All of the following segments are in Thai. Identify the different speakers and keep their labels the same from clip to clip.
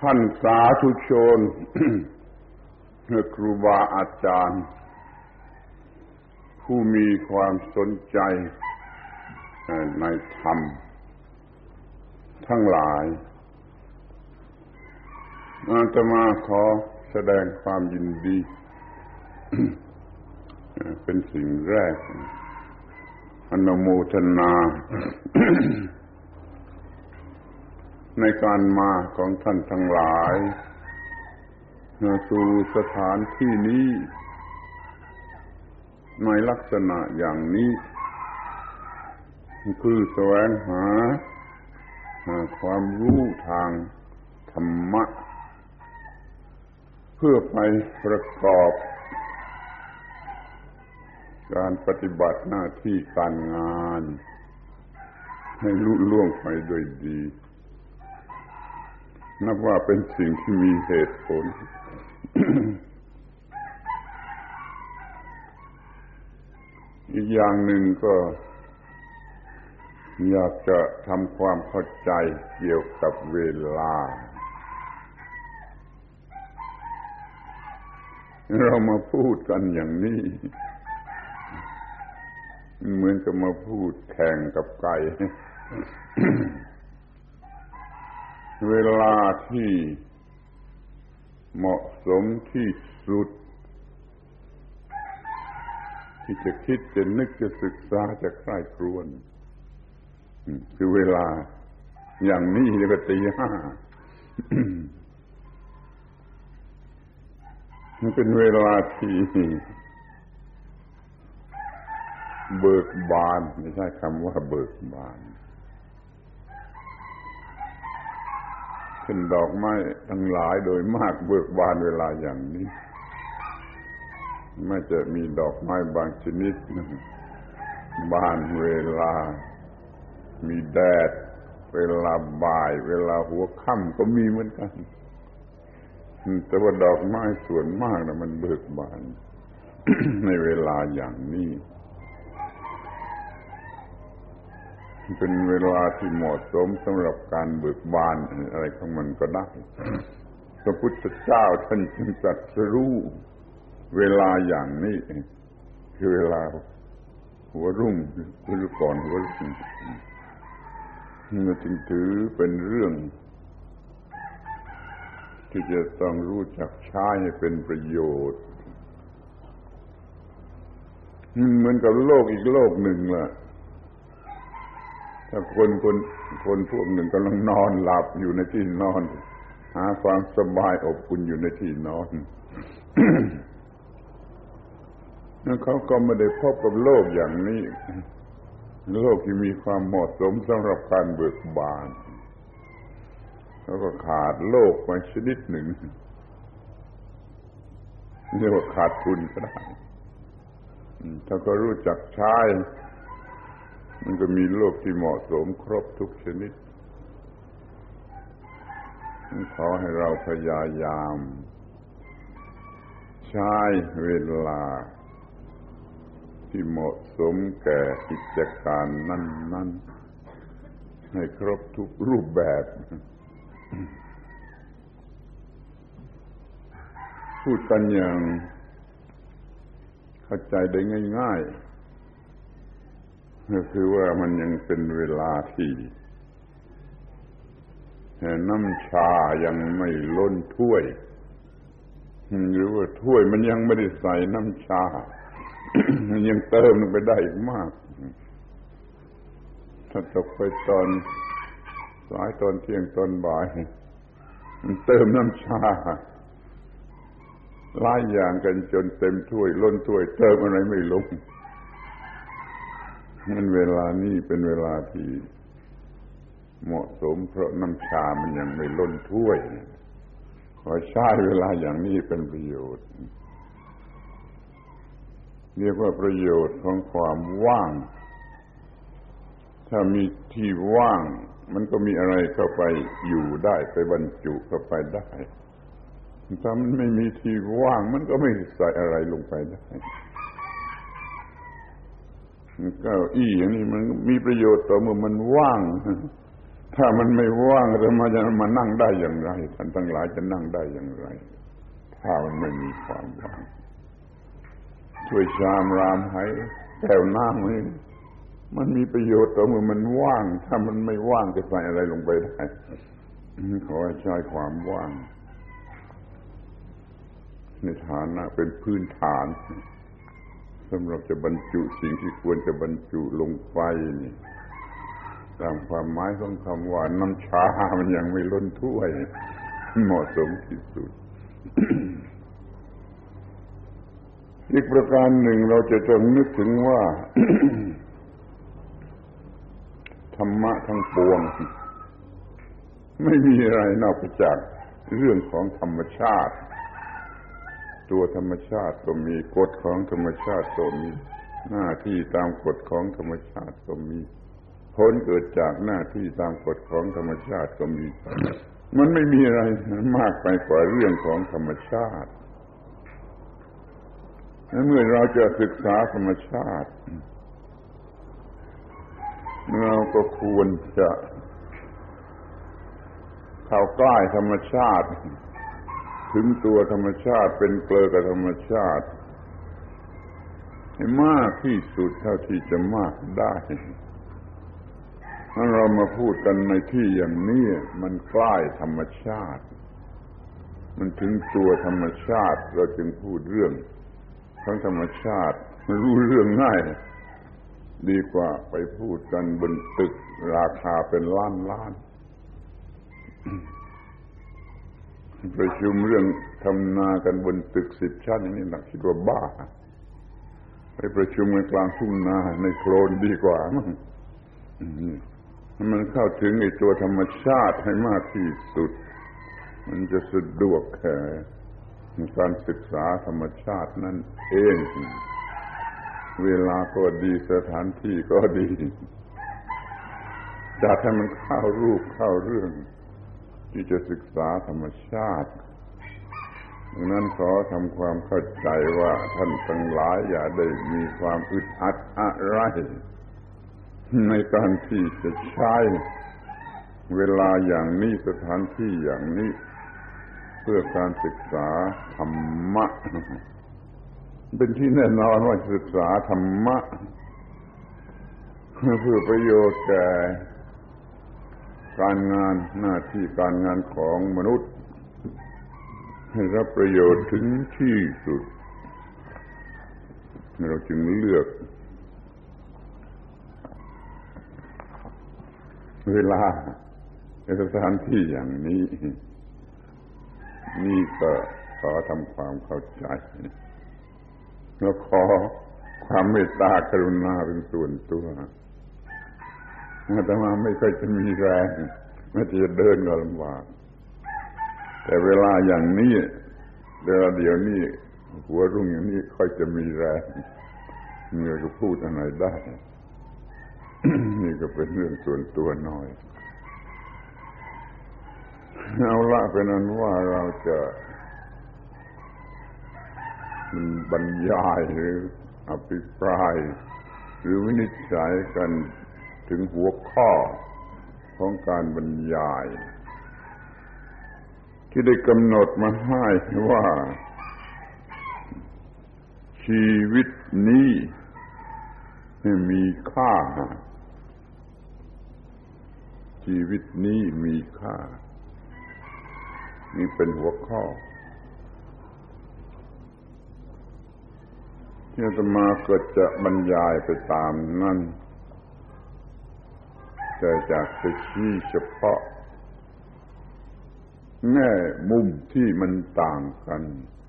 Speaker 1: ท่านสาธุชน ครูบาอาจารย์ผู้มีความสนใจในธรรมทั้งหลายอาตมาขอแสดงความยินดี เป็นสิ่งแรกอนุโมทนา ในการมาของท่านทั้งหลายสู่สถานที่นี้ในลักษณะอย่างนี้คือแสวงหาความรู้ทางธรรมะเพื่อไปประกอบการปฏิบัติหน้าที่การงานให้ลุล่วงไปด้วยดีนับว่าเป็นสิ่งที่มีเหตุผล อีกอย่างหนึ่งก็อยากจะทำความเข้าใจเกี่ยวกับเวลาเรามาพูดกันอย่างนี้เหมือนกับมาพูดแข่งกับไก่ เวลาที่เหมาะสมที่สุดที่จะคิดจะนึกจะศึกษาจะใคร่ครวญคือเวลาอย่างนี้แล้วก็ตี 5มันเป็นเวลาที่เบิกบานไม่ใช่คำว่าเบิกบานเป็นดอกไม้ทั้งหลายโดยมากเบิกบานเวลาอย่างนี้ไม่จะมีดอกไม้บางชนิดบานเวลามีแดดเวลาบ่ายเวลาหัวค่ำก็มีเหมือนกันแต่ว่าดอกไม้ส่วนมากนะมันเบิกบาน ในเวลาอย่างนี้เป็นเวลาที่เหมาะสมสำหรับการเบิกบานอะไรของมันก็ได้ พระพุทธเจ้าท่านจึงตรัสรู้เวลาอย่างนี้คือเวลาหัวรุ่งหรือก่อนหัวรุ่งจึงถือเป็นเรื่องที่จะต้องรู้จักใช้ให้เป็นประโยชน์เหมือนกับโลกอีกโลกหนึ่งล่ะถ้าคนพวกหนึ่งกำลังนอนหลับอยู่ในที่นอนหาความสบายอบอุ่นอยู่ในที่นอน แล้วเขาก็ไม่ได้พบกับโลกอย่างนี้โลกที่มีความเหมาะสมสำหรับการเบิกบานเขาก็ขาดโลกไปชนิดหนึ่งเรียกว่าขาดทุนก็ได้ถ้าก็รู้จักใช้มันก็มีโลกที่เหมาะสมครบทุกชนิดขอให้เราพยายามใช้เวลาที่เหมาะสมแก่กิจการนั้นๆให้ครบทุกรูปแบบพูดกันอย่างเข้าใจได้ง่ายๆก็คือว่ามันยังเป็นเวลาที่น้ำชายังไม่ล้นถ้วยหรือว่าถ้วยมันยังไม่ได้ใส่น้ำชา มันยังเติมลงไปได้อีกมากถ้าตกไปตอนสายตอนเที่ยงตอนบ่ายมันเติมน้ำชาหลายอย่างกันจนเต็มถ้วยล้นถ้วยเติมอะไรไม่ลงมันเวลานี้เป็นเวลาที่เหมาะสมเพราะน้ำชามันยังไม่ล้นถ้วยขอใช้เวลาอย่างนี้เป็นประโยชน์เรียกว่าประโยชน์ของความว่างถ้ามีที่ว่างมันก็มีอะไรเข้าไปอยู่ได้ไปบรรจุเข้าไปได้ถ้ามันไม่มีที่ว่างมันก็ไม่ใส่อะไรลงไปได้เก้าอี้อย่างนี้มันมีประโยชน์ต่อเมื่อมันว่างถ้ามันไม่ว่างจะมานั่งได้อย่างไรท่านทั้งหลายจะนั่งได้อย่างไรถ้ามันไม่มีความว่างช่วยชามรามให้แก้วน้ำนี่มันมีประโยชน์ต่อเมื่อมันว่างถ้ามันไม่ว่างจะใส่อะไรลงไปได้ขอให้ใช้ความว่างในฐานะเป็นพื้นฐานสำหรับจะบรรจุสิ่งที่ควรจะบรรจุลงไปนี่ตามความหมายของคำว่าน้ำชามันยังไม่ล้นถ้วยเหมาะสมที่สุด อีกประการหนึ่งเราจะต้องนึกถึงว่า ธรรมะทั้งปวงไม่มีอะไรนอกจากเรื่องของธรรมชาติตัวธรรมชาติก็มีกฎของธรรมชาติก็มีหน้าที่ตามกฎของธรรมชาติก็มีผลเกิดจากหน้าที่ตามกฎของธรรมชาติก็มีมันไม่มีอะไรมากไปกว่าเรื่องของธรรมชาติเมื่อเราจะศึกษาธรรมชาติเราก็ควรจะเข้าใกล้ธรรมชาติถึงตัวธรรมชาติเป็นเกลือกับธรรมชาติให้มากที่สุดเท่าที่จะมากได้ถ้าเรามาพูดกันในที่อย่างนี้มันใกล้ธรรมชาติมันถึงตัวธรรมชาติเราจึงพูดเรื่องของธรรมชาติรู้เรื่องง่ายดีกว่าไปพูดกันบนตึกราคาเป็นล้านประชุมเรื่องทำนากันบนตึก10 ชั้นอย่างนี้หนักคิดว่าบ้าไปประชุมกันกลางทุ่งนาในโคลนดีกว่ามั้งมันเข้าถึงไอ้ตัวธรรมชาติให้มากที่สุดมันจะสะดวกแค่การศึกษาธรรมชาตินั่นเองเวลาก็ดีสถานที่ก็ดีจัดให้มันเข้ารูปเข้าเรื่องที่จะศึกษาธรรมชาติดังนั้นขอทำความเข้าใจว่าท่านทั้งหลายอย่าได้มีความอึดอัดอะไรในการที่จะใช้เวลาอย่างนี้สถานที่อย่างนี้เพื่อการศึกษาธรรมะเป็นที่แน่นอนว่าศึกษาธรรมะเพื่อประโยชน์แก่การงานหน้าที่การงานของมนุษย์ให้รับประโยชน์ถึงที่สุดเราจึงเลือกเวลาในสถานที่อย่างนี้นี่ก็ขอทำความเข้าใจแล้วขอความเมตตากรุณาเป็นส่วนตัวอาตมาไม่ค่อยจะมีแรงแม้จะเดินก็ลำบากแต่เวลาอย่างนี้เดี๋ยวนี้หัวรุ่งอย่างนี้ค่อยจะมีแรงเมื่อก็พูดอะไรได้ นี่ก็เป็นเรื่องส่วนตัวน้อยเอาละเป็นนั้นว่าเราจะบรรยายหรืออภิปรายหรือวินิจฉัยกันถึงหัวข้อของการบรรยายที่ได้กำหนดมาให้ว่าชีวิตนี้มีค่าชีวิตนี้มีค่านี่เป็นหัวข้อที่อาตมาก็จะบรรยายไปตามนั้นแต่จากจะชี้เฉพาะแง่มุมที่มันต่างกัน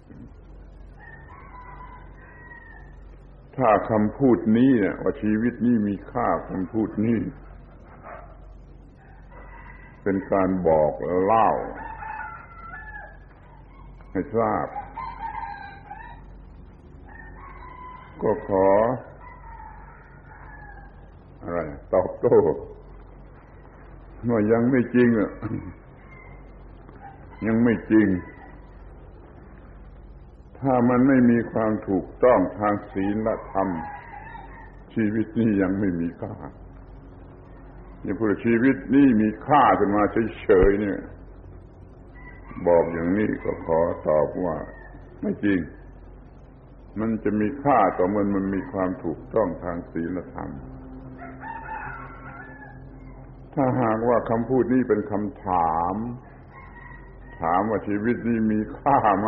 Speaker 1: ถ้าคำพูดนี้เนี่ยว่าชีวิตนี้มีค่าคำพูดนี้เป็นการบอกเล่าให้ทราบก็ขออะไรตอบโต้ว่ายังไม่จริงอ่ะยังไม่จริงถ้ามันไม่มีความถูกต้องทางศีลธรรมชีวิตนี้ยังไม่มีค่าอย่าพูดชีวิตนี่มีค่าขึ้นมาเฉยๆเนี่ยบอกอย่างนี้ก็ขอตอบว่าไม่จริงมันจะมีค่าต่อเมื่อมันมีความถูกต้องทางศีลธรรมถ้าหากว่าคำพูดนี้เป็นคำถามว่าชีวิตนี้มีค่าไหม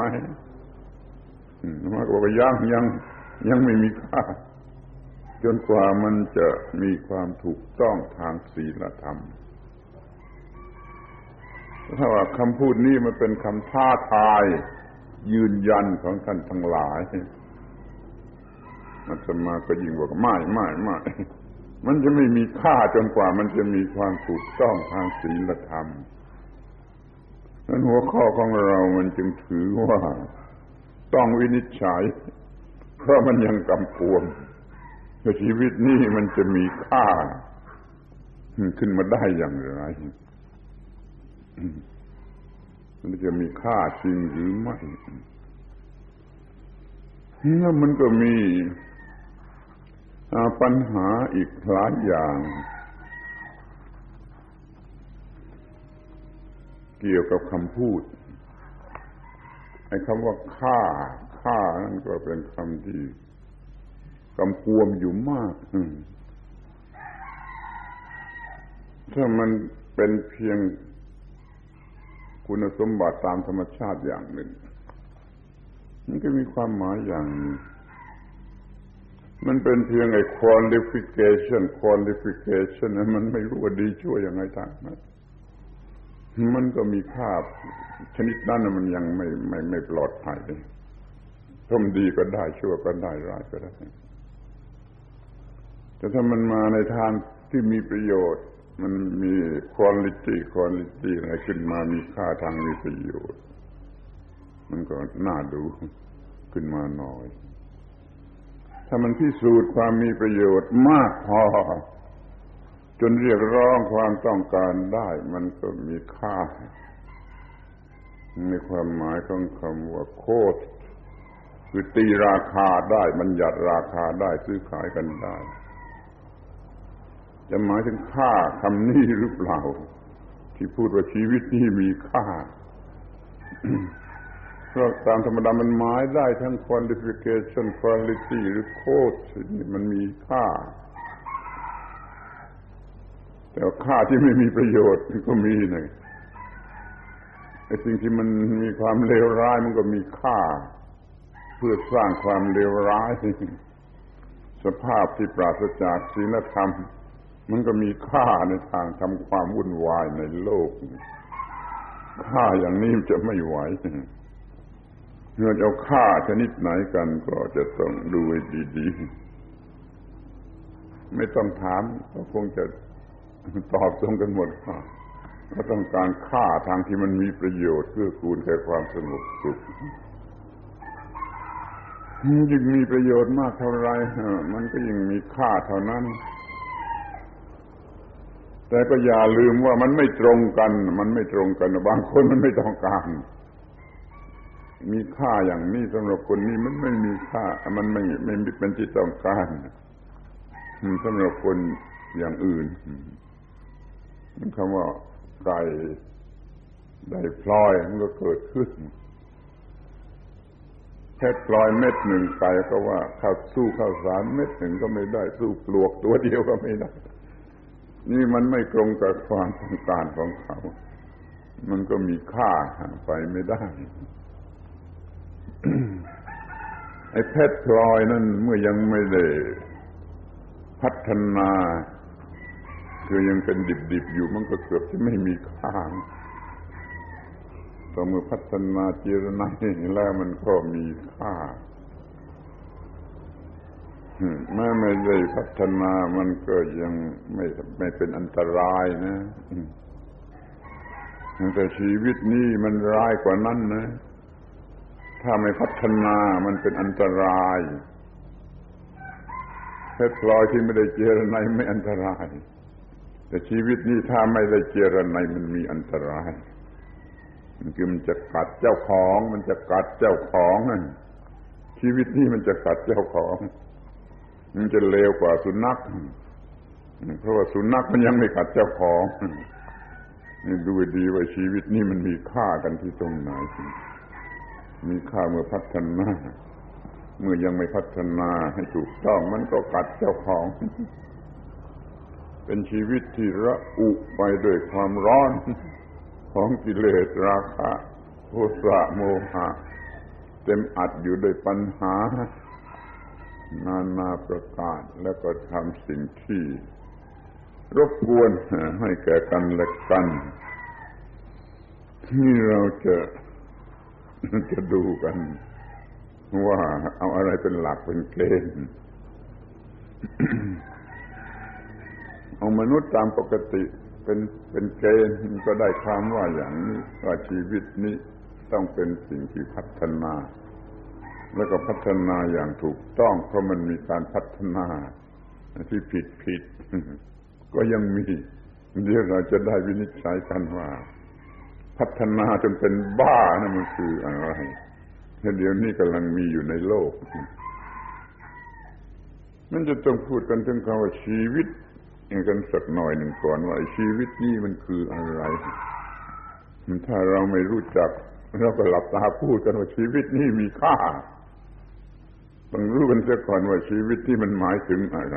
Speaker 1: มันก็บอกว่ายังไม่มีค่าจนกว่ามันจะมีความถูกต้องทางศีลธรรมถ้าว่าคำพูดนี้มันเป็นคำท้าทายยืนยันของท่านทั้งหลายอาตมาก็ยิ่งบอกไม่มันจะไม่มีค่าจนกว่ามันจะมีความถูกต้องทางศีลธรรมนั้นหัวข้อของเรามันจึงถือว่าต้องวินิจฉัยเพราะมันยังกำกวมว่าชีวิตนี้มันจะมีค่าขึ้นมาได้อย่างไรมันจะมีค่าจริงหรือไม่แล้วมันก็มีปัญหาอีกหลายอย่างเกี่ยวกับคำพูดไอ้คำว่าค่านั่นก็เป็นคำที่กำกวมอยู่มากถ้ามันเป็นเพียงคุณสมบัติตามธรรมชาติอย่างหนึ่งมันก็มีความหมายอย่างนึงมันเป็นเพียงไอ้ qualification มันไม่รู้ว่าดีชั่วยังไงทางมันก็มีค่าชนิดนั้นมันยังไม่ปลอดภัยถ้ามันดีก็ได้ชั่วก็ได้ร้ายก็ได้แต่ถ้ามันมาในทางที่มีประโยชน์มันมี quality อะไรขึ้นมามีค่าทางมีประโยชน์มันก็น่าดูขึ้นมาหน่อยถ้ามันพิสูจน์ความมีประโยชน์มากพอจนเรียกร้องความต้องการได้มันก็มีค่าในความหมายของคำว่าโคตรคือตีราคาได้บัญญัติราคาได้ซื้อขายกันได้จะหมายถึงค่าคำนี้หรือเปล่าที่พูดว่าชีวิตนี้มีค่า เพราะตามธรรมดามันหมายได้ทั้ง qualification quality หรือ quote นี่มันมีค่าแต่ค่าที่ไม่มีประโยชน์ก็มีนะไอ้สิ่งที่มันมีความเลวร้ายมันก็มีค่าเพื่อสร้างความเลวร้ายสภาพที่ปราศจากศีลธรรมมันก็มีค่าในทางทำความวุ่นวายในโลกค่าอย่างนี้จะไม่ไหวเมื่อจะเอาค่าชนิดไหนกันก็จะต้องดูให้ดีๆไม่ต้องถามก็คงจะตอบตรงกันหมดก็ต้องการค่าทางที่มันมีประโยชน์เพื่อคูณแก่ความสงบสุขยิ่งมีประโยชน์มากเท่าไรมันก็ยิ่งมีค่าเท่านั้นแต่ก็อย่าลืมว่ามันไม่ตรงกันบางคนมันไม่ต้องการมีค่าอย่างนี้สำหรับคนนี้มันไม่มีค่ามันไม่เป็นที่ต้องการสำหรับคนอย่างอื่นคำว่าไก่ได้พลอยมันก็เกิดขึ้นแค่พลอยเม็ดหนึ่งไก่ก็ว่าข้าวสารเม็ดหนึ่งก็ไม่ได้สู้ปลวกตัวเดียวก็ไม่ได้นี่มันไม่ตรงกับความต้องการของเขามันก็มีค่าไปไม่ได้ ไอ้เพชรพลอยนั่นเมื่อยังไม่ได้พัฒนาคือยังเป็นดิบๆอยู่มันก็เกือบจะไม่มีค่าต่อเมื่อพัฒนาเจรไนแล้วมันก็มีค่าแม้ไม่ได้พัฒนามันก็ยังไม่เป็นอันตรายนะแต่ชีวิตนี้มันร้ายกว่านั้นนะถ้าไม่พัฒนามันเป็นอันตรายเพชรพลอยที่ไม่ได้เจรไนไม่อันตรายแต่ชีวิตนี้ถ้าไม่ได้เจรไนมันมีอันตรายมันจะกัดเจ้าของนั่นชีวิตนี้มันจะกัดเจ้าของมันจะเลวกว่าสุนัขเพราะว่าสุนัขมันยังไม่กัดเจ้าของนี่ดูดีว่าชีวิตนี่มันมีค่ากันที่ตรงไหนมีค่าเมื่อพัฒนาเมื่อยังไม่พัฒนาให้ถูกต้องมันก็กัดเจ้าของเป็นชีวิตที่ระอุไปด้วยความร้อนของกิเลสราคะโทสะโมหะเต็มอัดอยู่ด้วยปัญหานานาประการแล้วก็ทำสิ่งที่รบกวนให้แก่กันและกันที่เราจะดูกันว่าเอาอะไรเป็นหลักเป็นเกณฑ์ เอามนุษย์ตามปกติเป็นเกณฑ์ก็ได้ความว่าอย่างนี้ว่าชีวิตนี้ต้องเป็นสิ่งที่พัฒนาแล้วก็พัฒนาอย่างถูกต้องเพราะมันมีการพัฒนาที่ผิดก็ยังมีเดี๋ยวเราจะได้วินิจฉัยกันว่าพัฒนาจนเป็นบ้านะมันคืออะไรเดี๋ยวนี้กำลังมีอยู่ในโลกนั่นจะต้องพูดกันถึงคำว่าชีวิตกันสักหน่อยหนึ่งก่อนว่าชีวิตนี้มันคืออะไรถ้าเราไม่รู้จักเราก็หลับตาพูดกันว่าชีวิตนี้มีค่าต้องรู้กันเสียก่อนว่าชีวิตที่มันหมายถึงอะไร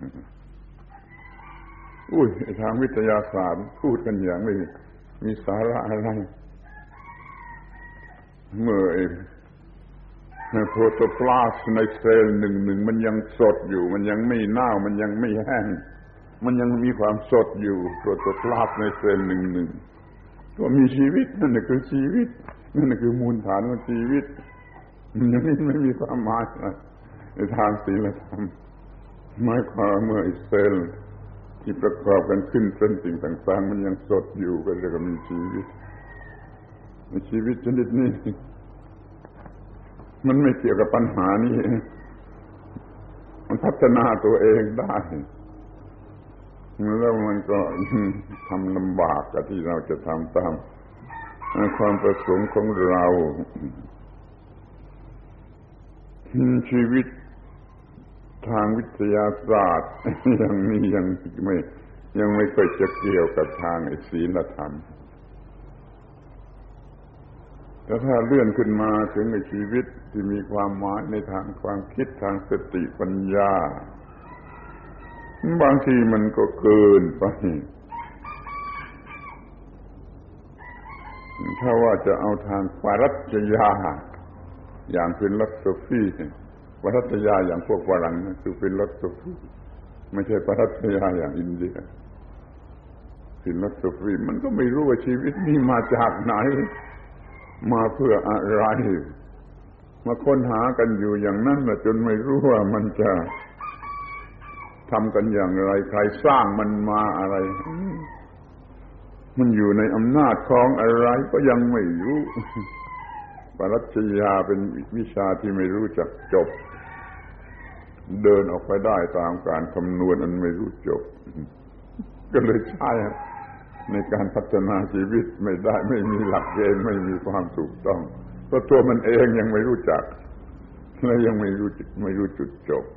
Speaker 1: ทางวิทยาศาสตร์พูดกันอย่างไม่มีสาระอะไรเมื่อโปรโตพลาสต์ในเซลล์หนึ่งมันยังสดอยู่มันยังไม่เน่ามันยังไม่แห้งมันยังมีความสดอยู่โปรโตพลาสต์ในเซลล์หนึ่งก็มีชีวิตนั่นคือชีวิตนั่นคือมูลฐานของชีวิตมันยังไม่มีความหมายในทางศีลธรรมหมายความเมื่อเซลล์ที่ประกอบกันขึ้นเป็นสิ่งต่างๆมันยังสดอยู่ก็เรียกว่ามีชีวิตชีวิตชนิดนี้มันไม่เกี่ยวกับปัญหานี้มันพัฒนาตัวเองได้แล้วมันก็ทำลำบากกับที่เราจะทำตามความประสงค์ของเราชีวิตทางวิทยาศาสตร์อย่างนี้ยังไม่เคยจะเกี่ยวกับทางศีลธรรมแต่ถ้าเลื่อนขึ้นมาถึงในชีวิตที่มีความหมายในทางความคิดทางสติปัญญาบางทีมันก็เกินไปถ้าว่าจะเอาทางปรัชญาอย่างฟิโลโซฟีปรัชญาอย่างพวกฝรั่งนั่นคือฟิโลโซฟีไม่ใช่ปรัชญาอย่างอินเดียฟิโลโซฟีมันก็ไม่รู้ว่าชีวิตนี้มาจากไหนมาเพื่ออะไรมาค้นหากันอยู่อย่างนั้นจนไม่รู้ว่ามันจะทำกันอย่างไรใครสร้างมันมาอะไรมันอยู่ในอำนาจของอะไรก็ยังไม่รู้ปรัชญาเป็นวิชาที่ไม่รู้จักจบเดินออกไปได้ตามการคำนวณอันไม่รู้จบก็เลยใช่ในการพัฒนาชีวิตไม่ได้ไม่มีหลักเกณฑ์ไม่มีความถูกต้องเพราะตัวมันเองยังไม่รู้จักและยังไม่รู้จุดจบ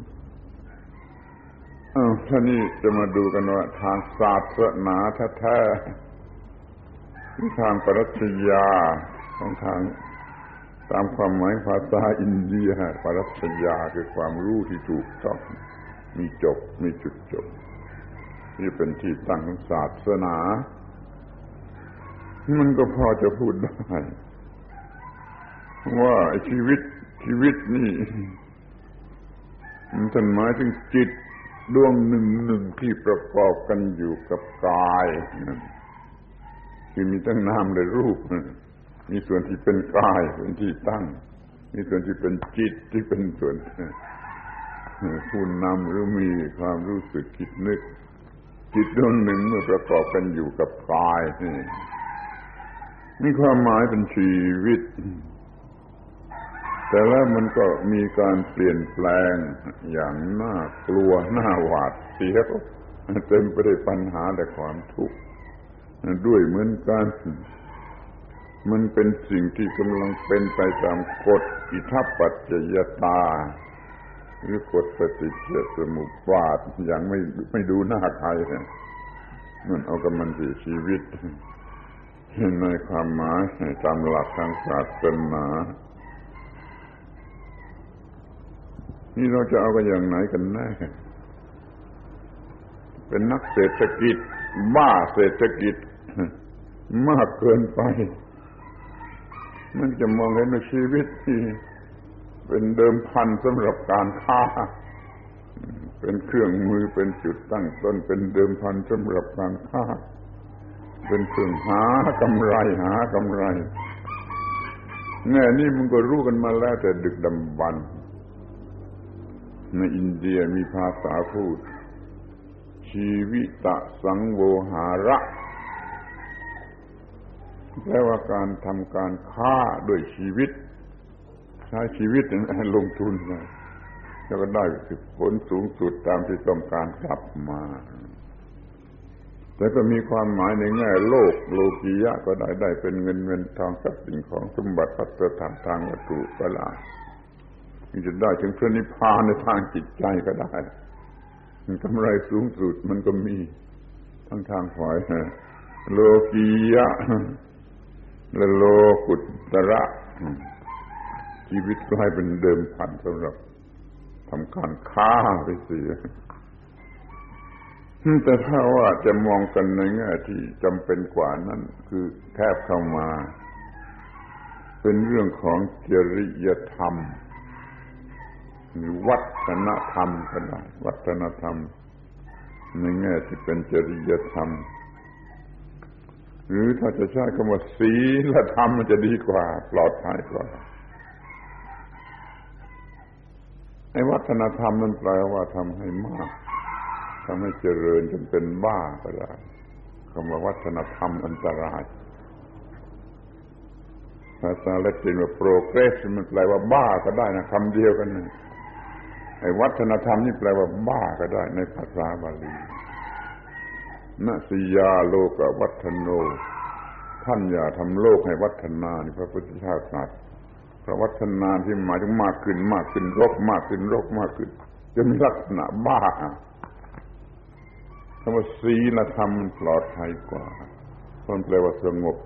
Speaker 1: ท่านี้จะมาดูกันว่าทางศาสนาแท้ๆทางปรัชญาของทางตามความหมายภาษาอินเดียปรัชญาคือความรู้ที่ถูกต้องมีจบมีจุดจบนี่เป็นที่ตั้งของศาสนามันก็พอจะพูดได้ว่าชีวิตนี่มันหมายถึงจิตดวงหนึ่งที่ประกอบกันอยู่กับกายที่มีทั้งนามและรูปมีส่วนที่เป็นกายเป็นที่ตั้งมีส่วนที่เป็นจิตที่เป็นส่วนผู้นำหรือมีความรู้สึกคิดนึกจิตดวงหนึ่งเมื่อประกอบกันอยู่กับกายนี่มีความหมายเป็นชีวิตแต่แล้วมันก็มีการเปลี่ยนแปลงอย่างน่ากลัวน่าหวาดเสียวเต็มไปด้วยปัญหาและความทุกข์ด้วยเหมือนกันมันเป็นสิ่งที่กำลังเป็นไปตามกฎอิทัปปัจจยตาหรือกฎปฏิจจสมุปบาทอย่างไม่ดูหน้าใครมันเอากับมันสิชีวิตในความหมายตามหลักทางศาสนานี่เราจะเอากันอย่างไหนกันแน่เป็นนักเศรษฐกิจบ้าเศรษฐกิจมากเกินไปมันจะมองเห็นในชีวิตที่เป็นเดิมพันสำหรับการค้าเป็นเครื่องมือเป็นจุดตั้งต้นเป็นเดิมพันสำหรับการค้าเป็นเครื่องหากำไรแง่นี้มันก็รู้กันมาแล้วแต่ดึกดำบรรพ์ในอินเดียมีภาษาพูดชีวิตสังโวหาระแปลว่าการทำการค้าด้วยชีวิตใช้ชีวิตลงทุนแล้วก็ได้ผลสูงสุดตามที่ต้องการกลับมาแต่ก็มีความหมายในแง่โลกโลกียะก็ได้เป็นเงินทองทรัพย์สินของสมบัติพัฒธรรมทางวัตถุก็ได้ที่จะได้ถึงพระนิพพานในทางจิตใจก็ได้กำไรสูงสุดมันก็มีทั้งทางฝ่ายโลกียะและโลกุตระชีวิตก็ให้เป็นเดิมพันสำหรับทำการค้าไปเสียแต่ถ้าว่าจะมองกันในแง่ที่จำเป็นกว่านั้นคือแทบเข้ามาเป็นเรื่องของจริยธรรมหรือวัฒนธรรมก็ได้วัฒนธรรมในแง่ที่เป็นจริยธรรมหรือถ้าจะใช้คำว่าศีลธรรมมันจะดีกว่าปลอดภัยกว่าไอ้วัฒนธรรมมันแปลว่าทำให้มากทำให้เจริญจนเป็นบ้าก็ได้คำว่าวัฒนธรรมอันตรายภาษาละตินว่า progress มันแปลว่าบ้าก็ได้นะคำเดียวกันนะไอ้วัฒนธรรมนี่แปลว่าบ้าก็ได้ในภาษาบาลีนสิยาโลกวัฒโนท่านอย่าทำโลกให้วัฒนานี่พระพุทธเจ้าตรัสเพราะวัฒนาที่หมายถึงมากขึ้นรกมากขึ้นจะมีลักษณะบ้าคำว่าศีลธรรมปลอดภัยกว่ามันแปลว่าสงบ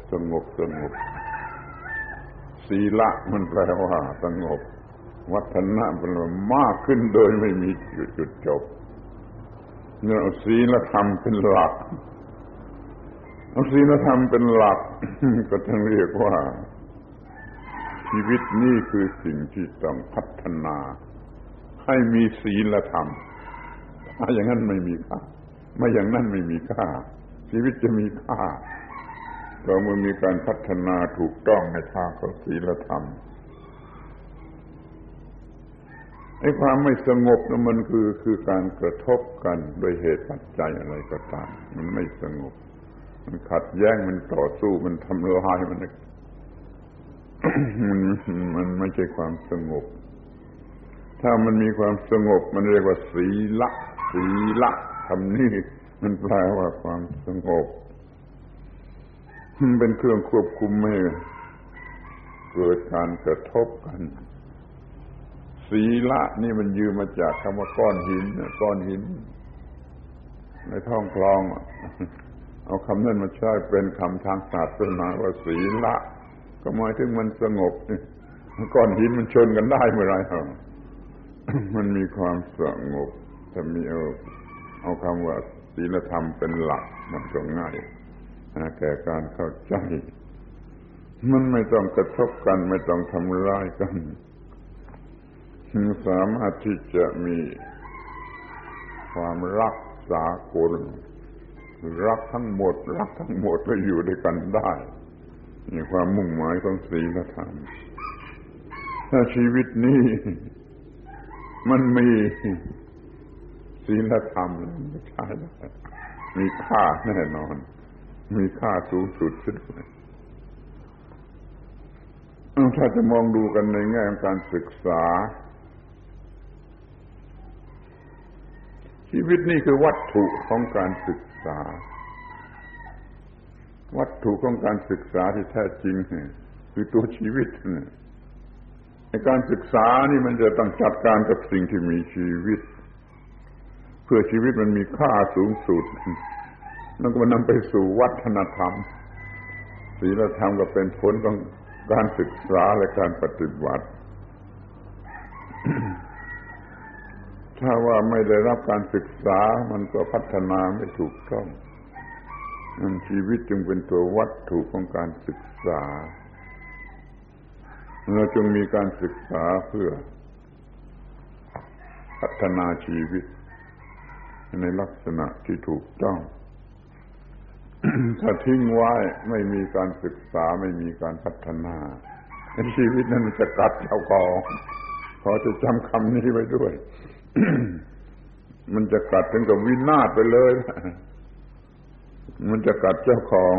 Speaker 1: ศีละมันแปลว่าสงบวัฒนะแปลว่ามากขึ้นโดยไม่มีจุดจบเนี่ยเอาศีลธรรมเป็นหลักเอาศีลธรรมเป็นหลักก็ต้องเรียกว่าชีวิตนี่คือสิ่งที่ต้องพัฒนาให้มีศีลธรรมถ้าอย่างนั้นไม่มีค่าไม่อย่างนั้นไม่มีค่าชีวิตจะมีค่าก็เมื่อมีการพัฒนาถูกต้องในทางของศีลธรรมไอ้ความไม่สงบนั้นมันคือการกระทบกันโดยเหตุปัจจัยอะไรก็ตามมันไม่สงบมันขัดแย้งมันต่อสู้มันทำลายมันไม่ใช่ความสงบถ้ามันมีความสงบมันเรียกว่าศีละคำนี้มันแปลว่าความสงบมันเป็นเครื่องควบคุมไม่เกิดการกระทบกันศีละนี่มันยืมมาจากคำว่าก้อนหินในท้องคลองเอาคำนั้นมาใช้เป็นคำทางศาสนาว่าศีละก็หมายถึงมันสงบก้อนหินมันชนกันได้เมื่อไรมันมีความสงบถ้ามีเอาคำว่าศีลธรรมเป็นหลักมันก็ง่ายแก่การเข้าใจมันไม่ต้องกระทบกันไม่ต้องทำร้ายกันสามารถที่จะมีความรักสากลรักทั้งหมดแล้วอยู่ด้วยกันได้มีความมุ่งหมายของศีลธรรมถ้าชีวิตนี้มันมีศีลธรรมไม่ใช่มีค่าแน่นอนมีค่าสูงสุดด้วยถ้าจะมองดูกันในแง่ของการศึกษาชีวิตนี่คือวัตถุของการศึกษาวัตถุของการศึกษาที่แท้จริงคือตัวชีวิตในการศึกษานี่มันจะต้องจัดการกับสิ่งที่มีชีวิตเพื่อชีวิตมันมีค่าสูงสุดแล้วก็นำไปสู่วัฒนธรรมศีลธรรมก็เป็นผลของการศึกษาและการปฏิบัติ ถ้าว่าไม่ได้รับการศึกษามันก็พัฒนาไม่ถูกต้องชีวิตจึงเป็นตัววัตถุของการศึกษาเราจงมีการศึกษาเพื่อพัฒนาชีวิตในลักษณะที่ถูกต้อง ถ้าทิ้งไว้ไม่มีการศึกษาไม่มีการพัฒนาชีวิตนั้นมันจะกัดเจ้าของขอจะจำคำนี้ไว้ด้วย มันจะกัดถึงกับวินาศไปเลยมันจะกัดเจ้าของ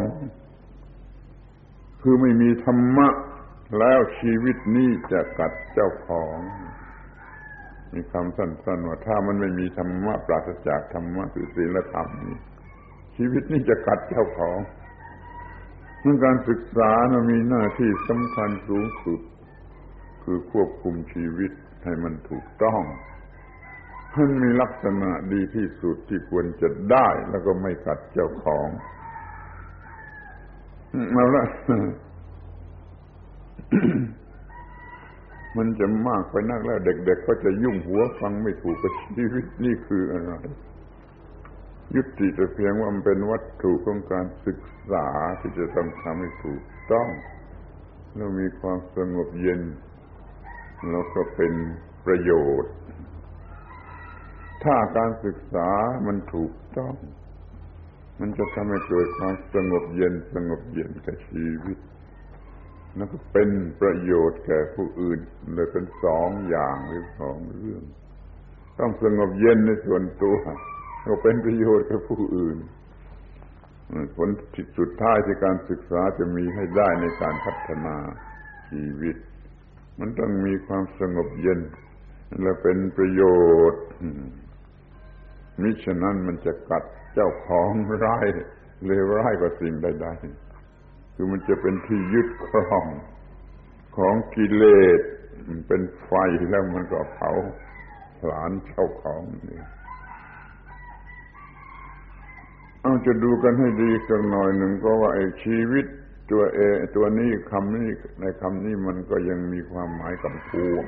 Speaker 1: คือไม่มีธรรมะแล้วชีวิตนี้จะกัดเจ้าของมีคำสั้นๆว่าถ้ามันไม่มีธรรมะปราศจากธรรมะคือศีลธรรมนี่ชีวิตนี้จะกัดเจ้าของเรื่องการศึกษามันมีหน้าที่สำคัญสูงสุดคือควบคุมชีวิตให้มันถูกต้องให้มีลักษณะดีที่สุดที่ควรจะได้แล้วก็ไม่กัดเจ้าของเอาละ มันจะมากไปนักแล้วเด็กๆก็จะยุ่งหัวฟังไม่ถูกกับชีวิตนี่คืออะไรยุติแต่เพียงว่ามันเป็นวัตถุของการศึกษาที่จะต้องทำให้ถูกต้องแล้วมีความสงบเย็นแล้วก็เป็นประโยชน์ถ้าการศึกษามันถูกต้องมันจะทำให้เกิดความสงบเย็นกับชีวิตแล้วก็เป็นประโยชน์แก่ผู้อื่นเลยเป็นสองอย่างหรือสองเรื่องต้องสงบเย็นในส่วนตัวก็เป็นประโยชน์กับผู้อื่นผลสุดท้ายที่การศึกษาจะมีให้ได้ในการพัฒนาชีวิตมันต้องมีความสงบเย็นและเป็นประโยชน์มิฉะนั้นมันจะกัดเจ้าของร้ายเลวร้ายกว่าสิ่งใดๆคือมันจะเป็นที่ยึดครองของกิเลสเป็นไฟแล้วมันก็เผาผลาญเจ้าของนี่เอาจะดูกันให้ดีสักหน่อยหนึ่งก็ว่าไอ้ชีวิตตัวนี้คำนี้ในคำนี้มันก็ยังมีความหมายกำกวม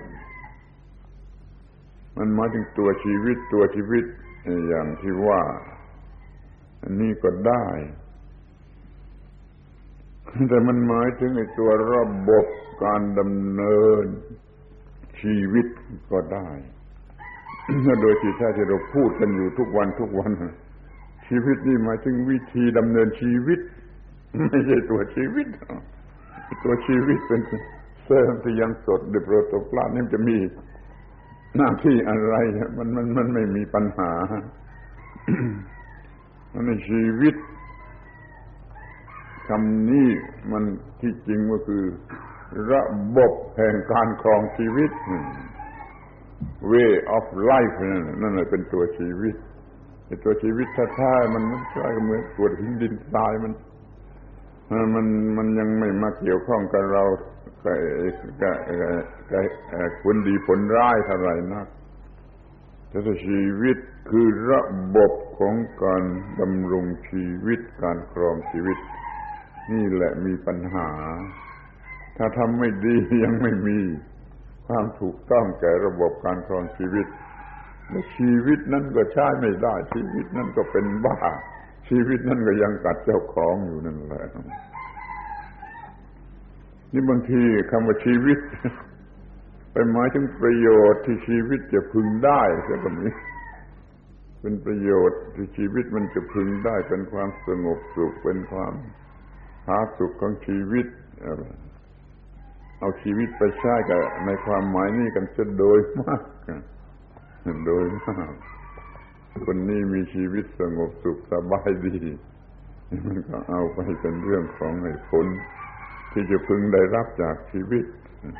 Speaker 1: มันหมายถึงตัวชีวิตอย่างที่ว่าอันนี้ก็ได้แต่มันหมายถึงไอ้ตัวระบบการดำเนินชีวิตก็ได้โดยที่แท้ที่เราพูดกันอยู่ทุกวันชีวิตนี่หมายถึงวิธีดำเนินชีวิตไม่ใช่ตัวชีวิตตัวชีวิตเป็นเซลล์ที่ยังสดโดยโปรโตพลาสต์นี่จะมีหน้าที่อะไรมันไม่มีปัญหาในชีวิตคำนี้มันที่จริงก็คือระบบแห่งการครองชีวิต way of life นั่นแหละเป็นตัวชีวิตไอ้ตัวชีวิตแท้ๆมันไม่ใช่เหมือนตัวหินดินทรายมันยังไม่มาเกี่ยวข้องกับเราผลดีผลร้ายเท่าไหร่นักแต่ชีวิตคือระบบของการดำรงชีวิตการครองชีวิตนี่แหละมีปัญหาถ้าทำไม่ดียังไม่มีความถูกต้องแก่ระบบการครองชีวิตและชีวิตนั้นก็ใช้ไม่ได้ชีวิตนั้นก็เป็นบ้าชีวิตนั้นก็ยังกัดเจ้าของอยู่นั่นแหละนี่บางทีคำว่าชีวิตไปหมายถึงประโยชน์ที่ชีวิตจะพึงได้ใช่ไหมเป็นประโยชน์ที่ชีวิตมันจะพึงได้เป็นความสงบสุขเป็นความผาสุกของชีวิตเอาชีวิตไปใช้กับในความหมายนี้กันจะโดยมากคนนี้มีชีวิตสงบสุขสบายดีมันก็เอาไปเป็นเรื่องของผลที่จะพึงได้รับจากชีวิต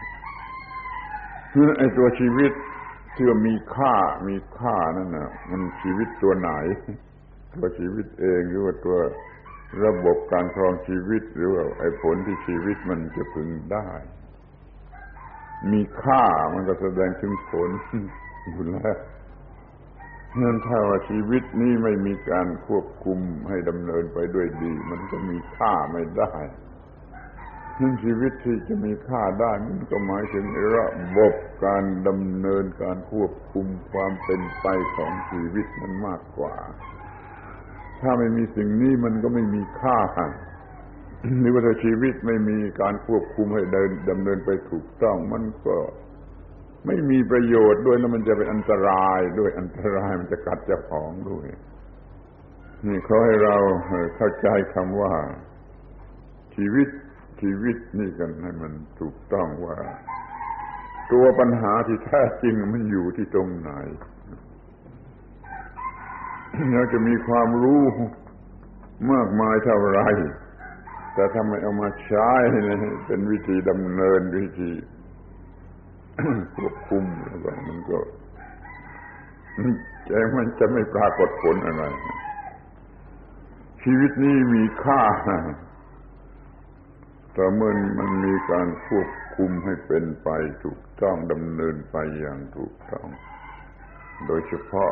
Speaker 1: ไอ้ตัวชีวิตที่มีค่านั่นน่ะมันชีวิตตัวไหนตัวชีวิตเองหรือว่าตัวระบบการครองชีวิตหรือว่าไอ้ผลที่ชีวิตมันจะพึงได้มีค่ามันก็แสดงถึงผลอยู่แล้วนั่นถ้าว่าชีวิตนี้ไม่มีการควบคุมให้ดำเนินไปด้วยดีมันก็มีค่าไม่ได้นั่นชีวิตที่จะมีค่าได้มันก็หมายถึงระบบการดำเนินการควบคุมความเป็นไปของชีวิตมันมากกว่าถ้าไม่มีสิ่งนี้มันก็ไม่มีค่าหรือว่าถ้าชีวิตไม่มีการควบคุมให้ดำเนินไปถูกต้องมันก็ไม่มีประโยชน์ด้วยแล้วมันจะเป็นอันตรายด้วยอันตรายมันจะกัดเจ้าของด้วยนี่ขอให้เราเข้าใจคำว่าชีวิตนี่กันให้มันถูกต้องว่าตัวปัญหาที่แท้จริงมันอยู่ที่ตรงไหนเราจะมีความรู้มากมายเท่าไรแต่ถ้าไม่เอามาใช้เป็นวิธีดำเนินวิธีควบคุมแล้วมันก็มันจะไม่ปรากฏผลอะไรชีวิตนี้มีค่าแต่เมื่อมันมีการควบคุมให้เป็นไปถูกต้องดำเนินไปอย่างถูกต้องโดยเฉพาะ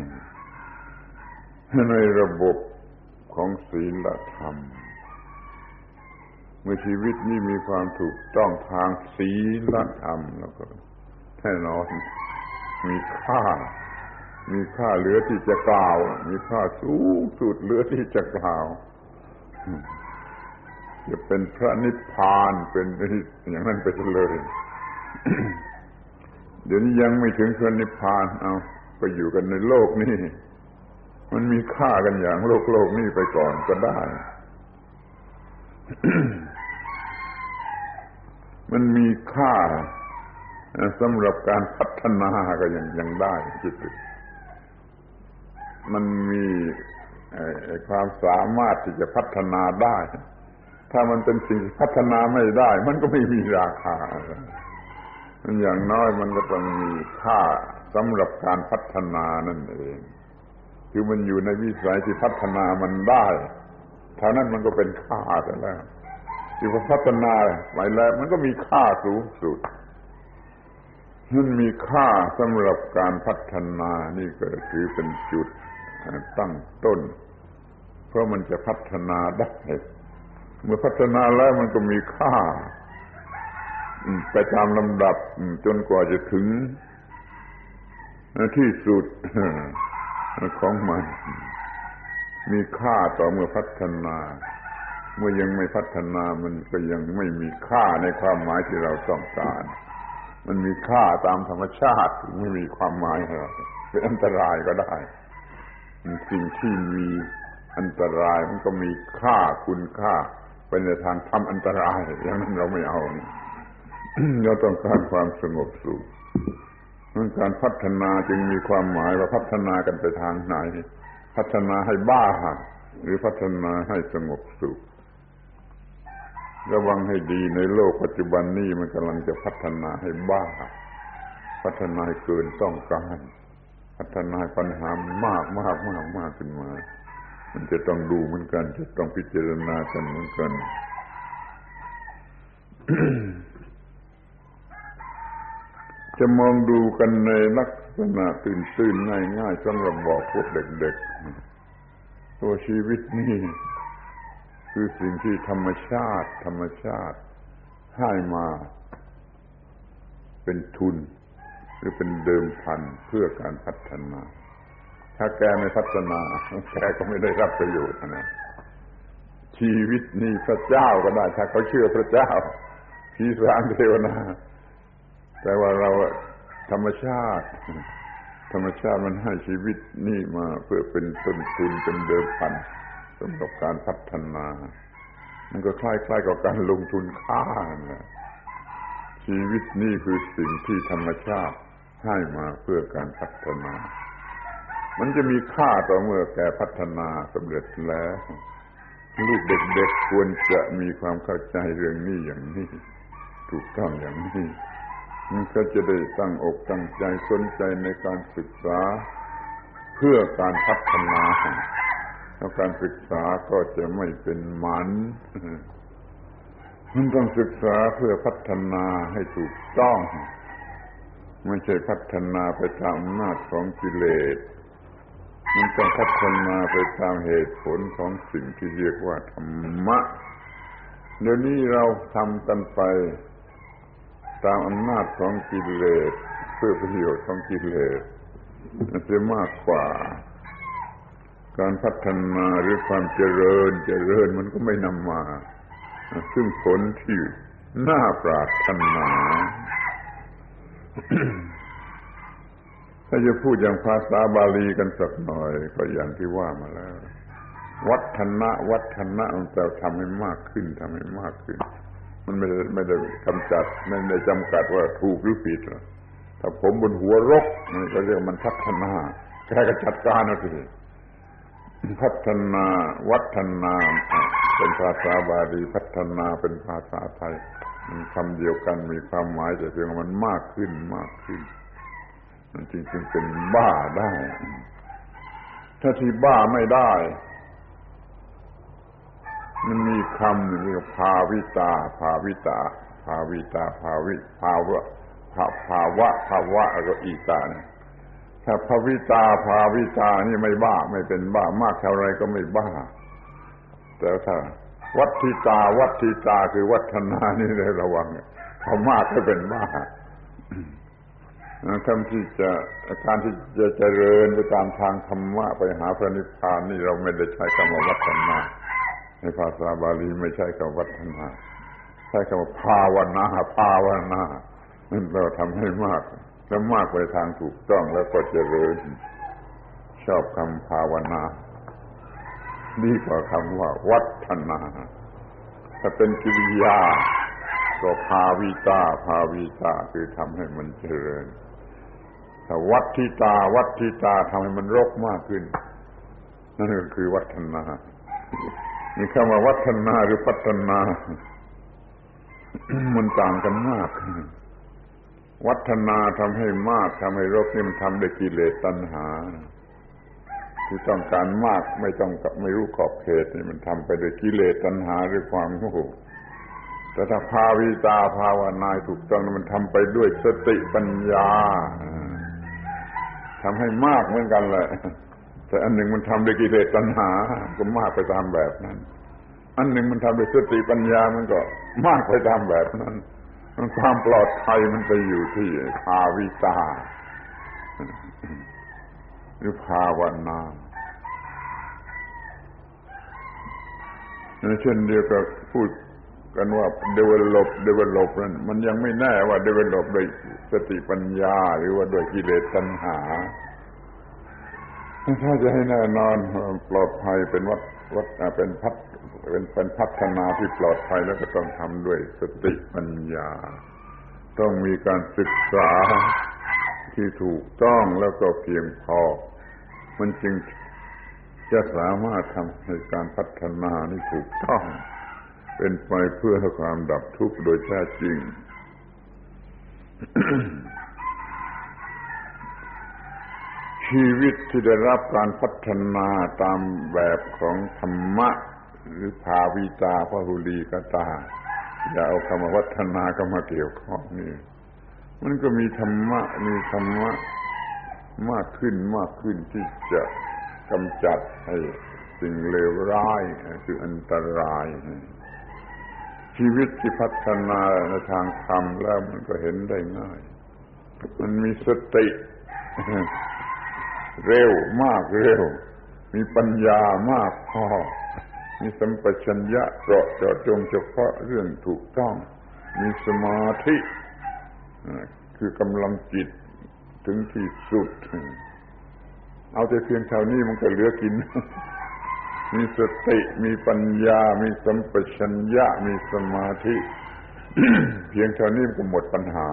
Speaker 1: ในระบบของศีลธรรมเมื่อชีวิตนี้มีความถูกต้องทางศีลธรรมแล้วก็แน่นอนมีค่าเหลือที่จะกล่าวมีค่าสูงสุดเหลือที่จะกล่าวจะเป็นพระนิพพานเป็นอย่างนั้นไปเลย เดี๋ยวนี้ยังไม่ถึงพระนิพพานเอาไปอยู่กันในโลกนี้มันมีค่ากันอย่างโลกนี้ไปก่อนก็ได้ มันมีค่าสำหรับการพัฒนาก็ยังได้คิดดูมันมีความสามารถที่จะพัฒนาได้ถ้ามันเป็นสิ่งที่พัฒนาไม่ได้มันก็ไม่มีราคาอะไรมันอย่างน้อยมันก็ต้องมีค่าสำหรับการพัฒนานั่นเองคือมันอยู่ในวิสัยที่พัฒนามันได้เท่านั้นมันก็เป็นค่าแต่แล้วที่พอพัฒนาไปแล้วมันก็มีค่าสูงสุดมันมีค่าสำหรับการพัฒนานี่ก็ถือเป็นจุดตั้งต้นเพราะมันจะพัฒนาได้เมื่อพัฒนาแล้วมันก็มีค่าไปตามลำดับจนกว่าจะถึงที่สุดของมันมีค่าต่อเมื่อพัฒนาเมื่อยังไม่พัฒนามันก็ยังไม่มีค่าในความหมายที่เราต้องการมันมีค่าตามธรรมชาติไม่มีความหมายอะไรเป็นอันตรายก็ได้สิ่งที่มีอันตรายมันก็มีค่าคุณค่าไปในทางทำอันตรายอย่างนั้นเราไม่เอา เราต้องการความสงบสุขการพัฒนาจึงมีความหมายว่าพัฒนากันไปทางไหนพัฒนาให้บ้าหรือพัฒนาให้สงบสุขระวังให้ดีในโลกปัจจุบันนี้มันกำลังจะพัฒนาให้บ้าพัฒนาให้เกินต้องการพัฒนาปัญหามากขึ้นมามันจะต้องดูเหมือนกันจะต้องพิจารณากันเหมือนกัน จะมองดูกันในลักษณะตื่นง่ายๆสำหรับบอกพวกเด็กๆตัวชีวิตนี่คือสิ่งที่ธรรมชาติให้มาเป็นทุนหรือเป็นเดิมพันเพื่อการพัฒนาถ้าแกไม่พัฒนาแกก็ไม่ได้รับประโยชน์นะชีวิตนี่พระเจ้าก็ได้ถ้าเขาเชื่อพระเจ้าผีสางเทวดาแต่ว่าเราธรรมชาติมันให้ชีวิตนี่มาเพื่อเป็นต้นทุนเป็นเดิมพันสำหรับการพัฒนามันก็คล้ายๆกับการลงทุนค่านะชีวิตนี่คือสิ่งที่ธรรมชาติให้มาเพื่อการพัฒนามันจะมีค่าต่อเมื่อแกพัฒนาสำเร็จแล้วลูกเด็กๆควรจะมีความเข้าใจเรื่องนี้อย่างนี้ถูกต้องอย่างนี้มันก็จะได้ตั้งอกตั้งใจสนใจในการศึกษาเพื่อการพัฒนาแล้วการศึกษาก็จะไม่เป็นหมันมันต้องศึกษาเพื่อพัฒนาให้ถูกต้องไม่ใช่พัฒนาไปตามอำนาจของกิเลสมันต้องพัฒนาไปตามเหตุผลของสิ่งที่เรียกว่าธรรมะเดี๋ยวนี้เราทำกันไปตามอำนาจของกิเลสเพื่อประโยชน์ของกิเลสมันจะมากกว่าการพัฒนาหรือความเจริญมันก็ไม่นำมาซึ่งผลที่น่าปรารถนาถ้าจะพูดอย่างภาษาบาลีกันสักหน่อยก็อย่างที่ว่ามาแล้ววัฒนะมันจะทำให้มากขึ้นมันไม่ได้กำจัดไม่ได้จำกัดว่าถูกหรือผิดถ้าผมบนหัวรกมันก็เรียกมันพัฒนาแค่ก็จัดการเอาสิพัฒนาวัฒนาเป็นภาษาบาลีพัฒนาเป็นภาษาไทยมันคำเดียวกันมีความหมายแต่เพียงมันมากขึ้นมันจริงๆเป็นบ้าได้ถ้าที่บ้าไม่ได้มันมีคำหนึ่งเรียกภาวิตาแล้วก็อีตาเนี่ยถ้าภาวิตานี่ไม่บ้าไม่เป็นบ้ามากเท่าไรก็ไม่บ้าแต่ถ้าวัฏฐิตาคือวัฒนานี่เลยระวังเขามากก็เป็นบ้าการที่จะเจริญไปตามทางธรรมะไปหาพระนิพพานนี่เราไม่ได้ใช้คำว่าวัฒนาในภาษาบาลีไม่ใช่คำวัฒนาใช้คำว่าภาวนานั่นเราทำให้มากแล้วมากไปทางถูกต้องแล้วก็เจริญชอบคำภาวนาดีกว่าคำว่าวัฒนาถ้าเป็นกิริยาก็ภาวิตาคือทำให้มันเจริญถ้าวัฏฐิตาทำให้มันรกมากขึ้นนั่นก็คือวัฒนามีคำว่าวัฒนาหรือพัฒนามันต่างกันมากวัฒนาทำให้มากทำให้รกนี่มันทำด้วยกิเลสตัณหาที่ต้องการมากไม่รู้ขอบเขตนี่มันทำไปด้วยกิเลสตัณหาหรือความโง่แต่ถ้าภาวิตาภาวนาถูกต้องมันทำไปด้วยสติปัญญาทำให้มากเหมือนกันแหละแต่อันหนึ่งมันทำด้วยกิเลสตัณหาก็มากไปตามแบบนั้นอันหนึ่งมันทำด้วยสติปัญญามันก็มากไปตามแบบนั้นความปลอดภัยมันไปอยู่ที่ภาวิตาหรือภาวนาเช่นเดียวกับพูดกันว่า develop นั่นมันยังไม่แน่ว่า develop โดยสติปัญญาหรือว่าโดยกิเลสตัณหาถ้าจะให้แน่นอนปลอดภัยเป็นเป็นพัฒนาที่ปลอดภัยแล้วก็ต้องทำด้วยสติปัญญาต้องมีการศึกษาที่ถูกต้องแล้วก็เพียงพอมันจึงจะสามารถทำให้การพัฒนานี่ถูกต้องเป็นไปเพื่อความดับทุกข์โดยแท้จริง ชีวิตที่ได้รับการพัฒนาตามแบบของธรรมะหรือภาวิตาพหุลีกตาอย่าเอาคำว่าวัฒนาเข้ามาเกี่ยวข้องนี่มันก็มีธรรมะมากขึ้นที่จะกำจัดให้สิ่งเลวร้ายคืออันตรายชีวิตที่พัฒนาในทางธรรมแล้วมันก็เห็นได้ง่ายมันมีสติเร็วมีปัญญามากพอมีสัมปชัญญะเจาะจงเฉพาะเรื่องถูกต้องมีสมาธิคือกำลังจิตถึงที่สุดเอาแต่เพียงเท่านี้มันก็เหลือกินมีสติมีปัญญามีสัมปชัญญะมีสมาธิ เพียงเท่านี้มันก็หมดปัญหา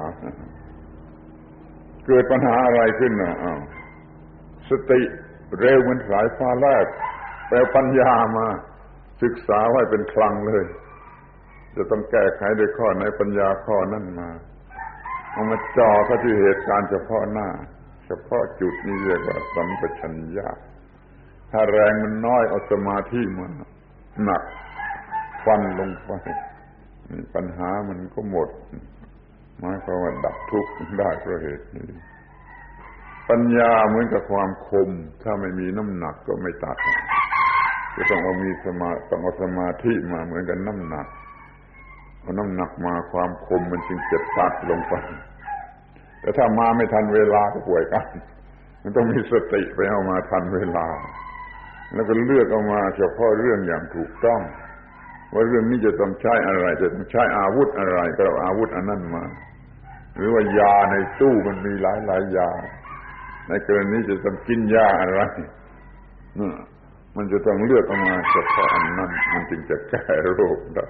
Speaker 1: เกิดปัญหาอะไรขึ้นนะสติเร็วเหมือนสายฟ้าแลบแปลปัญญามาศึกษาไว้เป็นคลังเลยจะต้องแก้ไขด้วยข้อไหนปัญญาข้อนั้นมาเอามาจ่อเข้าที่เหตุการณ์เฉพาะหน้าเฉพาะจุดนี้เรียกว่าสัมปชัญญะถ้าแรงมันน้อยเอาสมาธิมาหนักฟันลงไปปัญหามันก็หมดหมายความว่าดับทุกข์ได้เพราะเหตุนี้ปัญญาเหมือนกับความคมถ้าไม่มีน้ำหนักก็ไม่ตัดก็ต้องเอาสมาธิมาเหมือนกันน้ำหนักเอาน้ำหนักมาความคมมันจึงจะตัดลงไปแต่ถ้ามาไม่ทันเวลาก็ป่วยกันมันต้องมีสติไปเอามาทันเวลาแล้วก็เลือกเอามาเฉพาะเรื่องอย่างถูกต้องว่าเรื่องนี้จะต้องใช้อะไรจะต้องใช้อาวุธอะไรก็เอาอาวุธอันนั้นมาหรือว่ายาในตู้มันมีหลายยาในกรณีจะต้องกินยาอะไรมันจะต้องเลือกเอามาเฉพาะอันนั้นมันจึงจะแก้โรคได้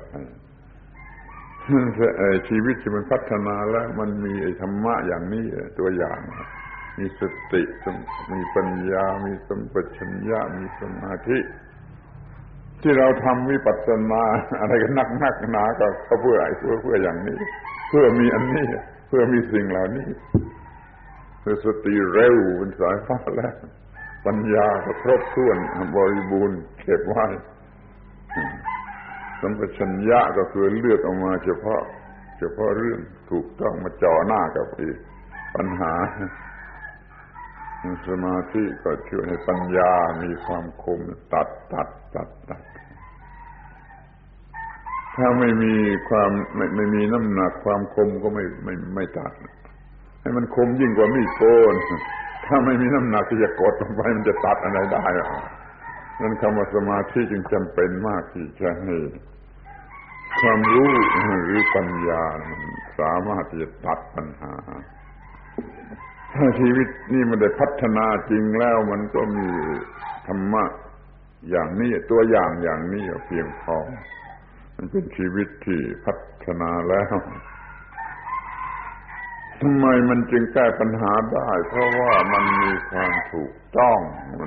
Speaker 1: ชีวิตที่มันพัฒนาแล้วมันมีธรรมะอย่างนี้ตัวอย่างมีสติมีปัญญามีสัมปชัญญะมีสมาธิที่เราทำวิปัสสนาอะไรกันนักหนาก็เพื่ออย่างนี้เพื่อมีอันนี้เพื่อมีสิ่งเหล่านี้คือสติเร็วเป็นสายฟ้าแล้วปัญญาก็ครบถ้วนบริบูรณ์เก็บไว้สัมปชัญญะก็คือเลือกเอามาเฉพาะเรื่องถูกต้องมาจ่อหน้ากับปัญหาสมาธิก็ช่วยให้ปัญญามีความคมตัดถ้าไม่มีความไม่มีน้ำหนักความคมก็ไม่ตัดให้มันคมยิ่งกว่ามีดโกนถ้าไม่มีน้ำหนักที่จะกดลงไปมันจะตัดอะไรได้นั่นคำว่าสมาธิจึงจำเป็นมากที่จะให้ความรู้หรือปัญญามันสามารถที่จะตัดปัญหาถ้าชีวิตนี่มันได้พัฒนาจริงแล้วมันก็มีธรรมะอย่างนี้ตัวอย่างนี้เพียงพอมันเป็นชีวิตที่พัฒนาแล้วทำไมมันจึงแก้ปัญหาได้เพราะว่ามันมีความถูกต้อง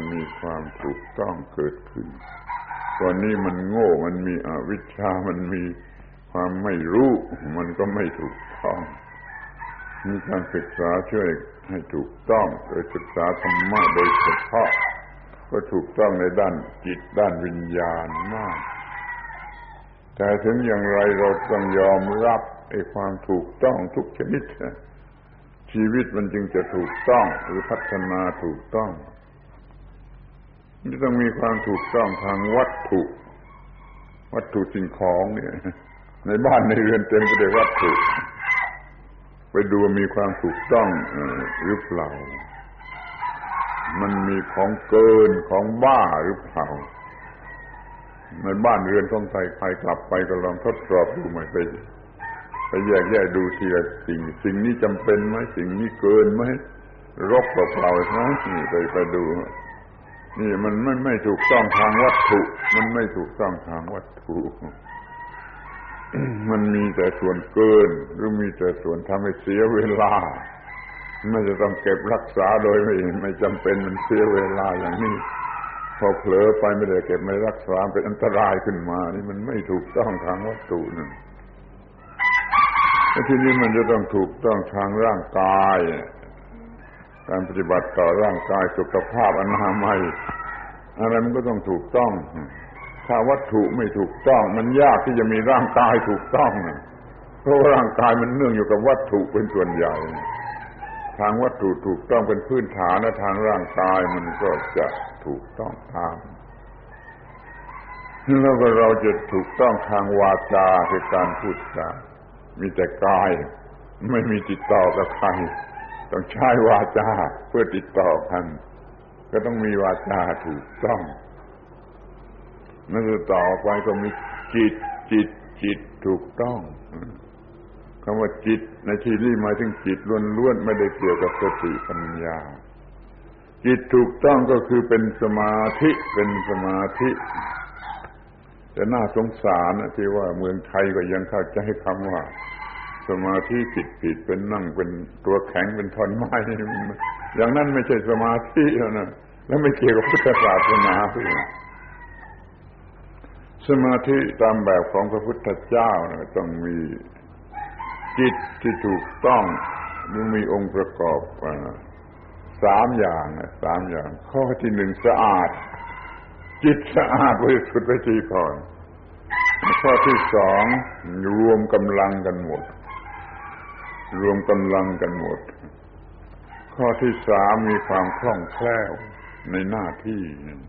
Speaker 1: เกิดขึ้นตอนนี้มันโง่มันมีอวิชชามันมีความไม่รู้มันก็ไม่ถูกต้องมีการศึกษาช่วยให้ถูกต้องโดยศึกษาธรรมะโดยเฉพาะก็ถูกต้องในด้านจิตด้านวิญญาณมากแต่ถึงอย่างไรเราต้องยอมรับไอ้ความถูกต้องทุกชนิดชีวิตมันจึงจะถูกต้องหรือพัฒนาถูกต้องมันต้องมีความถูกต้องทางวัตถุสิ่งของเนี่ยในบ้านในเรือนเต็มไปด้วยวัตถุไปดูมีความถูกต้องหรือเปล่ามันมีของเกินของบ้าหรือเปล่าในบ้านเรือนของใครกลับไปก็ลองทดสอบดูใหม่ไปแยกดูทีละสิ่งนี้จำเป็นไหมสิ่งนี้เกินไหมรกเปล่าๆไหมนี่ไปดูนี่มันไม่ถูกต้องทางวัตถุมันไม่ถูกต้องทางวัตถุมันมีแต่ส่วนเกินหรือมีแต่ส่วนทำให้เสียเวลาไม่จะต้องเก็บรักษาโดยไม่จำเป็นมันเสียเวลาอย่างนี้พอเผลอไปไม่ได้เก็บไม่รักษาเป็นอันตรายขึ้นมานี่มันไม่ถูกต้องทางวัตถุนั่นทีนี้มันจะต้องถูกต้องทางร่างกายการปฏิบัติต่อร่างกายสุขภาพอนามัยอะไรมันก็ต้องถูกต้องถ้าวัตถุไม่ถูกต้องมันยากที่จะมีร่างกายถูกต้องเพราะร่างกายมันเนื่องอยู่กับวัตถุเป็นส่วนใหญ่ทางวัตถุถูกต้องเป็นพื้นฐานและทางร่างกายมันก็จะถูกต้องตามแล้วก็เราจะถูกต้องทางวาจาคือการพูดจามีแต่กายไม่มีติดต่อกับใครต้องใช้วาจาเพื่อติดต่อกันก็ต้องมีวาจาถูกต้องนั่นจะต่อไปก็มีจิตถูกต้องคำว่าจิตในที่นี้หมายถึงจิตล้วนๆไม่ได้เกี่ยวกับสติปัญญาจิตถูกต้องก็คือเป็นสมาธิแต่น่าสงสารนะที่ว่าเมืองไทยก็ยังเข้าใจคำว่าสมาธิผิดเป็นนั่งเป็นตัวแข็งเป็นท่อนไม้อย่างนั้นไม่ใช่สมาธินะแล้วไม่เกี่ยวกับพุทธศาสนาสมาธิตามแบบของพระพุทธเจ้านะต้องมีจิตที่ถูกต้องมันมีองค์ประกอบ3 อย่างข้อที่ 1สะอาดจิตสะอาดบริสุทธิ์ไว้ทีก่อนข้อที่สองรวมกำลังกันหมดรวมกำลังกันหมดข้อที่สามมีความคล่องแคล่วในหน้าที่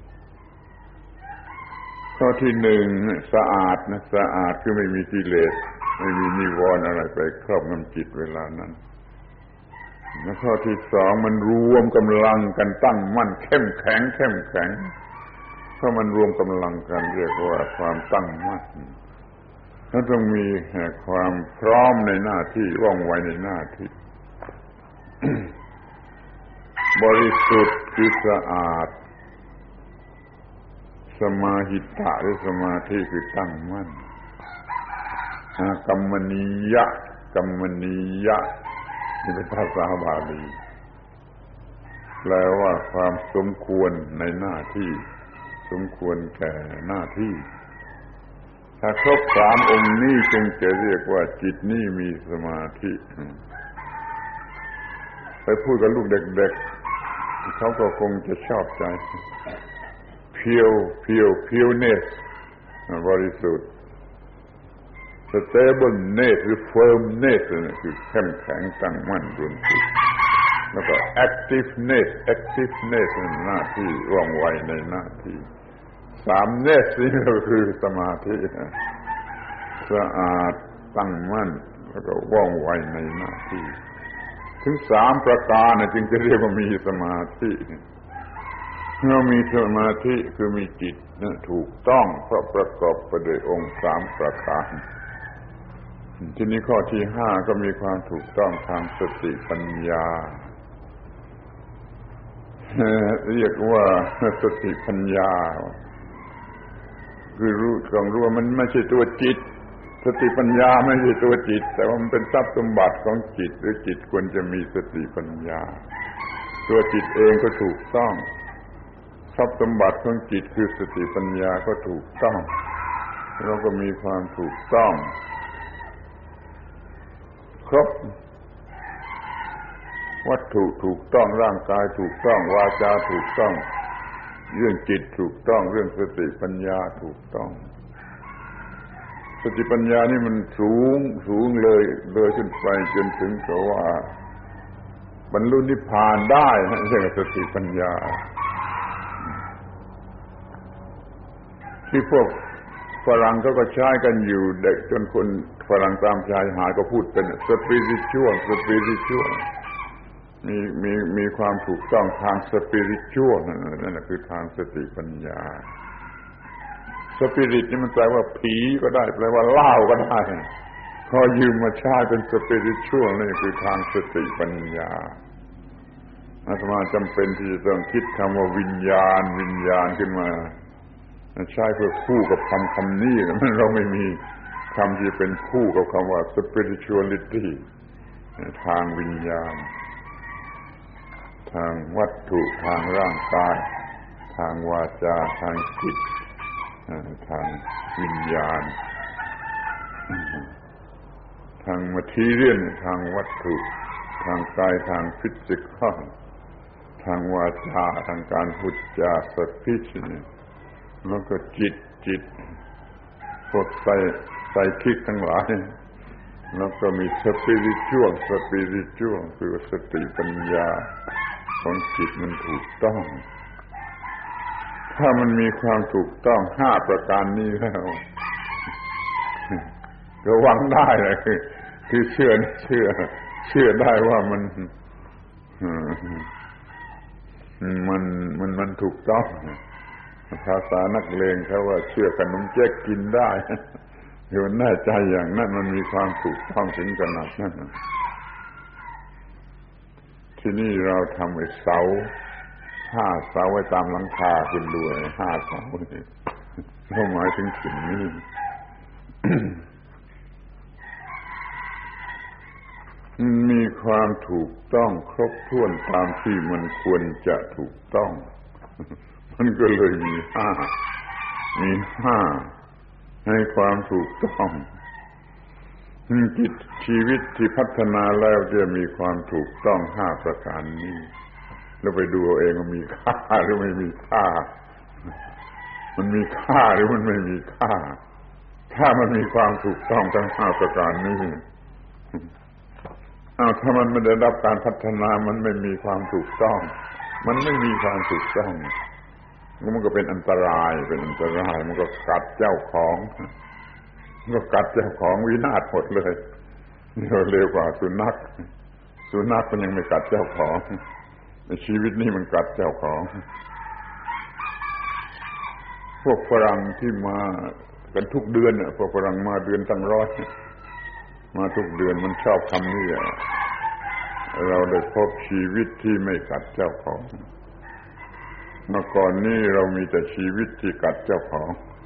Speaker 1: ข้อที่หนึ่งสะอาดนะสะอาดคือไม่มีกิเลสไม่มีนิวรณ์อะไรไปครอบงำจิตเวลานั้นและข้อที่สองมันรวมกำลังกันตั้งมั่นเข้มแข็งเพราะมันรวมกำลังกันเรียกว่าความตั้งมั่นแล้วต้องมีความพร้อมในหน้าที่ว่องไวในหน้าที่ บริสุทธิ์คือสะอาดสมาหิตะหรือสมาธิคือตั้งมั่นกัมมณียะนี่เป็นภาษาบาลีแปลว่าความสมควรในหน้าที่สมควรแก่หน้าที่ถ้าครบสามองค์นี้จึงจะเรียกว่าจิตนี้มีสมาธิไปพูดกับลูกเด็กๆเขาก็คงจะชอบใจเพียวเนสบริสุทธิ์ stableness หรือ firmness นี่คือเข้มแข็งตั้งมั่นบริสุทธิ์แล้วก็ activeness หน้าที่ว่องไวในหน้าที่สาม ness นี่ก็คือสมาธิสะอาดตั้งมั่นแล้วก็ว่องไวในหน้าที่ถึงสามประการจึงจะเรียกว่ามีสมาธิเมื่อมีสมาธิคือมีจิตถูกต้องเพราะประกอบไปด้วยองค์สามประการทีนี้ข้อที่ห้าก็มีความถูกต้องทางสติปัญญาเรียกว่าสติปัญญาคือรู้ว่ามันไม่ใช่ตัวจิตสติปัญญาไม่ใช่ตัวจิตแต่ว่ามันเป็นทรัพย์สมบัติของจิตหรือจิตควรจะมีสติปัญญาตัวจิตเองก็ถูกต้องทรัพย์สมบัติของจิตคือสติปัญญาก็ถูกต้องเราก็มีความถูกต้องครบวัตถุถูกต้องร่างกายถูกต้องวาจาถูกต้องเรื่องจิตถูกต้องเรื่องสติปัญญาถูกต้องสติปัญญานี่มันสูงเลยขึ้นไปจนถึงกับว่าบรรลุนิพพานได้เรื่องสติปัญญาที่พวกฝรั่งเขาก็ใช้กันอยู่เด็กจนคนฝรั่งตามชายหาดก็พูดเป็นสปิริตชัวลมีความถูกต้องทางสปิริตชัวลนั่นแหละคือทางสติปัญญาสปิริตนี่มันแปลว่าผีก็ได้แปลว่าเหล้าก็ได้พอยืมมาใช้เป็นสปิริตชัวลนี่คือทางสติปัญญาอาตมาจำเป็นที่จะต้องคิดคำว่าวิญญาณขึ้นมาใช้เพื่อคู่กับคำนี้มันเราไม่มีคำที่เป็นคู่กับคำว่า spirituality ทางวิญญาณทางวัตถุทางร่างกายทางวาจาทางจิตทางวิญญาณทาง material ทางวัตถุทางกายทาง physical ทางวาจาทางการพูดจา speech แล้วก็จิตพวกไซคิกทั้งหลายแล้วก็มีสปิริตชัวลคือสติปัญญาของจิตมันถูกต้องถ้ามันมีความถูกต้องห้าประการนี้แล้วก็หวังได้เลยคือเชื่อได้ว่ามันถูกต้องภาษานักเลงเขาว่าเชื่อขนมเจ๊กกินได้อยู่แน่ใจอย่างนั้นมันมีความถูกต้องถึงขนาดนั้นที่นี่เราทำไอ้เสา5 เสาไว้ตามหลังคาขึ้นด้วย5 เสานี่เราหมายถึงสิ่งนี้ มีความถูกต้องครบถ้วนตามที่มันควรจะถูกต้องมันก็เลยมี5ให้ความถูกต้องจิตชีวิตที่พัฒนาแล้วจะมีความถูกต้อง5ประการนี้แล้วไปดูเอาเองว่ามีค่าหรือไม่มีค่ามันมีค่าหรือมันไม่มีค่าถ้ามันมีความถูกต้องทั้งห้าประการนี้ถ้ามันไม่ได้รับการพัฒนามันไม่มีความถูกต้องมันไม่มีความถูกต้องมันก็เป็นอันตรายมันก็กัดเจ้าของวินาศหมดเลยเร็วกว่าสุนัขมันยังไม่กัดเจ้าของในชีวิตนี้มันกัดเจ้าของพวกฝรั่งที่มากันทุกเดือนพวกฝรั่งมาเดือนตั้งร้อยมาทุกเดือนมันชอบคำนี้เราได้พบชีวิตที่ไม่กัดเจ้าของเมื่อก่อนนี้เรามีแต่ชีวิตที่กัดเจ้าของ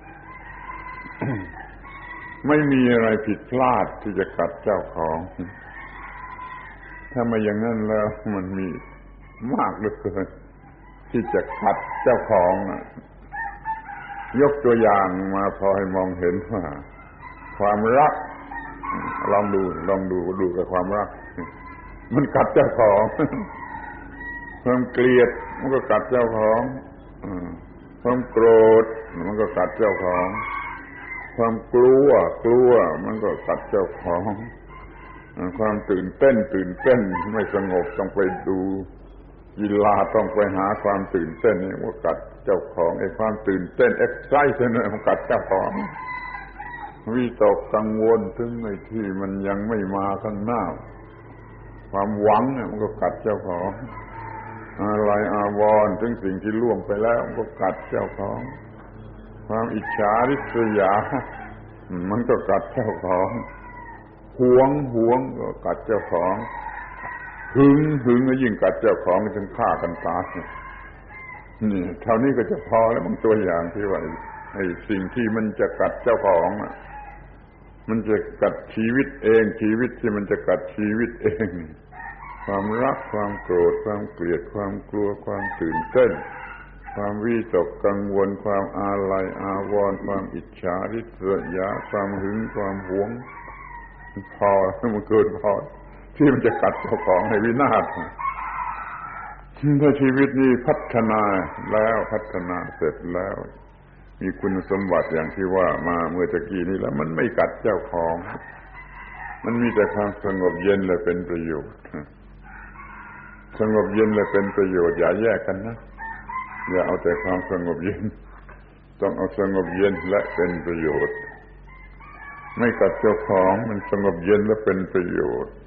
Speaker 1: ไม่มีอะไรผิดพลาดที่จะกัดเจ้าของถ้าไม่อย่างนั้นแล้วมันมีมากเหลือเกินที่จะกัดเจ้าของยกตัวอย่างมาพอให้มองเห็นว่าความรักลองดูกับความรักมันกัดเจ้าของความเกลียดมันก็กัดเจ้าของความโกรธมันก็กัดเจ้าของความกลัวมันก็กัดเจ้าของความตื่นเต้นไม่สงบต้องไปดูกีฬาต้องไปหาความตื่นเต้นนี่ว่ากัดเจ้าของไอ้ความตื่นเต้นเอ็กไซต์เนี่ยมันกัดเจ้าของวิตกกังวลถึงไอ้ที่มันยังไม่มาข้างหน้าความหวังมันก็กัดเจ้าของอะไรอาวรณ์ถึงสิ่งที่ล่วงไปแล้วมันก็กัดเจ้าของความอิจฉาริษยามันก็กัดเจ้าของหวงก็กัดเจ้าของหึงก็ยิ่งกัดเจ้าของจนฆ่ากันตายนี่เท่านี้ก็จะพอแล้วบางตัวอย่างที่ว่าไอ้สิ่งที่มันจะกัดเจ้าของมันจะกัดชีวิตเองชีวิตที่มันจะกัดชีวิตเองความรักความโกรธความเกลียดความกลัวความตื่นเต้นความวิตกกังวลความอาลัยอาวรณ์ความอิจฉาริษยาความหึงความหวงพอมันเกินพอที่มันจะกัดเจ้าของให้วินาศถ้าชีวิตนี้พัฒนาเสร็จแล้วมีคุณสมบัติอย่างที่ว่ามาเมื่อตะกี้นี้แล้วมันไม่กัดเจ้าของมันมีแต่ความสงบเย็นและเป็นประโยชน์สงบเย็นและเป็นประโยชน์อย่าแยกกันนะอย่าเอาแต่ความสงบเย็นต้องเอาสงบเย็นและเป็นประโยชน์ไม่กัดเจ้าของมันสงบเย็นและเป็นประโยชน์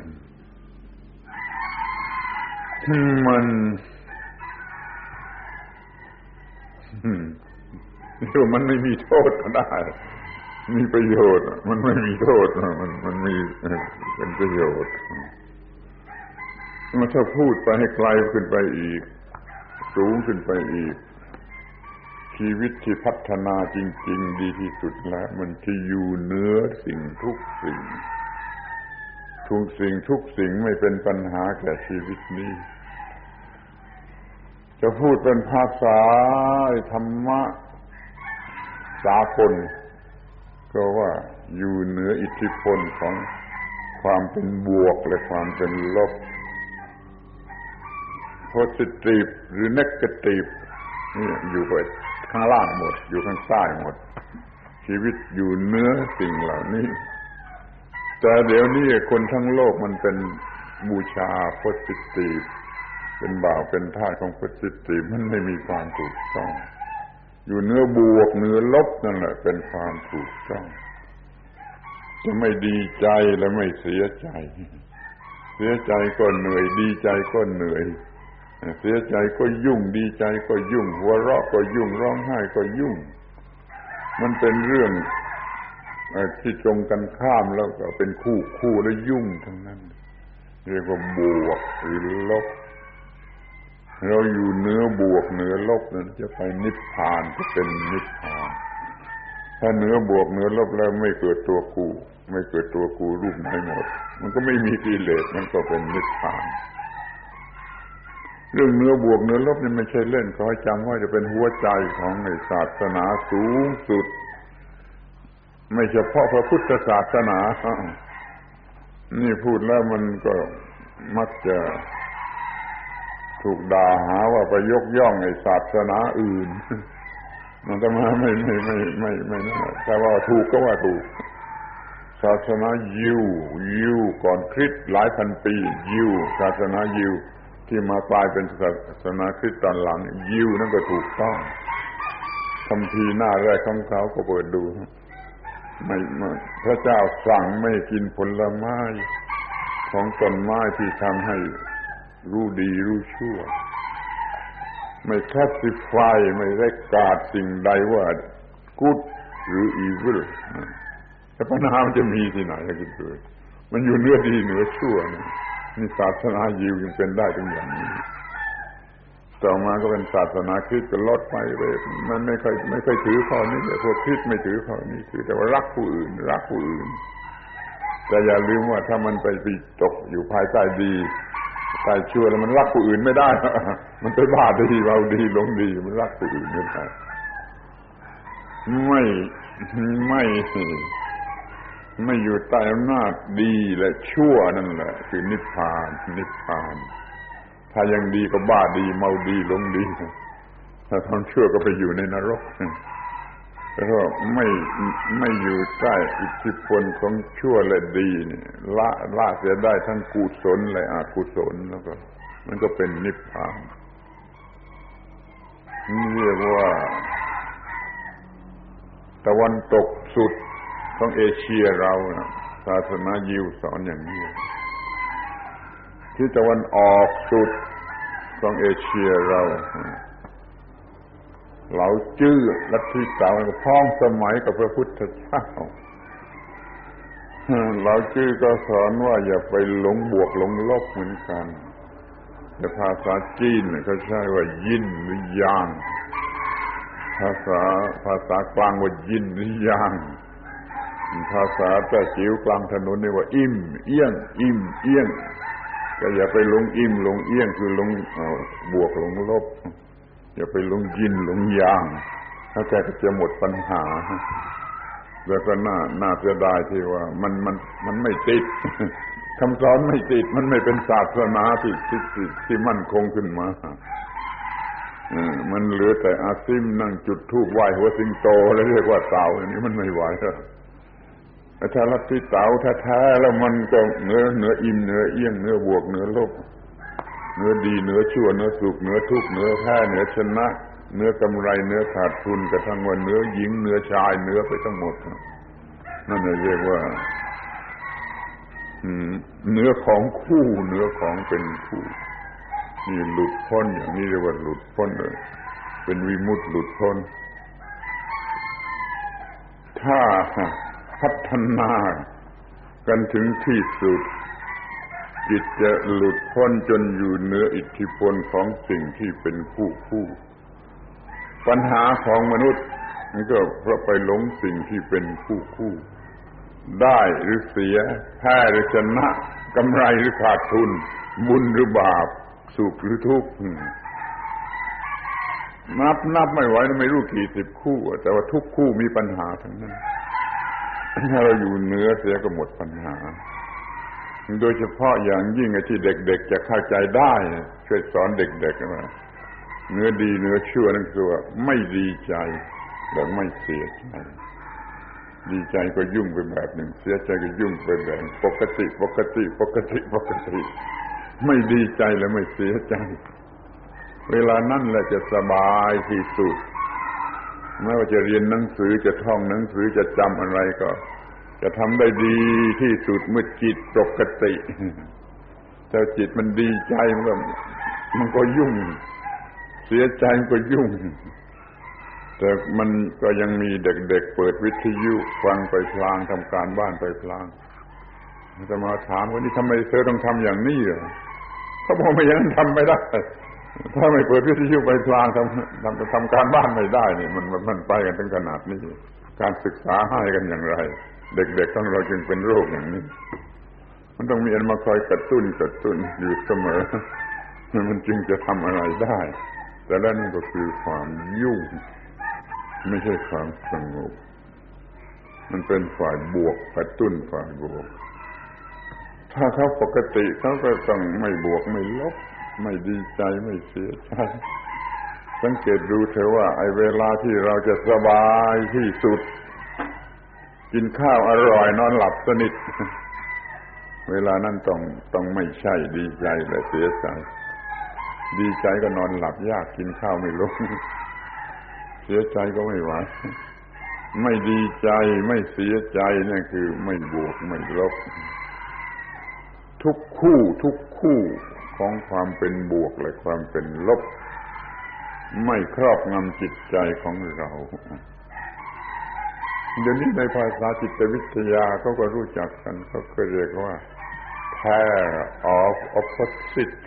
Speaker 1: มันเดี๋ยวมันไม่มีโทษก็ได้มีประโยชน์มันไม่มีโทษมันมีเป็นประโยชน์มันถ้าพูดไปให้ไกลขึ้นไปอีกสูงขึ้นไปอีกชีวิตที่พัฒนาจริงๆดีที่สุดแล้วมันที่อยู่เหนือสิ่งทุกสิ่งไม่เป็นปัญหาแก่ชีวิตนี้จะพูดเป็นภาษาธรรมะสากลก็ว่าอยู่เหนืออิทธิพลของความเป็นบวกและความเป็นลบ positive หรือ negative นี่อยู่ไปข้างล่างหมดอยู่ข้างใต้หมดชีวิตอยู่เหนือสิ่งเหล่านี้แต่เดี๋ยวนี้คนทั้งโลกมันเป็นบูชา positive เป็นบ่าวเป็นทาสของ positive มันไม่มีความถูกต้องอยู่เหนือบวกเหนือลบนั่นแหละเป็นความถูกต้องจะไม่ดีใจและไม่เสียใจก็เหนื่อยดีใจก็เหนื่อยเสียใจก็ยุ่งดีใจก็ยุ่งหัวเราะก็ยุ่งร้องไห้ก็ยุ่งมันเป็นเรื่องที่ตรงกันข้ามแล้วก็เป็นคู่แล้วยุ่งทั้งนั้นเรียกว่าบวกหรือลบเราอยู่เหนือบวกเหนือลบนั้นจะไปนิพพานจะเป็นนิพพานถ้าเหนือบวกเหนือลบแล้วไม่เกิดตัวกูรูปไหนหมดมันก็ไม่มีกิเลสมันก็เป็นนิพพานเรื่องเหนือบวกเหนือลบนี่ไม่ใช่เล่นขอให้จำไว้จะเป็นหัวใจของศาสนาสูงสุดไม่เฉพาะพระพุทธศาสนานี่พูดแล้วมันก็มักจะถูกด่าหาว่าไปยกย่องศาสนาอื่นมันจะมาไม่นั่นแต่ว่าถูกก็ว่าถูกศาสนายิวก่อนคริสต์หลายพันปียิวศาสนายิวที่มากลายเป็นศาสนาคริสต์ตอนหลังยิวนั่นก็ถูกต้องคัมภีร์หน้าแรกของเขาก็เปิดดูไม่พระเจ้าสั่งไม่กินผลไม้ของต้นไม้ที่ทำให้รู้ดีรู้ชั่วไม่คลาสสิฟายไม่เรกการ์ดสิ่งใดว่า good หรือ evil แต่ปัญหามันจะมีที่ไหนกันเกิดมันอยู่เนื้อดีเนื้อชั่วนี่ศาสนายิวยังเป็นได้ถึงอย่างนี้ต่อมาก็เป็นศาสนาคริสต์ก็ลดไปเลยมันไม่เคยถือข้อนี้พวกคริสต์ไม่ถือข้อนี้ถือแต่ว่ารักผู้อื่นแต่อย่าลืมว่าถ้ามันไปตกอยู่ภายใต้ดีใต้ชั่วแล้วมันรักผู้อื่นไม่ได้มันไปบ้าดีเราดีหลงดีมันรักผู้อื่นไม่ได้ไม่อยู่ใต้อำนาจดีและชั่วนั่นแหละคือนิพพานถ้ายังดีก็บ้าดีเมาดีหลงดีถ้าทำชั่วก็ไปอยู่ในนรกแล้วก็ไม่อยู่ใต้อิทธิพลของชั่วและดีนี่ละเสียได้ทั้งกุศลและอกุศลแล้วก็มันก็เป็นนิพพานนี่เรียกว่าตะวันตกสุดของเอเชียเรานะศาสนายิวสอนอย่างนี้ที่ตะวันออกสุดของเอเชียเราเหลาจื้อลัทธิเก่าพ้องสมัยกับพระพุทธเจ้าเหลาจื้อก็สอนว่าอย่าไปหลงบวกหลงลบเหมือนกันแต่ภาษาจีนเขาใช้ว่ายินหรือยางภาษากลางว่ายินหรือยางภาษาแต่จิ๋วกลางถนนนี่ว่าอิ่มเอี้ยงก็อย่าไปหลงอิ่มหลงเอี้ยงคือหลงบวกหลงลบอย่าไปหลงยินหลงยางถ้าแกก็จะหมดปัญหาแล้วก็น่าเสียดายที่ว่ามันไม่ติดคำสอนไม่ติดมันไม่เป็นศาสนาที่มั่นคงขึ้นมามันเหลือแต่อาซิมนั่งจุดธูปไหว้หัวสิงโตแล้วเรียกว่าเต่าอันนี้มันไม่ไหวแล้วถ้าลัทธิเต่าแท้ๆแล้วมันก็เนื้ออิ่มเนื้อเอี้ยงเนื้อบวกเนื้อลบเนื้อดีเนื้อชั่วเนื้อสุขเนื้อทุกข์เนื้อแพ้เนื้อชนะเนื้อกำไรเนื้อขาดทุนกระทั่งว่าเนื้อหญิงเนื้อชายเนื้อไปทั้งหมดนั่นเรียกว่าเนื้อของคู่เนื้อของเป็นคู่นี่หลุดพ้นอย่างนี้เรียกว่าหลุดพ้นเลยเป็นวิมุตติหลุดพ้นถ้าพัฒนากันถึงที่สุดจิตจะหลุดพ้นจนอยู่เหนืออิทธิพลของสิ่งที่เป็นคู่ปัญหาของมนุษย์มันก็เพราะไปหลงสิ่งที่เป็นคู่ได้หรือเสียแพ้หรือชนะกำไรหรือขาดทุนบุญหรือบาปสุขหรือทุกข์นับไม่ไหวไม่รู้กี่สิบคู่แต่ว่าทุกคู่มีปัญหาทั้งนั้นถ้าเราอยู่เหนือเสียก็หมดปัญหาโดยเฉพาะอย่างยิ่งไอ้ที่เด็กๆจะเข้าใจได้ช่วยสอนเด็กๆว่าเนื้อดีเนื้อชั่วนั่นคือว่าไม่ดีใจและไม่เสียใจดีใจก็ยุ่งไปแบบหนึ่งเสียใจก็ยุ่งไปแบบปกติไม่ดีใจและไม่เสียใจเวลานั่นแหละจะสบายที่สุดไม่ว่าจะเรียนหนังสือจะท่องหนังสือจะจำอะไรก็จะทำได้ดีที่สุดเมื่อจิตปกติแต่จิตมันดีใจมันก็ยุ่งเสียใจก็ยุ่งแต่มันก็ยังมีเด็กๆเปิดวิทยุฟังไปพลางทำการบ้านไปพลางจะมาถามว่านี่ทำไมเธอต้องทำอย่างนี้เหรอเขาบอกไม่อย่างนั้นทำไม่ได้ถ้าไม่เปิดวิทยุไปพลางทำการบ้านไม่ได้นี่มันไปกันถึงขนาดนี้การศึกษาให้กันอย่างไรเด็กๆของเราจึงเป็นโรคอย่างนี้มันต้องมีอันมาคอยกระตุ้นอยู่เสมอมันจึงจะทำอะไรได้แต่แล้วนั่นก็คือความยุ่งไม่ใช่ความสงบมันเป็นฝ่ายบวกกระตุ้นฝ่ายบวกถ้าเขาปกติเขาก็ต้องไม่บวกไม่ลบไม่ดีใจไม่เสียใจสสังเกตดูเถอะว่าไอ้เวลาที่เราจะสบายที่สุดกินข้าวอร่อยนอนหลับสนิทเวลานั้นต้องไม่ใช่ดีใจและเสียใจดีใจก็นอนหลับยากกินข้าวไม่ลงเสียใจก็ไม่ไหวไม่ดีใจไม่เสียใจนั่นคือไม่บวกไม่ลบทุกคู่ของความเป็นบวกและความเป็นลบไม่ครอบงำจิตใจของเราเดี๋ยวนี้ในภาษาจิตวิทยาเขาก็รู้จักกันเขาก็เรียกว่า pair of opposites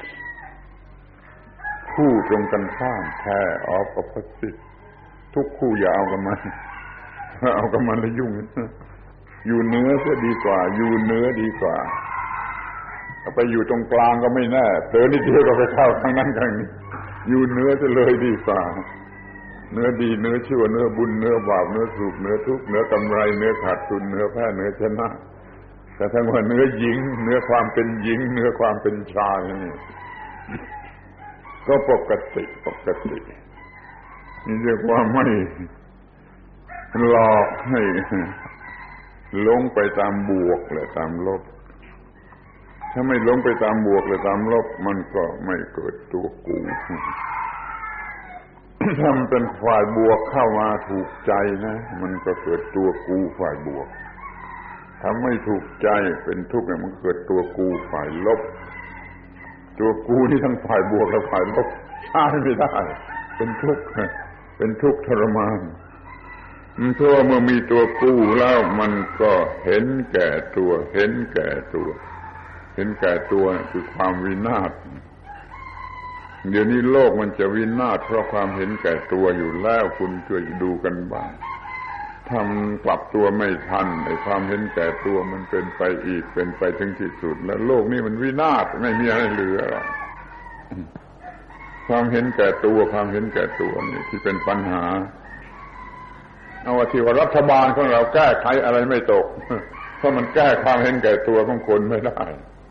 Speaker 1: คู่ตรงกันข้าม pair of opposites ทุกคู่อย่าเอากันมาเอากันมาแล้วยุ่งอยู่เหนือจะดีกว่าอยู่เหนือดีกว่าเอาไปอยู่ตรงกลางก็ไม่แน่เผลอนิดเดียวก็ไปเข้าทางนั้นทางนี้อยู่เหนือจะเลยดีกว่าเนื้อดีเนื้อชั่วเนื้อบุญเนื้อบาปเนื้อสุขเนื้อทุกข์เนื้อกำไรเนื้อขาดทุนเนื้อแพ้เนื้อชนะแต่ทั้งว่าเนื้อหญิงเนื้อความเป็นหญิงเนื้อความเป็นชายนี่ก็ปกตินี่เรียกว่าไม่หลอกให้ลงไปตามบวกและตามลบถ้าไม่ลงไปตามบวกและตามลบมันก็ไม่เกิดตัวกูถ้ามันเป็นฝ่ายบวกเข้ามาถูกใจนะมันก็เกิดตัวกูฝ่ายบวกถ้าไม่ถูกใจเป็นทุกข์เนี่ยมันเกิดตัวกูฝ่ายลบตัวกูนี่ทั้งฝ่ายบวกและฝ่ายลบใช้ไม่ได้เป็นทุกข์ทรมานเพราะเมื่อมีตัวกูแล้วมันก็เห็นแก่ตัวคือความวินาศเดี๋ยวนี้โลกมันจะวินาศเพราะความเห็นแก่ตัวอยู่แล้วคุณช่วยดูกันบ้างทำปรับตัวไม่ทันไอ้ความเห็นแก่ตัวมันเป็นไปอีกเป็นไปถึงที่สุดแล้วโลกนี้มันวินาศไม่มีอะไรเหลือความเห็นแก่ตัวนี่ที่เป็นปัญหาเอาว่าที่ว่ารัฐบาลของเราแก้ไขอะไรไม่ตกเพราะมันแก้ความเห็นแก่ตัวของคนไม่ได้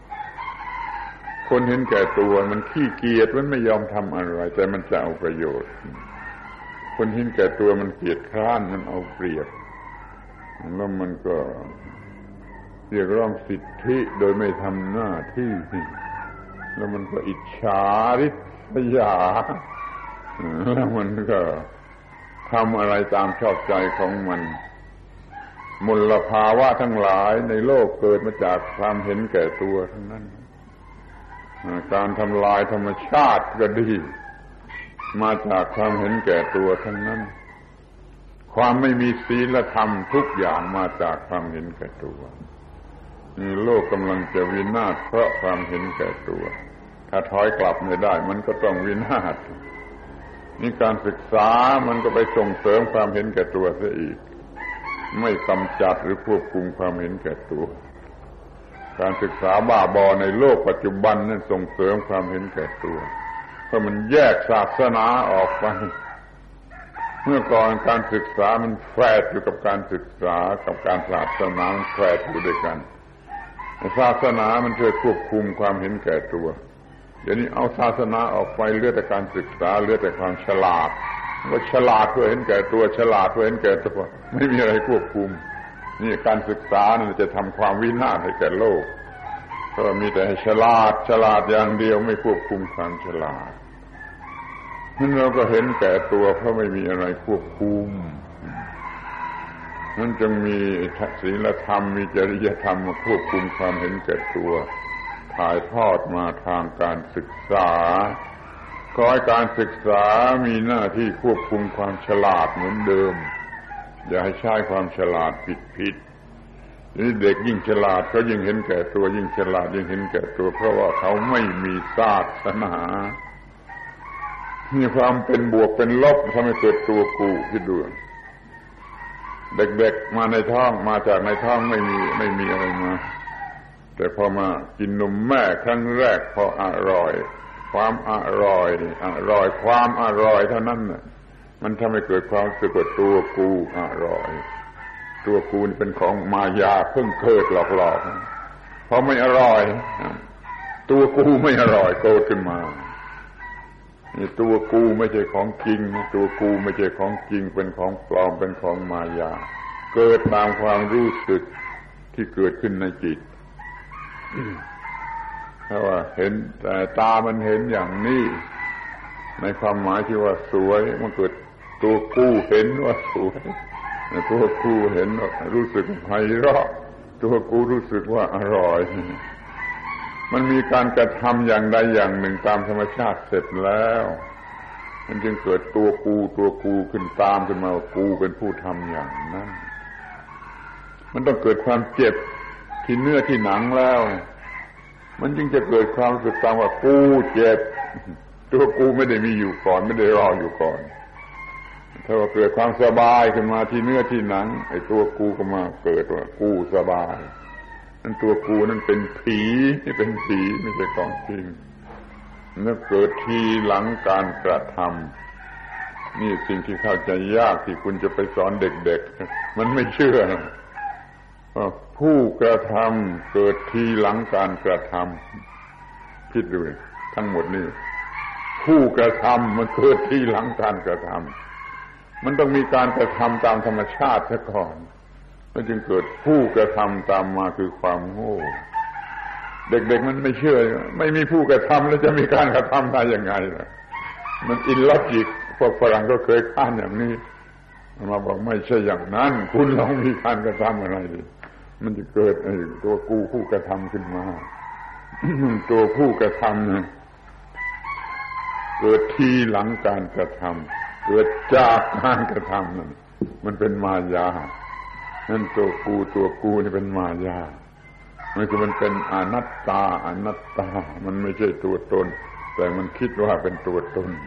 Speaker 1: คนเห็นแก่ตัวมันขี้เกียจมันไม่ยอมทำอะไรแต่มันจะเอาประโยชน์คนเห็นแก่ตัวมันเกียจคร้านมันเอาเปรียบแล้วมันก็เรียกร้องสิทธิโดยไม่ทำหน้าที่แล้วมันก็อิจฉาริษยาแล้วมันก็ทำอะไรตามชอบใจของมันมลภาวะทั้งหลายในโลกเกิดมาจากความเห็นแก่ตัวทั้งนั้นการทำลายธรรมชาติก็ดีมาจากความเห็นแก่ตัวทั้งนั้นความไม่มีศีลธรรมทุกอย่างมาจากความเห็นแก่ตัวนี่โลกกำลังจะวินาศเพราะความเห็นแก่ตัวถ้าถอยกลับไม่ได้มันก็ต้องวินาศนี่การศึกษามันก็ไปส่งเสริมความเห็นแก่ตัวซะอีกไม่กำจัดหรือควบคุมความเห็นแก่ตัวการศึกษาบ้าบอในโลกปัจจุบันนั้นส่งเสริมความเห็นแก่ตัวเพราะมันแยกศาสนาออกไปเมื่อก่อนการศึกษามันแฝดอยู่กับการศึกษากับการศาสนามันแฝดอยู่ด้วยกันศาสนามันช่วยควบคุมความเห็นแก่ตัวเดี๋ยวนี้เอาศาสนาออกไปเหลือแต่การศึกษาเหลือแต่ความฉลาดว่าฉลาดเพื่อเห็นแก่ตัวฉลาดเพื่อเห็นแก่ตัวไม่มีอะไรควบคุมนี่การศึกษาเนี่ยจะทำความวินาศให้แก่โลกเพราะมีแต่ให้ฉลาดอย่างเดียวไม่ควบคุมความฉลาดนั่นเราก็เห็นแก่ตัวเพราะไม่มีอะไรควบคุมนั่นจึงมีศีลธรรมมีจริยธรรมมาควบคุมความเห็นแก่ตัวถ่ายทอดมาทางการศึกษาขอให้การศึกษามีหน้าที่ควบคุมความฉลาดเหมือนเดิมอย่าให้ใช้ความฉลาดผิดนี่เด็กยิ่งฉลาดเขายิ่งเห็นแก่ตัวยิ่งฉลาดยิ่งเห็นแก่ตัวเพราะว่าเขาไม่มีศาสนามีความเป็นบวกเป็นลบทำให้เกิดตัวกูคิดดูเด็กๆมาในท้องมาจากในท้องไม่มีอะไรมาแต่พอมากินนมแม่ครั้งแรกพออร่อยความอร่อยความอร่อยเท่านั้นน่ะมันทำให้เกิดความรู้สึกว่าตัวกูอร่อยตัวกูนี่เป็นของมายาเพิ่งเกิดหลอกๆพอไม่อร่อยตัวกูไม่อร่อยโกรธขึ้นมานี่ตัวกูไม่ใช่ของจริงตัวกูไม่ใช่ของจริงเป็นของปลอมเป็นของมายาเกิดตามความรู้สึกที่เกิดขึ้นในจิตเพราะว่าเห็นแต่ตามันเห็นอย่างนี้ในความหมายที่ว่าสวยมันเกิดตัวกูเห็นว่าสวยตัวกูเห็นรู้สึกไพเราะตัวกูรู้สึกว่าอร่อยมันมีการกระทำอย่างใดอย่างหนึ่งตามธรรมชาติเสร็จแล้วมันจึงเกิดตัวกูขึ้นตามขึ้นมาว่ากูเป็นผู้ทำอย่างนั้นมันต้องเกิดความเจ็บที่เนื้อที่หนังแล้วมันจึงจะเกิดความรู้สึกตามว่ากูเจ็บตัวกูไม่ได้มีอยู่ก่อนไม่ได้รออยู่ก่อนถ้าว่าเกิดความสบายขึ้นมาที่เนื้อที่หนังไอ้ตัวกูก็มาเกิดว่ากูสบายนั่นตัวกูนั่นเป็นผีนี่เป็นผีไม่ใช่ของจริงนั่นเกิดทีหลังการกระทำนี่สิ่งที่เข้าใจยากที่คุณจะไปสอนเด็กๆมันไม่เชื่อว่าผู้กระทำเกิดทีหลังการกระทำผิดด้วยทั้งหมดนี่ผู้กระทำมันเกิดทีหลังการกระทำมันต้องมีการกระทำตามธรรมชาติซะก่อนแล้วจึงเกิดผู้กระทำตามมาคือความโง่เด็กๆมันไม่เชื่อไม่มีผู้กระทำแล้วจะมีการกระทำได้ยังไงล่ะมันอินลอจิกพวกฝรั่งก็เคยค้านอย่างนี้มาบอกไม่ใช่อย่างนั้นคุณลองมีการกระทำอะไรดิมันจะเกิดไอ้ตัวกูผู้กระทำขึ้นมา ตัวผู้กระทำเนี่ยเกิดทีหลังการกระทำเกิดจากการกระทำนั่นมันเป็นมายานั่นตัวกูนี่เป็นมายามันเป็นอนัตตามันไม่ใช่ตัวตนแต่มันคิดว่าเป็นตัวตน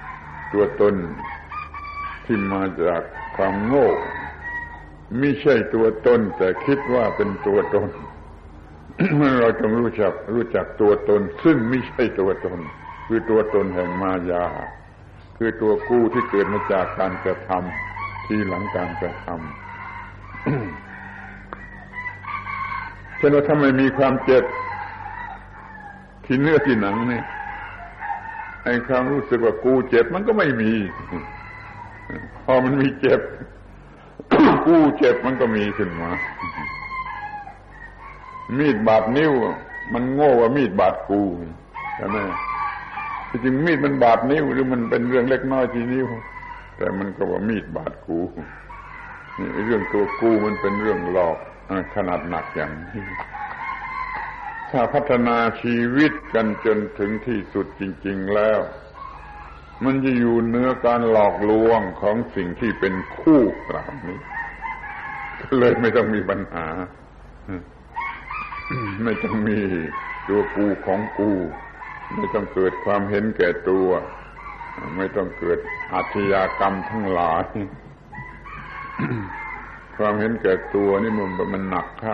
Speaker 1: ที่มาจากความโง่ไม่ใช่ตัวตนแต่คิดว่าเป็นตัวตน เราต้องรู้จักตัวตนซึ่งไม่ใช่ตัวตนคือตัวตนแห่งมายาคือตัวกู้ที่เกิดมาจากการกระทำที่หลังการกระทำ เช่นว่าถ้าไม่มีความเจ็บที่เนื้อที่หนังนี่ไอ้ความรู้สึกว่ากูเจ็บมันก็ไม่มีพอมันมีเจ็บ กูเจ็บมันก็มีขึ้นมามีดบาดนิ้วมันโง่ว่ามีดบาดกูใช่ไหมจริงมีดมันบาดนิ้วหรือมันเป็นเรื่องเล็กน้อยที่นิ้วแต่มันก็ว่ามีดบาดกูนี่เรื่องตัวกูมันเป็นเรื่องหลอกขนาดหนักอย่างนี้ถ้าพัฒนาชีวิตกันจนถึงที่สุดจริงๆแล้วมันจะอยู่เหนือการหลอกลวงของสิ่งที่เป็นคู่กล่าวนี้เลยไม่ต้องมีปัญหาไม่ต้องมีตัวกูของกูไม่ต้องเกิดความเห็นแก่ตัวไม่ต้องเกิดอาชญากรรมทั้งหลาย ความเห็นแก่ตัวนี่มันหนักเข้า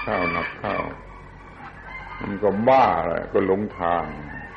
Speaker 1: มันก็บ้าอะไรก็หลงทาง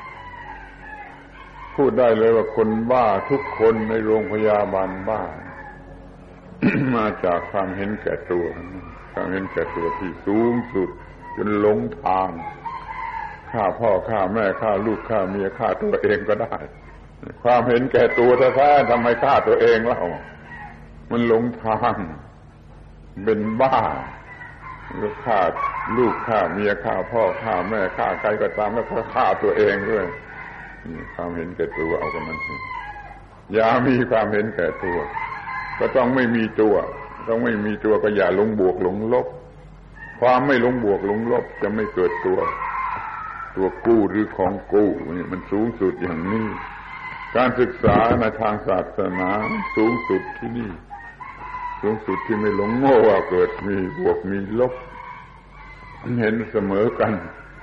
Speaker 1: พูดได้เลยว่าคนบ้าทุกคนในโรงพยาบาลบ้า มาจากความเห็นแก่ตัวความเห็นแก่ตัวที่สูงสุดจนหลงทางฆ่าพ่อฆ่าแม่ฆ่าลูกฆ่าเมียฆ่าตัวเองก็ได้ความเห็นแก่ตัวแท้ๆทำไมฆ่าตัวเองเล่ามันหลงทางเป็นบ้าแล้วฆ่าลูกฆ่าเมียฆ่าพ่อฆ่าแม่ฆ่าใครก็ตามแล้วก็ฆ่าตัวเองด้วยนี่ความเห็นแก่ตัวเอากันนั้นสิอย่ามีความเห็นแก่ตัวก็ต้องไม่มีตัวก็อย่าหลงบวกหลงลบความไม่หลงบวกหลงลบจะไม่เกิดตัวกู้หรือของกู้นี่มันสูงสุดอย่างนี้การศึกษาในทางศาสนาสูงสุดที่นี่สูงสุดที่ไม่หลงโง่ว่าเกิดมีบวกมีลบเห็นเสมอกัน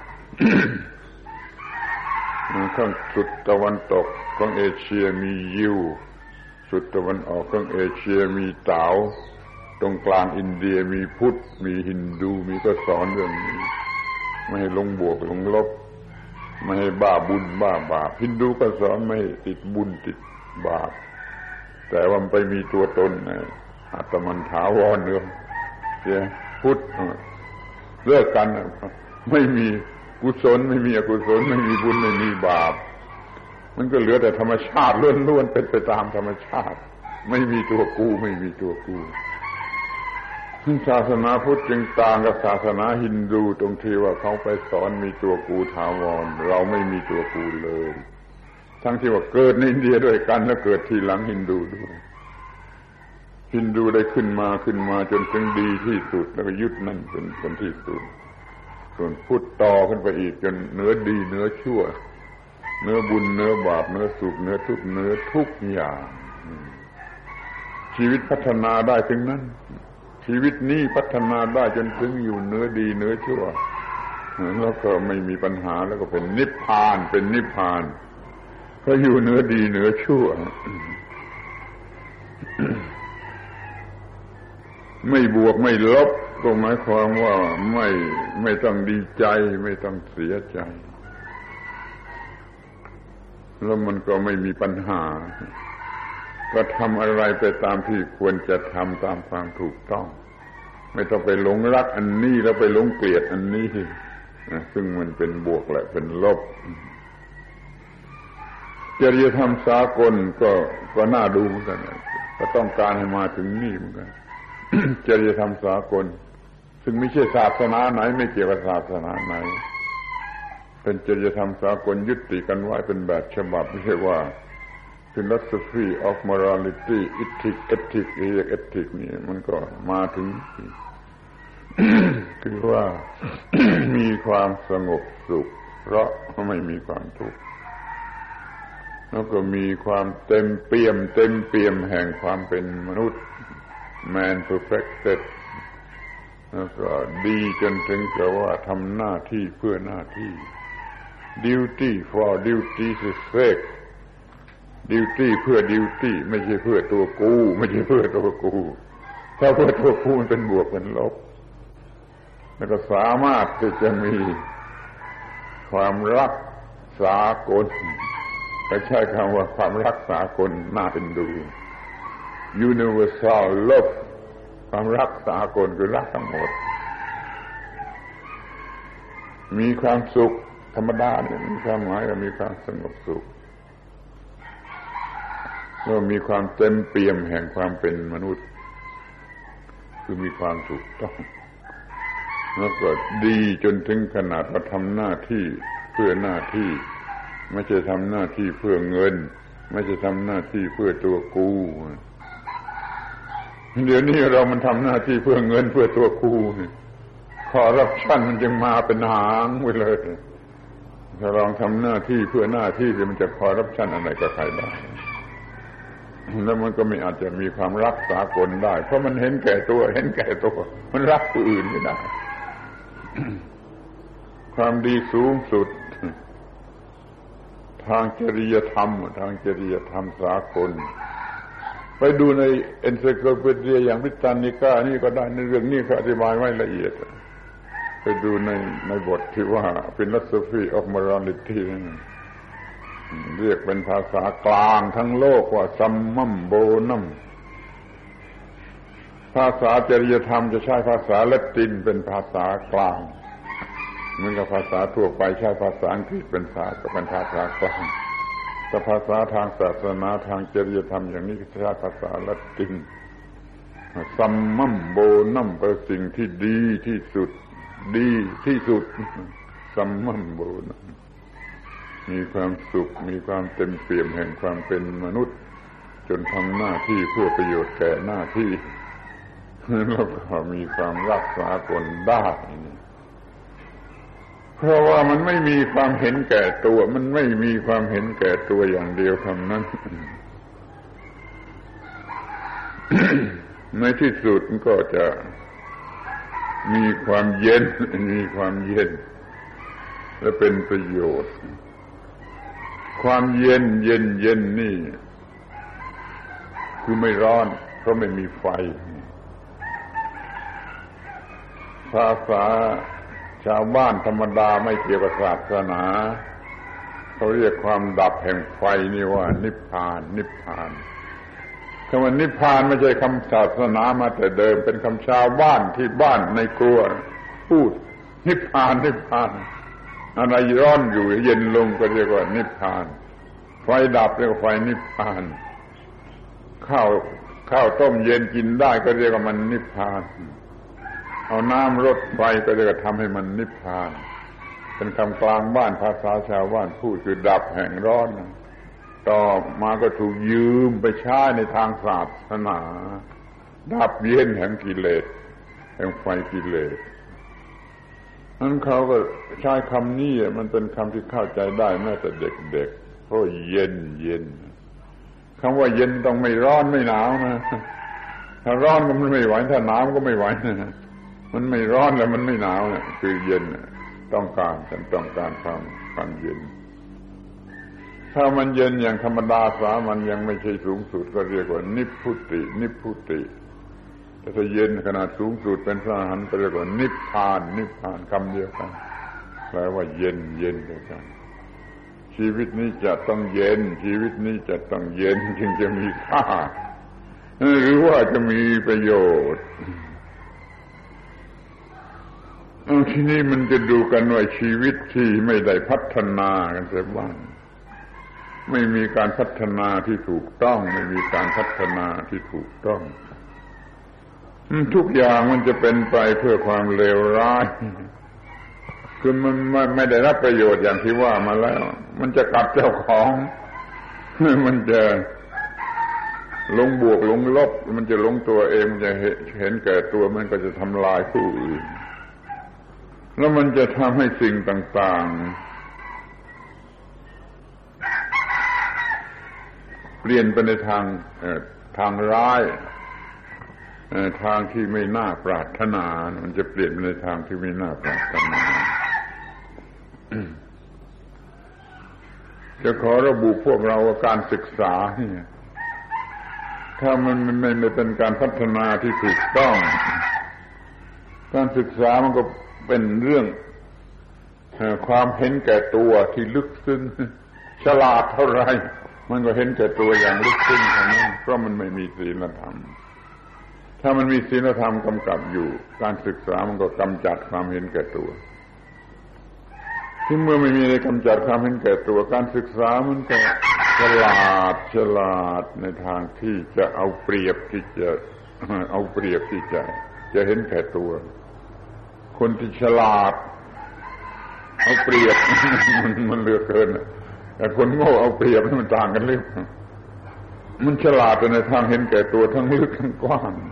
Speaker 1: ข้างสุดตะวันตกของเอเชียมียิวสุดตะวันออกของเอเชียมีเต๋าตรงกลางอินเดียมีพุทธมีฮินดูมีก็สอนเรื่องนี้ไม่ให้ลงบวกลงลบไม่ให้บ้าบุญบ้าบาปฮินดูก็สอนไม่ให้ติดบุญติดบาปแต่ว่ามันไปมีตัวตนอาตมันถาวรเรื่องพุทธเลิกกันไม่มีกุศลไม่มีอกุศลไม่มีบุญไม่มีบาปมันก็เหลือแต่ธรรมชาติล้วนๆเป็นไปตามธรรมชาติไม่มีตัวกูไม่มีตัวกูศาสนาพุทธจึงต่างกับศาสนาฮินดูตรงที่ว่าเขาไปสอนมีตัวกูถาวรเราไม่มีตัวกูเลยทั้งที่ว่าเกิดในอินเดียด้วยกันแล้วเกิดทีหลังฮินดูด้วยฮินดูได้ขึ้นมาจนถึงดีที่สุดแล้วก็ยึดนั่นเป็นที่สุดส่วนพุทธต่อขึ้นไปอีกจนเนื้อดีเนื้อชั่วเนื้อบุญเนื้อบาปเนื้อสุขเนื้อทุกข์เนื้อทุกอย่างชีวิตพัฒนาได้ถึงนั้นชีวิตนี้พัฒนาได้จนถึงอยู่เนื้อดีเนื้อชั่วแล้วก็ไม่มีปัญหาแล้วก็เป็นนิพพานก็อยู่เนื้อดีเนื้อชั่วไม่บวกไม่ลบก็หมายความว่าไม่ต้องดีใจไม่ต้องเสียใจแล้วมันก็ไม่มีปัญหาก็ทำอะไรไปตามที่ควรจะทำตามความถูกต้องไม่ต้องไปหลงรักอันนี้แล้วไปหลงเกลียดอันนี้ซึ่งมันเป็นบวกและเป็นลบจริยธรรมสากลก็น่าดูเหมือนกันก็ต้องการให้มาถึงนี่เหมือนกัน จริยธรรมสากลซึ่งไม่ใช่ศาสนาไหนไม่เกี่ยวกับศาสนาไหนเป็นจริยธรรมสากลยุติกันไว้เป็นแบบฉบับไม่ใช่ว่า philosophy of morality ethics นี่มันก็มาถึง คือว่า มีความสงบสุขเพราะไม่มีความทุกข์แล้วก็มีความเต็มเปี่ยมแห่งความเป็นมนุษย์ man perfected แล้วก็ดีจนถึงกับว่าทำหน้าที่เพื่อหน้าที่ duty for duty's sake duty เพื่อ duty ไม่ใช่เพื่อตัวกูไม่ใช่เพื่อตัวกูถ้าเพื่อตัวกูมันเป็นบวกเป็นลบแล้วก็สามารถที่จะมีความรักสากลก็ใช้คำว่าความรักสากลน่าเอ็นดู universal love ความรักสากลคือรักทั้งหมดมีความสุขธรรมดาเนี่ยมีความหมายว่ามีความสงบสุขแล้วมีความเต็มเปี่ยมแห่งความเป็นมนุษย์คือมีความถูกต้องแล้วก็ดีจนถึงขนาดว่าทำหน้าที่เพื่อหน้าที่ไม่ใช่ทำหน้าที่เพื่อเงินไม่ใช่ทำหน้าที่เพื่อตัวกูเดี๋ยวนี้เรามันทำหน้าที่เพื่อเงินเพื่อตัวกูคอร์รัปชันมันจึงมาเป็นหางไปเลยถ้าลองทำหน้าที่เพื่อหน้าที่มันจะคอร์รัปชันอะไรกับใครได้แล้วมันก็ไม่อาจจะมีความรักสากลได้เพราะมันเห็นแก่ตัวมันรักผู้อื่นไม่ได้ ความดีสูงสุดทางจริยธรรมสากลไปดูใน Encyclopedia อย่าง Britannica นี่ก็ได้ในเรื่องนี้เขาอธิบายไว้ละเอียดไปดูในบทที่ว่า Philosophy of Morality เรียกเป็นภาษากลางทั้งโลกว่า Summum Bonum ภาษาจริยธรรมจะใช้ภาษาละตินเป็นภาษากลางเหมือนกับภาษาทั่วไปใช้ภาษาอังกฤษเป็นภาษากลางแต่ภาษาทางศาสนาทางจริยธรรมอย่างนี้ใช้ภาษาละติน Summum Bonum เป็นสิ่งที่ดีที่สุดSummum Bonum มีความสุขมีความเต็มเปี่ยมแห่งความเป็นมนุษย์จนทำหน้าที่เพื่อประโยชน์แก่หน้าที่แล้วก็มีความรักษากลได้เพราะว่ามันไม่มีความเห็นแก่ตัวมันไม่มีความเห็นแก่ตัวอย่างเดียวคำนั้น ในที่สุดก็จะมีความเย็นและเป็นประโยชน์ความเย็นนี่คือไม่ร้อนเพราะไม่มีไฟภาษาชาวบ้านธรรมดาไม่เกี่ยวกับศาสนาเขาเรียกความดับแห่งไฟนี่ว่านิพพานคำว่านิพพานไม่ใช่คำศาสนามาแต่เดิมเป็นคำชาวบ้านที่บ้านในครัวพูดนิพพานอะไรร้อนอยู่เย็นลงก็เรียกว่านิพพานไฟดับเรียกว่าไฟนิพพานข้าวต้มเย็นกินได้ก็เรียกว่ามันนิพพานเอาน้ำรดไฟก็เรียกว่าทำให้มันนิพพานเป็นคำกลางบ้านภาษาชาวบ้านพูดคือดับแห่งร้อนต่อมาก็ถูกยืมไปใช้ในทางศาสนาดับเย็นแห่งกิเลสแห่งไฟกิเลสนั้นเขาก็ใช้คำนี้มันเป็นคำที่เข้าใจได้แม้แต่เด็กๆเพราะเย็นคำว่าเย็นต้องไม่ร้อนไม่หนาวนะถ้าร้อนก็มันไม่ไหวถ้าหนาวก็ไม่ไหวนะมันไม่ร้อนแล้วมันไม่หนาวเนี่ยคือเย็นต้องการความเย็นถ้ามันเย็นอย่างธรรมดาสามัญยังไม่ใช่สูงสุดก็เรียกว่านิพพุติแต่ถ้าเย็นขนาดสูงสุดเป็นพระอรหันต์ก็เรียกว่านิพพานคำเดียวกันแปลว่าเย็นเดียวกันชีวิตนี้จะต้องเย็นชีวิตนี้จะต้องเย็นจึงจะมีค่าหรือว่าจะมีประโยชน์ทีนี้มันจะดูกันว่าชีวิตที่ไม่ได้พัฒนากันเสียบ้างไม่มีการพัฒนาที่ถูกต้องไม่มีการพัฒนาที่ถูกต้องทุกอย่างมันจะเป็นไปเพื่อความเลวร้ายคือมันไม่ได้รับประโยชน์อย่างที่ว่ามาแล้วมันจะกัดเจ้าของมันจะลงบวกลงลบมันจะลงตัวเองมันจะเห็นแก่ตัวมันก็จะทำลายผู้อื่นแล้วมันจะทำให้สิ่งต่างๆเปลี่ยนไปในทางร้ายทางที่ไม่น่าปรารถนามันจะเปลี่ยนไปในทางที่ไม่น่าปรารถนาจะขอระบุพวกเราว่าการศึกษาเนี่ยถ้ามันไม่เป็นการพัฒนาที่ถูกต้องการศึกษามันก็เป็นเรื่องความเห็นแก่ตัวที่ลึกซึ้งฉลาดเท่าไรมันก็เห็นแก่ตัวอย่างลึกซึ้งเท่านั้นเพราะมันไม่มีศีลธรรมถ้ามันมีศีลธรรมกำกับอยู่การศึกษามันก็กำจัดความเห็นแก่ตัวที่เมื่อไม่มีอะไรกำจัดความเห็นแก่ตัวการศึกษามันก็ฉลาดในทางที่จะเอาเปรียบที่จะเห็นแก่ตัวคนที่ฉลาดเอาเปรียบ มันเหลือเกินแต่คนโง่เอาเปรียบมันต่างกันเลยมันฉลาดในทางเห็นแก่ตัวทั้งลึกทั้งกว้าง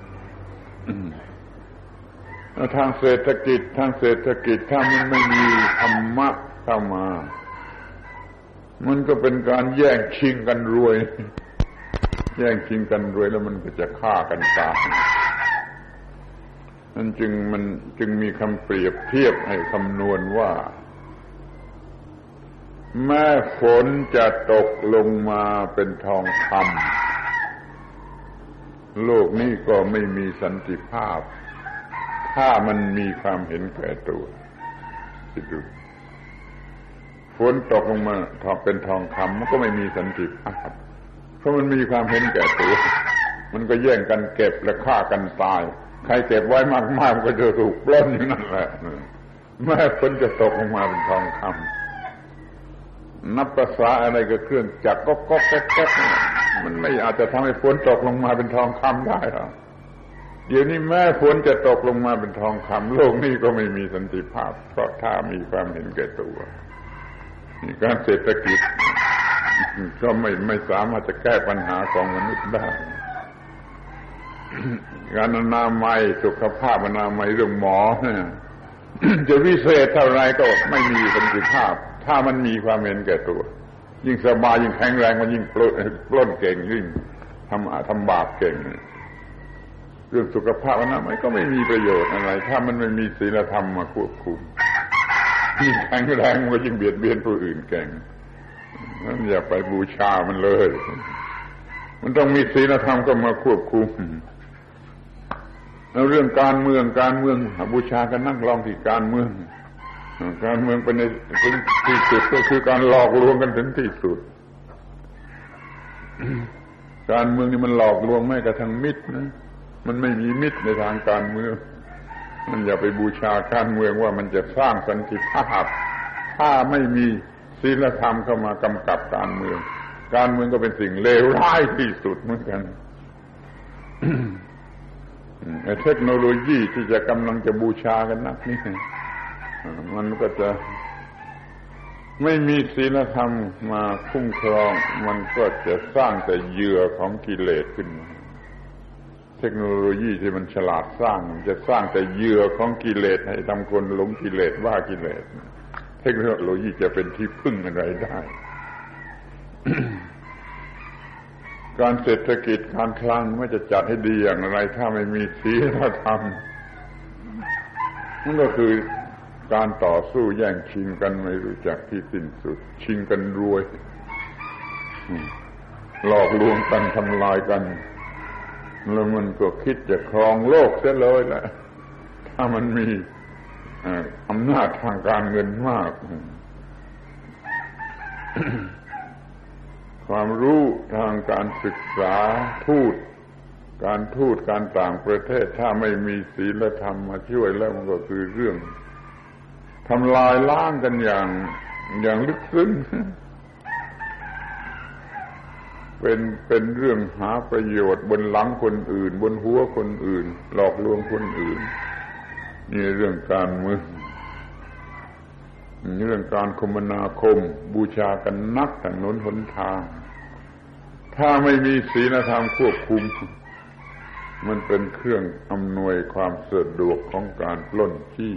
Speaker 1: ทางเศรษฐกิจถ้ามันไม่มีธรรมะเข้ามามันก็เป็นการแย่งชิงกันรวยแล้วมันก็จะฆ่ากันตายนั่นจึงมีคำเปรียบเทียบให้คำนวณว่าแม้ฝนจะตกลงมาเป็นทองคำโลกนี้ก็ไม่มีสันติภาพถ้ามันมีความเห็นแก่ตัวคิดดูฝนตกลงมาเป็นทองคำมันก็ไม่มีสันติภาพเพราะมันมีความเห็นแก่ตัวมันก็แย่งกันเก็บและฆ่ากันตายใครเก็บไว้มากๆมันก็จะถูกปล้นอยู่นั่นแหละแม้ฝนจะตกลงมาเป็นทองคำนับภาษาอะไรก็เครื่องจักรก็แก๊กมันไม่อาจจะทำให้ฝนตกลงมาเป็นทองคำได้หรอกเดี๋ยวนี้แม้ฝนจะตกลงมาเป็นทองคำโลกนี้ก็ไม่มีสันติภาพเพราะถ้ามีความเห็นแก่ตัวการเศรษฐกิจก็ไม่สามารถจะแก้ปัญหาของมนุษย์ได้การอนามัยสุขภาพอนามัยเรื่องหมอจะวิเศษเท่าไรก็ไม่มีสันติภาพถ้ามันมีความเห็นแก่ตัวยิ่งสบายยิ่งแข็งแรงมันยิ่งปล้นเก่งยิ่งทำบาปเก่งเรื่องสุขภาพอนามัยก็ไม่มีประโยชน์อะไรถ้ามันไม่มีศีลธรรมมาควบคุมยิ่งแข็งแรงมันก็ยิ่งเบียดเบียนผู้อื่นเก่งนั้นอย่าไปบูชามันเลยมันต้องมีศีลธรรมก็มาควบคุมแล้วเรื่องการเมืองบูชากันนั่งลองที่การเมืองเป็นในถึงที่สุดก็คือการหลอกลวงกันถึงที่สุดการเมืองนี่มันหลอกลวงแม้กระทั่งมิตรนะมันไม่มีมิตรในทางการเมืองมันอย่าไปบูชาการเมืองว่ามันจะสร้างสันติภาพถ้าไม่มีศีลธรรมเข้ามากำกับการเมืองการเมืองก็เป็นสิ่งเลวร้ายที่สุดเหมือนกันเทคโนโลยีที่จะกำลังจะบูชากันนักนี่มันก็จะไม่มีศีลธรรมมาคุ้มครองมันก็จะสร้างแต่เหยื่อของกิเลสขึ้นมาเทคโนโลยีที่มันฉลาดสร้างจะสร้างแต่เหยื่อของกิเลสให้ทำคนหลงกิเลสว่ากิเลสเทคโนโลยีจะเป็นที่พึ่งอะไรได้ การเศรษฐกิจการคลังไม่จะจัดให้ดีอย่างไรถ้าไม่มีศีลธรรมนั่นก็คือการต่อสู้แย่งชิงกันไม่รู้จักที่สิ้นสุดชิงกันรวยหลอกลวงกันทำลายกันแล้วมันก็คิดจะครองโลกเสียเลยแหละถ้ามันมีอำนาจทางการเงินมาก ความรู้ทางการศึกษาการต่างประเทศถ้าไม่มีศีลธรรมมาช่วยแล้วมันก็คือเรื่องทำลายล้างกันอย่างลึกซึ้งเป็นเรื่องหาประโยชน์บนหลังคนอื่นบนหัวคนอื่นหลอกลวงคนอื่นนี่เรื่องการเมืองเรื่องการคมนาคมบูชากันนักถนนหนทางถ้าไม่มีศีลธรรมควบคุมมันเป็นเครื่องอำนวยความสะดวกของการปล้น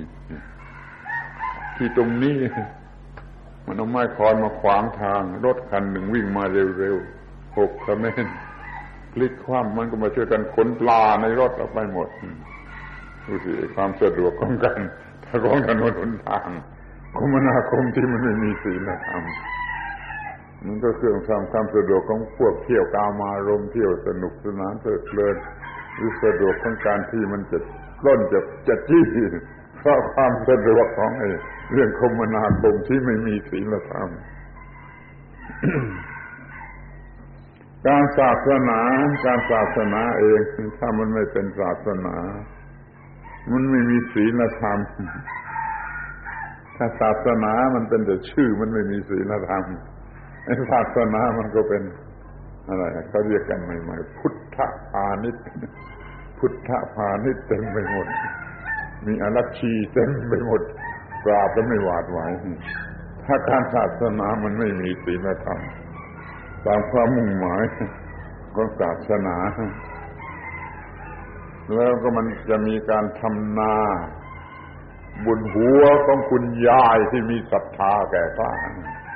Speaker 1: ที่ตรงนี้มันเอาไม้คอนมาขวางทางรถคันหนึ่งวิ่งมาเร็วๆ6 คเมตรพลิกคว่ำมันก็มาช่วยกันขนปลาในรถออกไปหมดดูสิความสะดวกของกันถ้าของถนนหนทางคมนาคมที่มันไม่มีศีลธรรมมันก็เครื่องความสะดวกของพวกเที่ยวกามารมณ์เที่ยวสนุกสนานเพลิดเพลินหรือสะดวกของการที่มันจะปล้นจะจี้เพราะความสะดวกของไอ้เรื่องคมนาคมที่ไม่มีศีลธรรม การศาสนาเองถ้ามันไม่เป็นศาสนามันไม่มีศีลธรรมถ้าศาสนามันเป็นแต่ชื่อมันไม่มีศีลธรรมไอ้ศาสนามันก็เป็นอะไรเขาเรียกกันใหม่ๆพุทธพาณิชย์เต็มไปหมดมีอรัชชีเต็มไปหมดปราบก็ไม่หวาดไหวถ้าการศาสนามันไม่มีศีลธรรมตามความมุ่งหมายของศาสนาแล้วก็มันจะมีการทำนาบนหัวของคุณยายที่มีศรัทธาแก่กล้า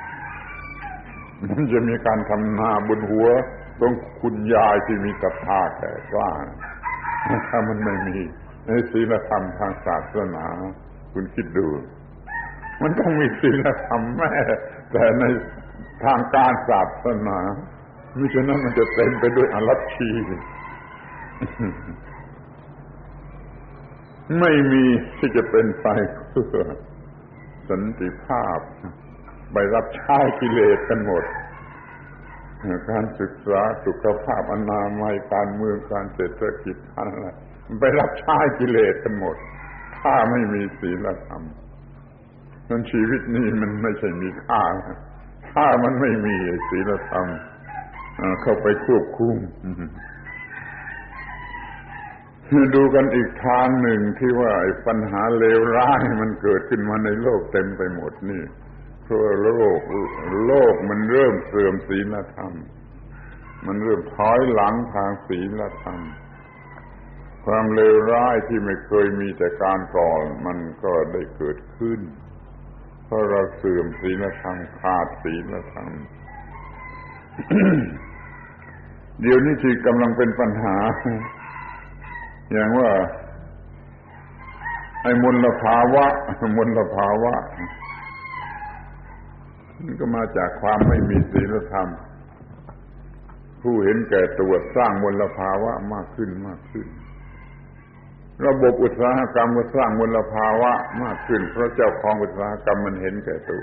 Speaker 1: มันจะมีการทำนาบนหัวของคุณยายที่มีศรัทธาแก่กล้าถ้ามันไม่มีศีลธรรมทางศาสนาคุณคิดดูมันต้องมีศีลธรรมแม้แต่ในทางการศาสนามิฉะนั้นมันจะเต็มไปด้วยอรัชชีไม่มีที่จะเป็นไปเพื่อสันติภาพไปรับใช้กิเลสกันหมดการศึกษาสุขภาพอนามัยการเมืองการเศรษฐกิจอะไรไปรับใช้กิเลสกันหมดถ้าไม่มีศีลธรรมนั้นชีวิตนี้มันไม่ใช่มีค่าถ้ามันไม่มีศีลธรรมเข้าไปควบคุมดูกันอีกทางหนึ่งที่ว่าปัญหาเลวร้ายมันเกิดขึ้นมาในโลกเต็มไปหมดนี่เพราะโลกมันเริ่มเสื่อมศีลธรรมมันเริ่มถอยหลังทางศีลธรรมความเลวร้ายที่ไม่เคยมีแต่การก่อนมันก็ได้เกิดขึ้นเพราะเราเสื่อมศีลธรรมขาดศีลธรรม เดี๋ยวนี้ที่กำลังเป็นปัญหาอย่างว่าไอ้มลภาวะมันก็มาจากความไม่มีศีลธรรมผู้เห็นแก่ตัวสร้างมลภาวะมากขึ้นระบบอุตสาหกรรมก็สร้างมลภาวะมากขึ้นเพราะเจ้าของอุตสาหกรรมมันเห็นแก่ตัว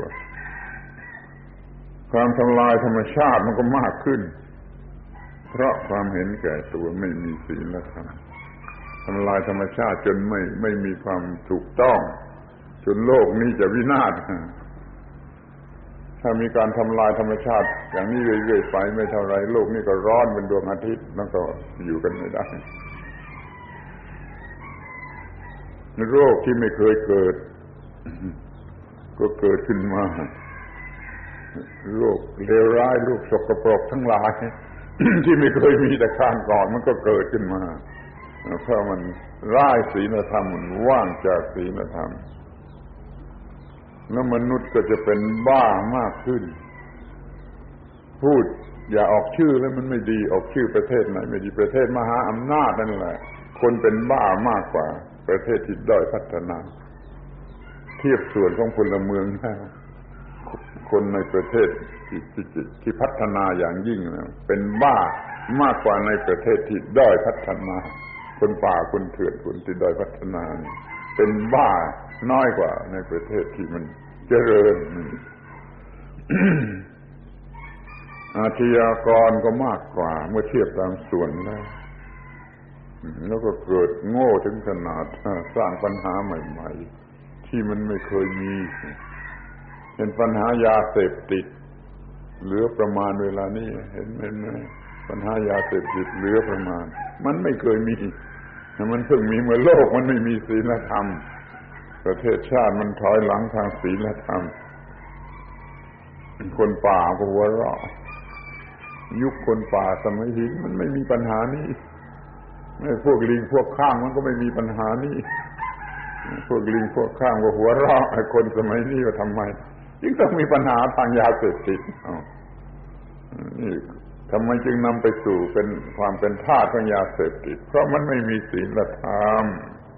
Speaker 1: ความทำลายธรรมชาติมันก็มากขึ้นเพราะความเห็นแก่ตัวไม่มีศีลธรรมทำลายธรรมชาติจนไม่มีความถูกต้องจนโลกนี้จะวินาศถ้ามีการทำลายธรรมชาติอย่างนี้เรื่อยๆไปไม่เท่าไรโลกนี่ก็ร้อนเป็นดวงอาทิตย์แล้วก็อยู่กันไม่ได้โรคที่ไม่เคยเกิดก็เกิดขึ้นมาโรคเลวร้ายโรคสกปรกทั้งหลายที่ไม่เคยมีแต่การก่อนมันก็เกิดขึ้นมาเพราะมันร้ายศีลธรรมมันว่างจากศีลธรรมแล้วมนุษย์ก็จะเป็นบ้ามากขึ้นพูดอย่าออกชื่อแล้วมันไม่ดีออกชื่อประเทศไหนไม่ดีประเทศมหาอำนาจนั่นแหละคนเป็นบ้ามากกว่าประเทศที่ด้อยพัฒนาเทียบส่วนของพลเมืองแล้วคนในประเทศที่พัฒนาอย่างยิ่งนะเป็นบ้ามากกว่าในประเทศที่ด้อยพัฒนาคนป่าคนเถื่อนคนที่ด้อยพัฒนาเป็นบ้าน้อยกว่าในประเทศที่มันเจริญ อาชญากรก็มากกว่าเมื่อเทียบตามส่วนแล้วก็เกิดโง่ถึงขนาดสร้างปัญหาใหม่ๆที่มันไม่เคยมีเป็นปัญหายาเสพติดเหลือประมาณเวลานี้เห็นไหมปัญหายาเสพติดเหลือประมาณมันไม่เคยมีมันเพิ่งมีเมื่อโลกมันไม่มีศีลธรรมประเทศชาติมันถอยหลังทางศีลธรรมคนป่าก็หัวเราะยุคคนป่าสมัยหินมันไม่มีปัญหานี้ไม่พวกลิงพวกข้างมันก็ไม่มีปัญหานี้พวกลิงพวกข้างก็หัวเราะไอ้คนสมัยนี้ว่าทำไมยิ่งต้องมีปัญหาทางยาเสพติดนี่ทำไมจึงนำไปสู่เป็นความเป็นทาสของยาเสพติดเพราะมันไม่มีศีลธรรม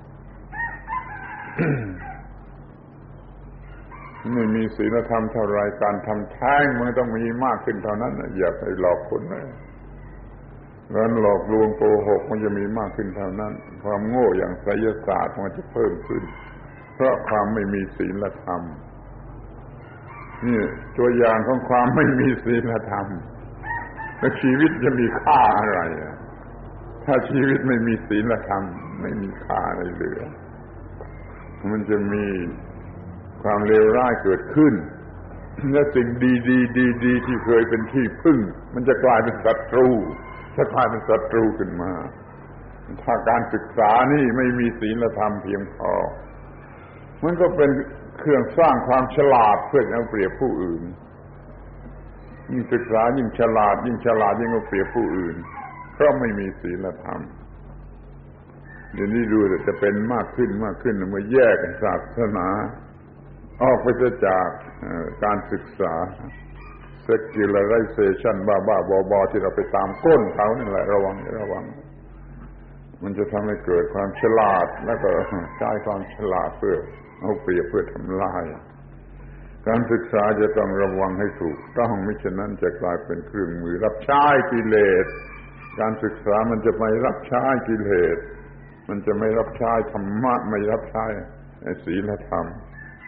Speaker 1: ไม่มีศีลธรรมเท่าไรการทำแท้งมันต้องมีมากขึ้นเท่านั้นอย่าไปหลอกคนนะการหลอกลวงโกหกมันจะมีมากขึ้นเท่านั้นความโง่อย่างไสยศาสตร์มันจะเพิ่มขึ้นเพราะความไม่มีศีลธรรมนี่ตัวอย่างของความไม่มีศีลธรรมแล้วชีวิตจะมีค่าอะไรถ้าชีวิตไม่มีศีลธรรมไม่มีค่าอะไรเหลือมันจะมีความเลวร้ายเกิดขึ้นและสิ่งดีที่เคยเป็นที่พึ่งมันจะกลายเป็นศัตรูจะกลายเป็นศัตรูขึ้นมาถ้าการศึกษานี่ไม่มีศีลธรรมเพียงพอมันก็เป็นเครื่องสร้างความฉลาดเพื่อเอาเปรียบผู้อื่นยิ่งศึกษายิ่งฉลาดยิ่งเอาเปรียบผู้อื่นเพราะไม่มีศีลธรรมเดี๋ยวนี้ดูจะเป็นมากขึ้นเมื่อแยกศาสนาออกไปจากการศึกษา secularization บ้าบอที่เราไปตามก้นเขานี่แหละระวังมันจะทำให้เกิดความฉลาดแล้วก็ใช้ความฉลาดเพื่อเอาเปรียบเพื่อทำลายการศึกษาจะต้องระวังให้ถูกต้องมิฉะนั้นจะกลายเป็นเครื่องมือรับใช้กิเลสการศึกษามันจะไม่รับใช้กิเลสมันจะไม่รับใช้ธรรมะไม่รับใช้ศีลธรรม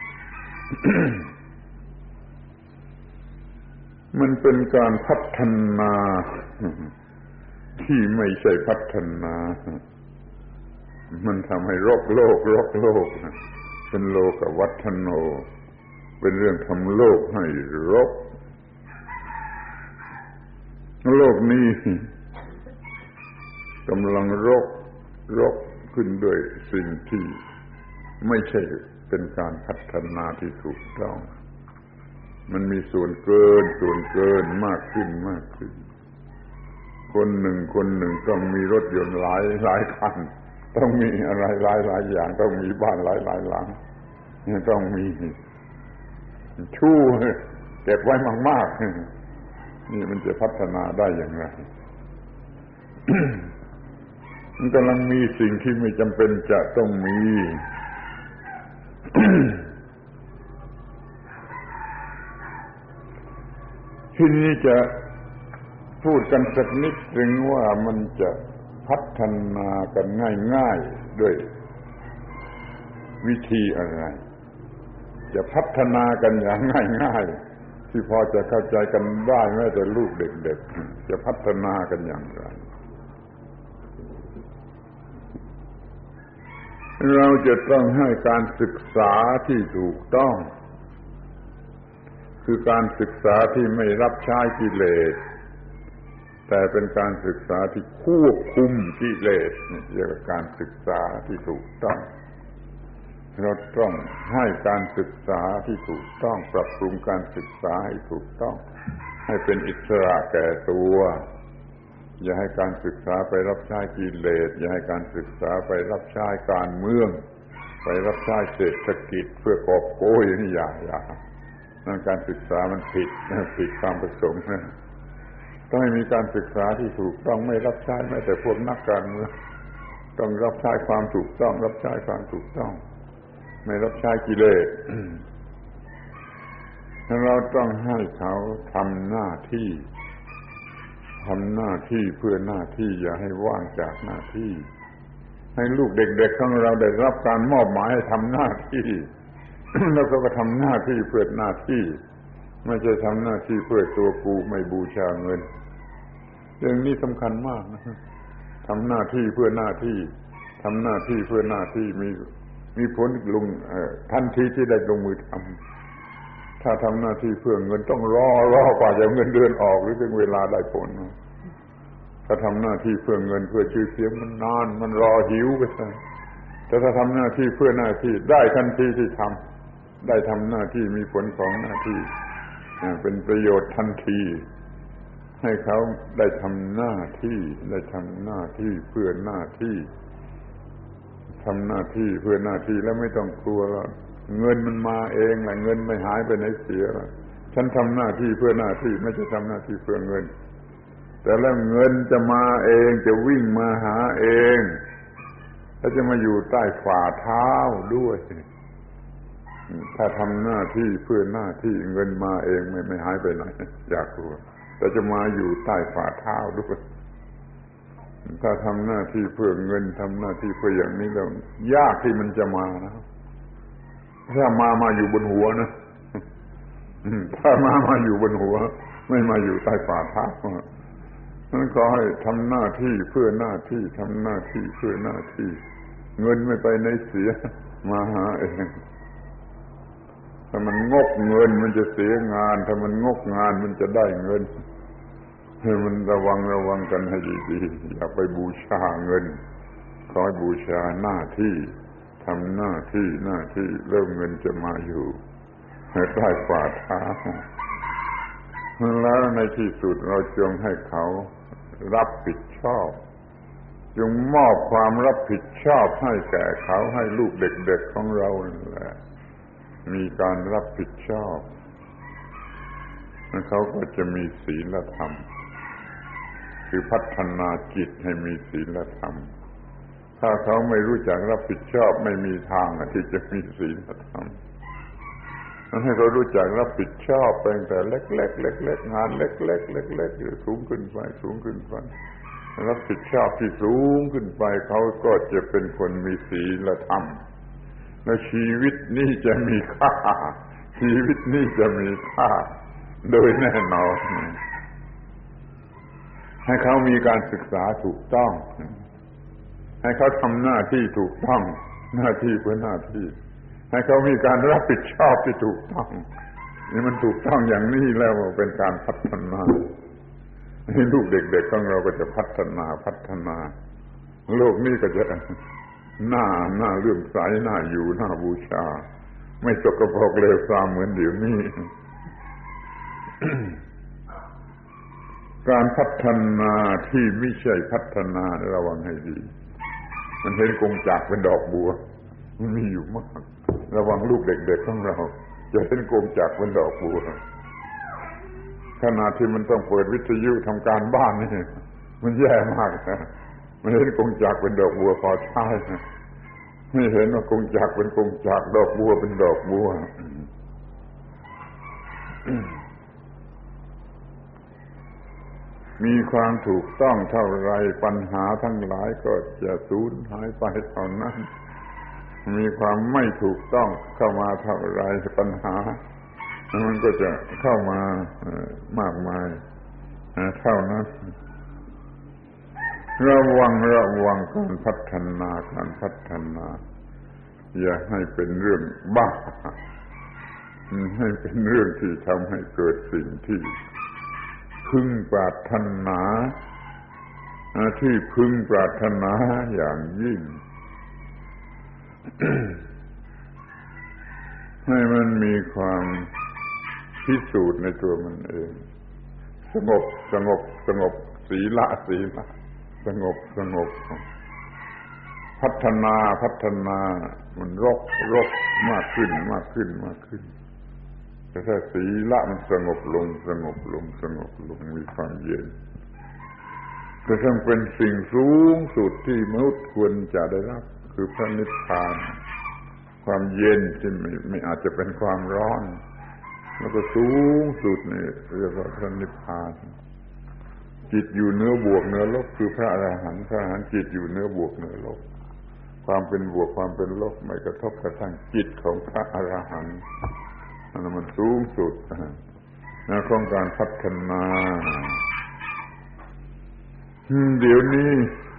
Speaker 1: มันเป็นการพัฒนาที่ไม่ใช่พัฒนามันทำให้โลกเป็นโลกวัฏโนเป็นเรื่องทำโลกให้รกโลกนี้กำลังรกขึ้นด้วยสิ่งที่ไม่ใช่เป็นการพัฒนาที่ถูกต้องมันมีส่วนเกินมากขึ้นคนหนึ่งต้องมีรถยนต์หลายคันต้องมีอะไรหลายอย่างต้องมีบ้านหลายหลังต้องมีชู้เก็บไว้มากๆนี่มันจะพัฒนาได้อย่างไร มันกำลังมีสิ่งที่ไม่จำเป็นจะต้องมี ทีนี้จะพูดกันสักนิดนึงว่ามันจะพัฒนากันง่ายๆด้วยวิธีอะไรจะพัฒนากันอย่างง่ายๆที่พอจะเข้าใจกันได้แม้แต่ลูกเด็กๆจะพัฒนากันอย่างไรเราจะต้องให้การศึกษาที่ถูกต้องคือการศึกษาที่ไม่รับใช้กิเลสแต่เป็นการศึกษาที่ควบคุมกิเลสนี่เรียกว่าการศึกษาที่ถูกต้องเราต้องให้การศึกษาที่ถูกต้องปรับปรุงการศึกษาให้ถูกต้องให้เป็นอิสระแก่ตัวอย่าให้การศึกษาไปรับใช้กิเลสอย่าให้การศึกษาไปรับใช้การเมืองไปรับใช้เศรษฐกิจเพื่อกอบโกยนี่อย่านั่นการศึกษามันผิดความประสงค์นะต้องให้มีการศึกษาที่ถูกต้องไม่รับใช้แม้แต่พวกนักการเมืองต้องรับใช้ความถูกต้องรับใช้ความถูกต้องไม่รับใช้กิเลสเราต้องให้เขาทำหน้าที่เพื่อหน้าที่อย่าให้ว่างจากหน้าที่ให้ลูกเด็กๆของเราได้รับการมอบหมายให้ทำหน้าที่ แล้วก็ทำหน้าที่เพื่อหน้าที่ไม่ใช่ทำหน้าที่เพื่อตัวกูไม่บูชาเงินเรื่องนี้สำคัญมากนะทำหน้าที่เพื่อหน้าที่ทำหน้าที่เพื่อหน้าที่มีผลลงทันทีที่ได้ลงมือทำถ้าทำหน้าที่เพื่อเงินต้องรอกว่าจะเงินเดือนออกหรือถึงเวลาได้ผลถ้าทำหน้าที่เพื่อเงินเพื่อชื่อเสียงมันนานมันรอหิวไปซะแต่ถ้าทำหน้าที่เพื่อหน้าที่ได้ทันทีที่ทำได้ทำหน้าที่มีผลของหน้าที่เป็นประโยชน์ทันทีให้เขาได้ทำหน้าที่ได้ทำหน้าที่เพื่อหน้าที่ทำหน้าที่เพื่อหน้าที่แล้วไม่ต้องกลัวว่าเงินมันมาเองแหละเงินไม่หายไปไหนเสียฉันทำหน้าที่เพื่อหน้าที่ไม่ใช่ทำหน้าที่เพื่อเงินแต่แล้วเงินจะมาเองจะวิ่งมาหาเองแล้วจะมาอยู่ใต้ฝ่าเท้าด้วยถ้าทำหน้าที่เพื่อหน้าที่เงินมาเองไม่หายไปไหนอย่ากลัวแต่จะมาอยู่ใต้ฝ่าเท้าด้วยถ้าทำหน้าที่เพื่อเงินทำหน้าที่เพื่ออย่างนี้แล้วยากที่มันจะมานะถ้ามาอยู่บนหัวนะถ้ามาอยู่บนหัวไม่มาอยู่ใต้ฝ่าเท้านั้นขอให้ทำหน้าที่เพื่อหน้าที่ทำหน้าที่เพื่อหน้าที่เงินไม่ไปไหนเสียมาหาเองถ้ามันงกเงินมันจะเสียงานถ้ามันงกงานมันจะได้เงินให้มันระวังกันให้ดีๆอย่าไปบูชาเงินขอให้บูชาหน้าที่ทำหน้าที่แล้วเงินจะมาอยู่ใต้ฝ่าเท้าแล้วในที่สุดเราจงให้เขารับผิดชอบจงมอบความรับผิดชอบให้แก่เขาให้ลูกเด็กๆของเรานั่นแหละมีการรับผิดชอบแล้วเขาก็จะมีศีลธรรมคือพัฒนาจิตให้มีศีลธรรมถ้าเขาไม่รู้จักรับผิดชอบไม่มีทางที่จะมีศีลธรรมต้องให้เขารู้จักรับผิดชอบไปตั้งแต่เล็กๆงานเล็กๆสูงขึ้นไปรับผิดชอบที่สูงขึ้นไปเขาก็จะเป็นคนมีศีลธรรมและชีวิตนี้จะมีค่าชีวิตนี้จะมีค่าโดยแน่นอนให้เขามีการศึกษาถูกต้องให้เขาทำหน้าที่ถูกต้องหน้าที่เพื่อหน้าที่ให้เขามีการรับผิดชอบที่ถูกต้องนี่มันถูกต้องอย่างนี้แล้วเป็นการพัฒนาให้ลูกเด็กๆของเราก็จะพัฒนาโลกนี้ก็จะน่าเลื่อมใสน่าอยู่น่าบูชาไม่สกปรกเลวทรามเหมือนเดี๋ยวนี้ การพัฒนาที่ไม่ใช่พัฒนาระวังให้ดีมันเห็นกงจักรเป็นดอกบัวมันมีอยู่มากระวังลูกเด็กๆของเราจะเห็นกงจักรเป็นดอกบัวขณะที่มันต้องเปิดวิทยุทำการบ้านนี่มันแย่มากนะมันเห็นกงจักรเป็นดอกบัวพอใช้ไม่เห็นว่ากงจักรเป็นกงจักรดอกบัวเป็นดอกบัวมีความถูกต้องเท่าไรปัญหาทั้งหลายก็จะสูญหายไปเท่านั้นมีความไม่ถูกต้องเข้ามาเท่าไรปัญหามันก็จะเข้ามามากมายเท่านั้นระวังการพัฒนาอย่าให้เป็นเรื่องบ้าให้เป็นเรื่องที่ทำให้เกิดสิ่งที่พึงปรารถนาที่พึงปรารถนาอย่างยิ่ง ให้มันมีความพิสูจน์ในตัวมันเองสงบศีละสงบพัฒนามันรกมากขึ้นแต่ถ้าศีละมันสงบลงมีความเย็นก็ต้องเป็นสิ่งสูงสุดที่มนุษย์ควรจะได้รับคือพระนิพพานความเย็นที่ไม่อาจจะเป็นความร้อนแล้วก็สูงสุดนี่เรียกว่าพระนิพพานจิตอยู่เหนือบวกเหนือลบคือพระอรหันต์จิตอยู่เหนือบวกเหนือลบความเป็นบวกความเป็นลบไม่กระทบกระทั่งจิตของพระอรหันต์นั่นมันสูงสุดของการพัฒนาเดี๋ยวนี้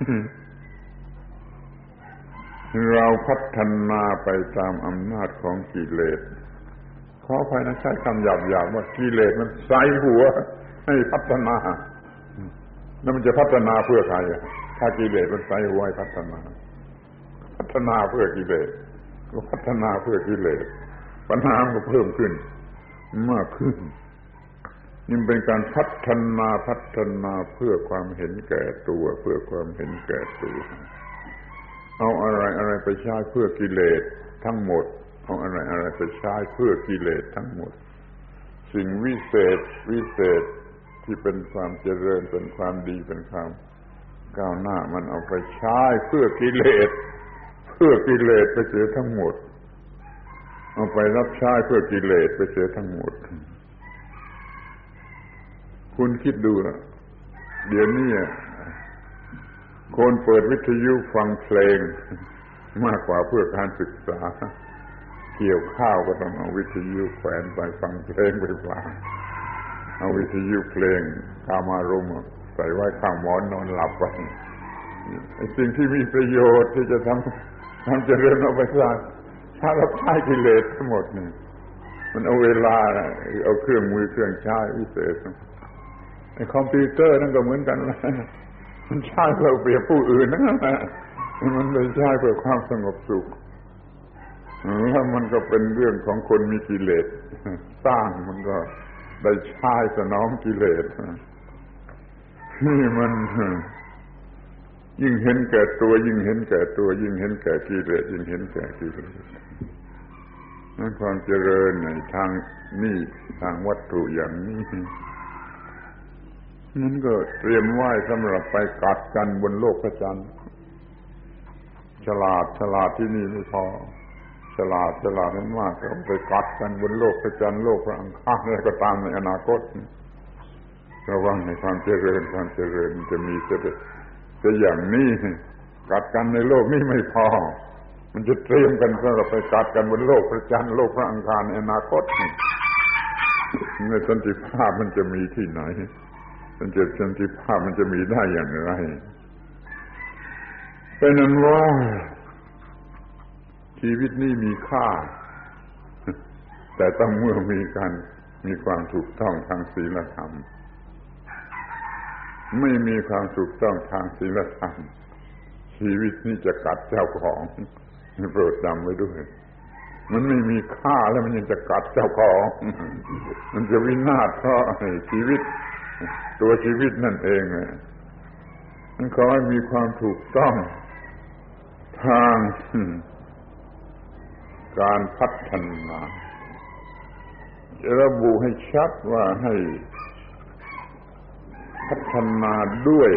Speaker 1: เราพัฒนาไปตามอำนาจของกิเลสขออภัยนะใช้คำหยาบๆว่ากิเลสมันใส่หัวให้พัฒนาแล้วมันจะพัฒนาเพื่อใครถ้ากิเลสมันใส่หัวให้พัฒนาเพื่อกิเลสก็พัฒนาเพื่อกิเลสปัญหาก็เพิ่มขึ้นมากขึ้นนี่เป็นการพัฒนาเพื่อความเห็นแก่ตัวเพื่อความเห็นแก่ตัวเอาอะไรไปใช้เพื่อกิเลสทั้งหมดเอาอะไรไปใช้เพื่อกิเลสทั้งหมดสิ่งวิเศษที่เป็นความเจริญเป็นความดีเป็นความก้าวหน้ามันเอาไปใช้เพื่อกิเลสไปเสียทั้งหมดเอาไปรับใช้เพื่อกิเลสไปเสียทั้งหมดคุณคิดดูเดี๋ยวนี้คนเปิดวิทยุฟังเพลงมากกว่าเพื่อการศึกษาเกี่ยวข้าวก็ต้องเอาวิทยุแขวนไปฟังเพลงไปฟังเอาวิทยุเพลงกามารมณ์ใส่ไว้ข้างหมอนนอนหลับไปไอ้สิ่งที่มีประโยชน์ที่จะทำเจริญเอาไปสร้างถ้าเราใช้กิเลสทั้งหมดนี่มันเอาเวลาเอาเครื่องมือเครื่องใช้วิเศษไอ้คอมพิวเตอร์นั่นก็เหมือนกันมันใช้เพื่อเปรียบผู้อื่นนะมันไม่ใช้เพื่อความสงบสุขแล้วมันก็เป็นเรื่องของคนมีกิเลสสร้างมันก็ได้ใช้สนองกิเลสนี่มันยิ่งเห็นแก่ตัวยิ่งเห็นแก่กิเลสนั่นความเจริญในทางนี้ทางวัตถุอย่างนี้นั่นก็เตรียมไว้สำหรับไปกัดกันบนโลกพระจันทร์ฉลาดที่นี่ไม่พอฉลาดนั้นมากก็ไปกัดกันบนโลกพระจันทร์โลกพระอังคารอะไรก็ตามในอนาคตระวังในความเจริญจะมีจะอย่างนี้กัดกันในโลกนี้ไม่พอมันจะเตรียมกันสำหรับไปกัดกันบนโลกพระจันทร์โลกพระอังคารในอนาคตในสันติภาพมันจะมีที่ไหนสันติภาพมันจะมีได้อย่างไรเป็นนั้นว่าชีวิตนี้มีค่าแต่ต้องเมื่อมีความถูกต้องทางศีลธรรมไม่มีความถูกต้องทางศีลธรรมชีวิตนี้จะกัดเจ้าของโปรดจำไว้ด้วยมันไม่มีค่าแล้วมันยังจะกัดเจ้าของมันจะวินาศเพราะชีวิตตัวชีวิตนั่นเองมันขอให้มีความถูกต้องทางการพัฒนาระบุให้ชัดว่าให้พัฒนาด้วย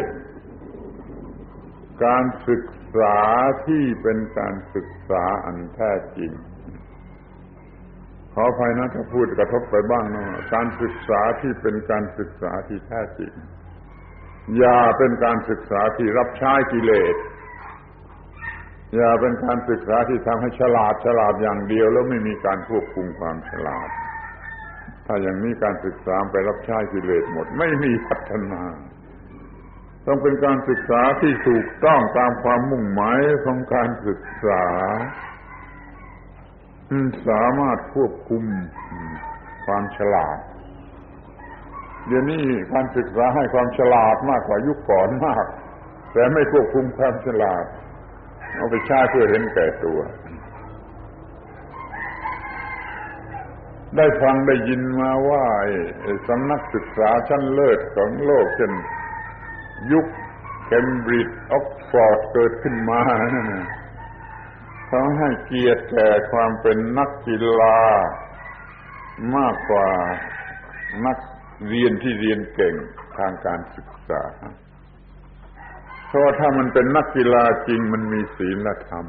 Speaker 1: การศึกษาที่เป็นการศึกษาอันแท้จริงขออภัยนะถ้าพูดกระทบไปบ้างนะการศึกษาที่เป็นการศึกษาที่แท้จริงอย่าเป็นการศึกษาที่รับใช้กิเลสอย่าเป็นการศึกษาที่ทำให้ฉลาดอย่างเดียวแล้วไม่มีการควบคุมความฉลาดถ้าอย่างนี้การศึกษาไปรับใช้กิเลสหมดไม่มีพัฒนาต้องเป็นการศึกษาที่ถูกต้องตามความมุ่งหมายของการศึกษาสามารถควบคุมความฉลาดเดี๋ยวนี้การศึกษาให้ความฉลาดมากกว่ายุคก่อนมากแต่ไม่ควบคุมความฉลาดเอาไปใช้เพื่อเห็นแก่ตัวได้ฟังได้ยินมาว่าสำนักศึกษาชั้นเลิศของโลกเช่นยุคเคมบริดจ์ออกซฟอร์ดเกิดขึ้นมานั่นน่ะเขาให้เกียรติแก่ความเป็นนักกีฬามากกว่านักเรียนที่เรียนเก่งทางการศึกษาเพราะว่าถ้ามันเป็นนักกีฬาจริงมันมีศีลธรรม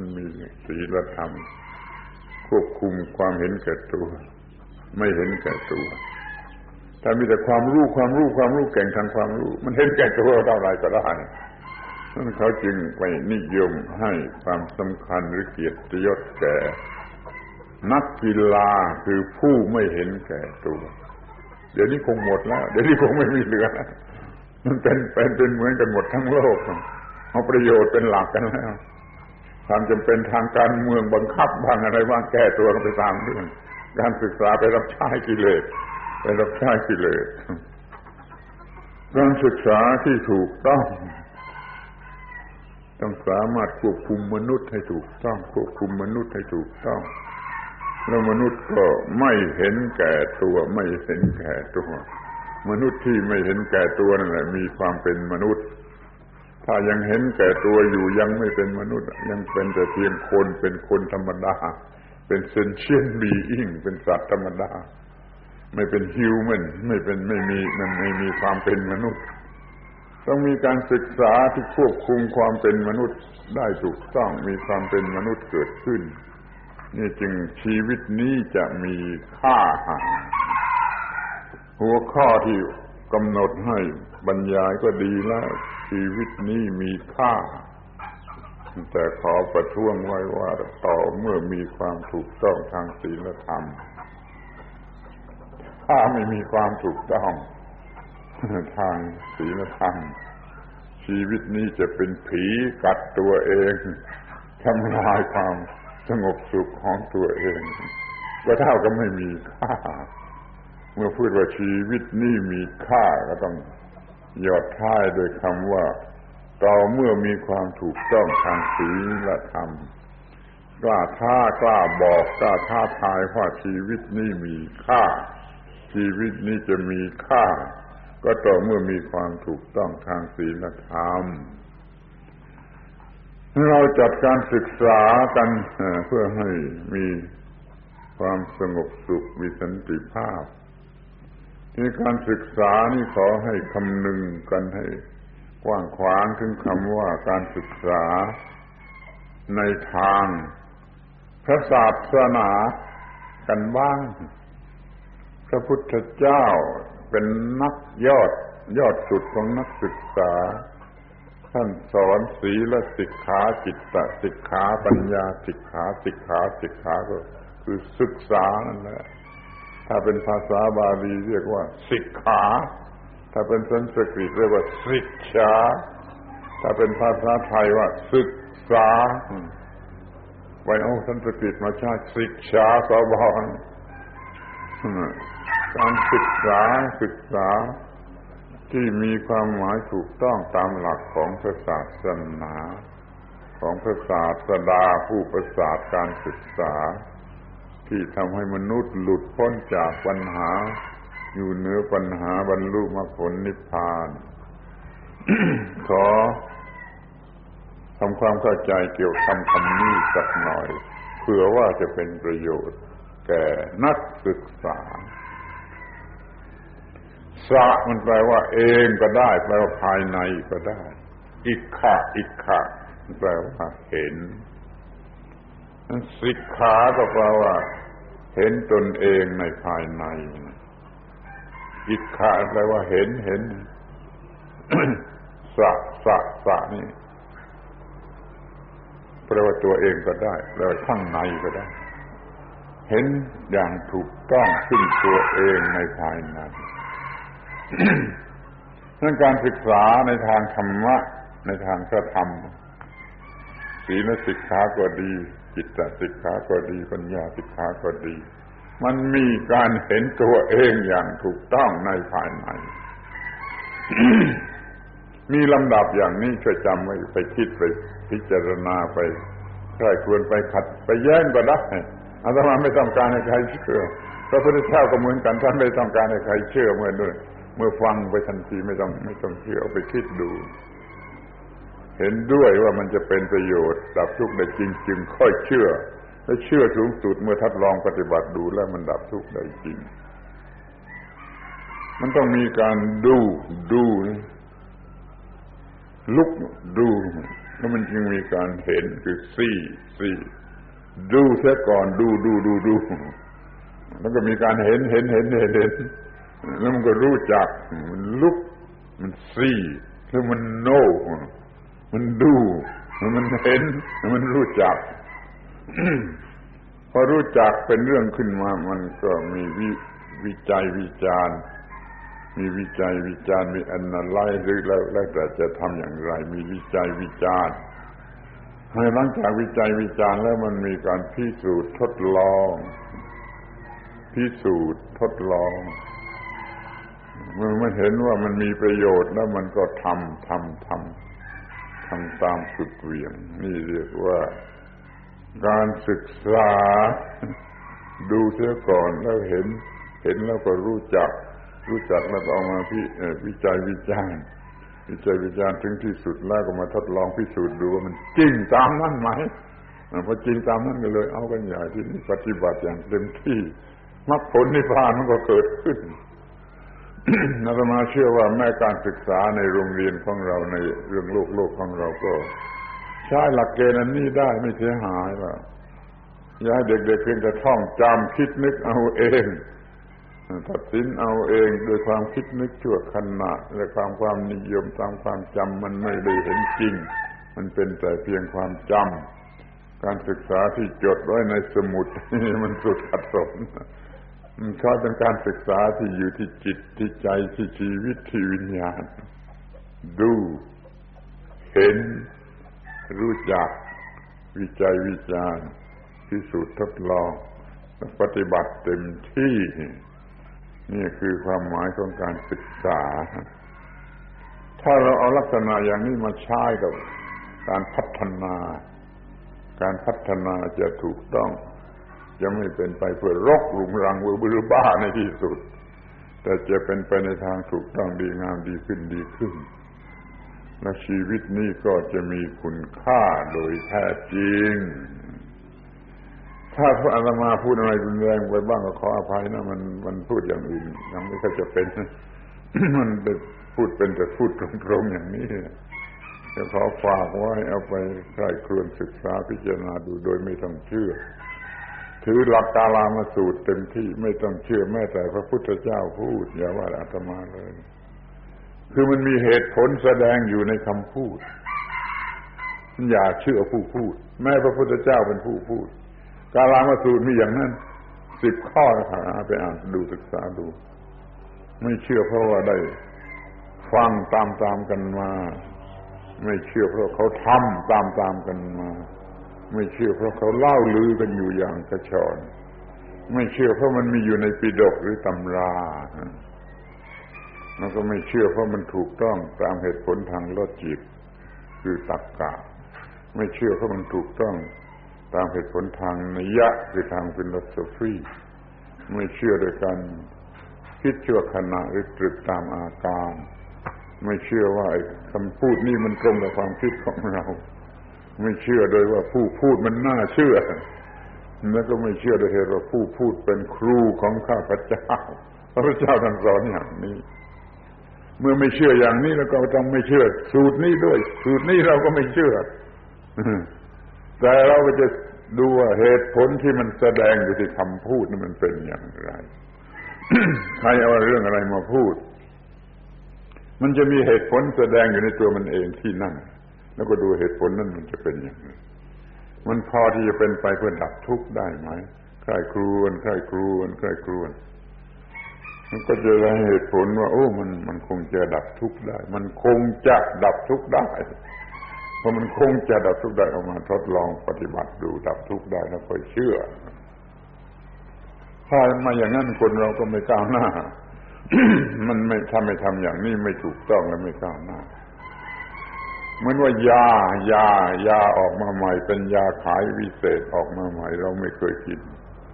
Speaker 1: ควบคุมความเห็นแก่ตัวไม่เห็นแก่ตัวถ้ามีแต่ความรู้เก่งทางความรู้มันเห็นแก่ตัวเท่าไรก็ได้นั่นเขาจึงไปนิยมให้ความสำคัญหรือเกียรติยศแก่นักกีฬาคือผู้ไม่เห็นแก่ตัวเดี๋ยวนี้คงหมดแล้วเดี๋ยวนี้คงไม่มีเหลือมันเป็นเหมือนกันหมดทั้งโลกเอาประโยชน์เป็นหลักกันแล้วความจำเป็นทางการเมืองบังคับบ้างอะไรบ้างแก้ตัวกันไปตามเรื่องการศึกษาไปรับใช้กิเลสการศึกษาที่ถูกต้องสามารถควบคุมมนุษย์ให้ถูกต้องแล้วมนุษย์ก็ไม่เห็นแก่ตัวมนุษย์ที่ไม่เห็นแก่ตัวนั่นแหละมีความเป็นมนุษย์ถ้ายังเห็นแก่ตัวอยู่ยังไม่เป็นมนุษย์ยังเป็นแต่เพียงคนเป็นคนธรรมดาเป็น sentient being เป็นสัตว์ธรรมดาไม่เป็น human ไม่มีความเป็นมนุษย์ต้องมีการศึกษาที่ควบคุมความเป็นมนุษย์ได้ถูกต้องมีความเป็นมนุษย์เกิดขึ้นนี่จึงชีวิตนี้จะมีค่าหัวข้อที่กำหนดให้บรรยายก็ดีแล้วชีวิตนี้มีค่าแต่ขอประท้วงไว้ว่าต่อเมื่อมีความถูกต้องทางศีลธรรมถ้าไม่มีความถูกต้องทางศีลธรรมชีวิตนี้จะเป็นผีกัดตัวเองทำลายความสงบสุขของตัวเองก็เท่ากับไม่มีค่าเมื่อพูดว่าชีวิตนี้มีค่าก็ต้องหยอดท้ายโดยคำว่าต่อเมื่อมีความถูกต้องทางศีลธรรมกล้าบอกกล้าท้าทายว่าชีวิตนี้มีค่าชีวิตนี้จะมีค่าก็ต่อเมื่อมีความถูกต้องทางศีลธรรมเราจัดการศึกษากันเพื่อให้มีความสงบสุขมีสันติภาพในการศึกษานี่ขอให้คำนึงกันให้กว้างขวางถึงคำว่าการศึกษาในทางพระศาสนากันบ้างพระพุทธเจ้าเป็นนักยอดสุดของนักศึกษาท่านสอนศีลสิกขาจิตตสิกขาปัญญาสิกขาก็คือศึกษานั่นแหละถ้าเป็นภาษาบาลีเรียกว่าสิกขาถ้าเป็นสันสกฤตเรียกว่าศิกษาถ้าเป็นภาษาไทยว่าศึกษาไว้เอาสันสกฤตมาใช้ศิกษาสบอนการศึกษาที่มีความหมายถูกต้องตามหลักของพระศาสนาของพระศาสดาผู้ประเสริฐการศึกษาที่ทำให้มนุษย์หลุดพ้นจากปัญหาอยู่เหนือปัญหาบรรลุมรรคผลนิพพาน ขอทำความเข้าใจเกี่ยวกับคำนี้สักหน่อยเผื่อว่าจะเป็นประโยชน์แก่นักศึกษาสะมันแปลว่าเองก็ได้แปลว่าภายในก็ได้อิกขะแปลว่าเห็นสิกขาก็แปลว่าเห็นตนเองในภายในอิกขะแปลว่าเห็นสะนี่แปลว่าตัวเองก็ได้แปลว่าข้างในก็ได้เห็นอย่างถูกต้องซึ่งตัวเองในภายในเรื่องการศึกษาในทางธรรมะในทางพระธรรมศีลสิกขาก็ดีจิตตสิกขาก็ดีปัญญาสิกขาก็ดีมันมีการเห็นตัวเองอย่างถูกต้องในภายใน มีลำดับอย่างนี้ช่วยจำไว้ไปคิดไปพิจารณาไปใครควรไปขัดไปแย้งก็ได้อาตมาไม่ต้องการให้ใครเชื่อพระพุทธเจ้าก็เหมือนกันท่านไม่ต้องการให้ใครเชื่อเมื่อฟังไปทันทีไม่ต้องเชื่อเอาไปคิดดูเห็นด้วยว่ามันจะเป็นประโยชน์ดับทุกข์ได้จริงจึงค่อยเชื่อและเชื่อสูงสุดเมื่อทดลองปฏิบัติดูแล้วมันดับทุกข์ได้จริงมันต้องมีการดูลุกดูแล้วมันจึงมีการเห็นคือซี่ดูเสียก่อนดูแล้วก็มีการเห็นแล้วมันก็รู้จักมันลุกมันซี่แล้วมันโน่มันดูมันเห็นมันรู้จัก พอรู้จักเป็นเรื่องขึ้นมามันก็มีวิจัยวิจารณ์มีวิจัยวิจารณ์มี analyze หรือแล้วแต่จะทำอย่างไรมีวิจัยวิจารณ์ให้หลังจากวิจัยวิจารณ์แล้วมันมีการพิสูจน์ทดลองเมื่อมันเห็นว่ามันมีประโยชน์แล้วมันก็ทำตามสุดเหวี่ยงนี่เรียกว่าการศึกษาดูเสียก่อนแล้วเห็นแล้วก็รู้จักแล้วก็เอามาวิจัยวิจารณ์ถึงที่สุดแล้วก็มาทดลองพิสูจน์ดูว่ามันจริงตามนั้นไหมพอจริงตามนั้นก็เลยเอากันใหญ่ที่นี่ปฏิบัติอย่างเต็มที่มรรคผลนิพพานมันก็เกิดขึ้น อาตมาเชื่อว่าแม้การศึกษาในโรงเรียนของเราในเรื่องโลกของเราก็ใช้หลักเกณฑ์อันนี้ได้ไม่เสียหายหรอกอย่าให้เด็กๆเพียงแต่ท่องจำคิดนึกเอาเองตัดสินเอาเองโดยความคิดนึกชั่วขณะและความนิยมตามความจำมันไม่ได้เห็นจริงมันเป็นแต่เพียงความจำการศึกษาที่จดไว้ในสมุด มันสุดขัดสนมันใช้เป็นการศึกษาที่อยู่ที่จิตที่ใจที่ชีวิตที่วิญญาณดูเห็นรู้จักวิจัยวิจารณ์พิสูจน์ทดลองปฏิบัติเต็มที่นี่คือความหมายของการศึกษาถ้าเราเอาลักษณะอย่างนี้มาใช้กับการพัฒนาจะถูกต้องจะไม่เป็นไปเพื่อรกหลุมรังบือบ้าในที่สุดแต่จะเป็นไปในทางถูกต้องดีงามดีขึ้นและชีวิตนี้ก็จะมีคุณค่าโดยแท้จริงถ้าพระอาตมาพูดอะไรรุนแรงไปบ้างก็ขออภัยนะมันพูดอย่างอื่นยังไม่ค่อยจะเป็น มันพูดเป็นแต่พูดตรงๆอย่างนี้จะขอฝากไว้เอาไปใคร่ครวญศึกษาพิจารณาดูโดยไม่ต้องเชื่อถือหลักกาลามสูตรเต็มที่ไม่ต้องเชื่อแม้แต่พระพุทธเจ้าพูดอย่าว่าอาตมาเลยคือมันมีเหตุผลแสดงอยู่ในคำพูดอย่าเชื่อผู้พูดแม้พระพุทธเจ้าเป็นผู้พูดกาลามสูตรมีอย่างนั้น10 ข้อนะครับไปอ่านดูศึกษาดูไม่เชื่อเพราะว่าได้ฟังตามกันมาไม่เชื่อเพราะเขาทำตามกันมาไม่เชื่อเพราะเขาเล่าลือกันอยู่อย่างกระชอนไม่เชื่อเพราะมันมีอยู่ในปิฎกหรือตำราแล้วก็ไม่เชื่อเพราะมันถูกต้องตามเหตุผลทางลอจิกคือตรรกะไม่เชื่อเพราะมันถูกต้องตามเหตุผลทางนัยยะคือทางฟิโลโซฟีไม่เชื่อโดยการคิดชั่วขณะหรือตรึกตามอาการไม่เชื่อว่าคำพูดนี่มันตรงกับความคิดของเราไม่เชื่อโดยว่าผู้พูดมันน่าเชื่อแล้วก็ไม่เชื่อโดยเหตุว่าผู้พูดเป็นครูของข้าพเจ้าพระพุทธเจ้าท่านสอนอย่างนี้เมื่อไม่เชื่ออย่างนี้แล้วก็ต้องไม่เชื่อสูตรนี้ด้วยสูตรนี้เราก็ไม่เชื่อแต่เราก็จะดูว่าเหตุผลที่มันแสดงอยู่ที่คำพูดนั้นมันเป็นอย่างไร ใครเอาเรื่องอะไรมาพูดมันจะมีเหตุผลแสดงอยู่ในตัวมันเองที่นั่นแล้วก็ดูเหตุผลนั้นมันจะเป็นอย่างไรมันพอที่จะเป็นไปเพื่อดับทุกข์ได้ไหมใคร่ครวญมันก็จะได้เหตุผลว่าโอ้มันคงจะดับทุกข์ได้มันคงจะดับทุกข์ได้ราะมันคงจะดับทุกข์ได้เอามาทดลองปฏิบัติดูดับทุกข์ได้แล้วค่อยเชื่อถ้ามาอย่างนั้นคนเราก็ไม่ก้าวหน้า มันไม่ถ้าไม่ทำอย่างนี้ไม่ถูกต้องและไม่ก้าวหน้าเหมือนว่ายาออกมาใหม่เป็นยาขายวิเศษออกมาใหม่เราไม่เคยกิน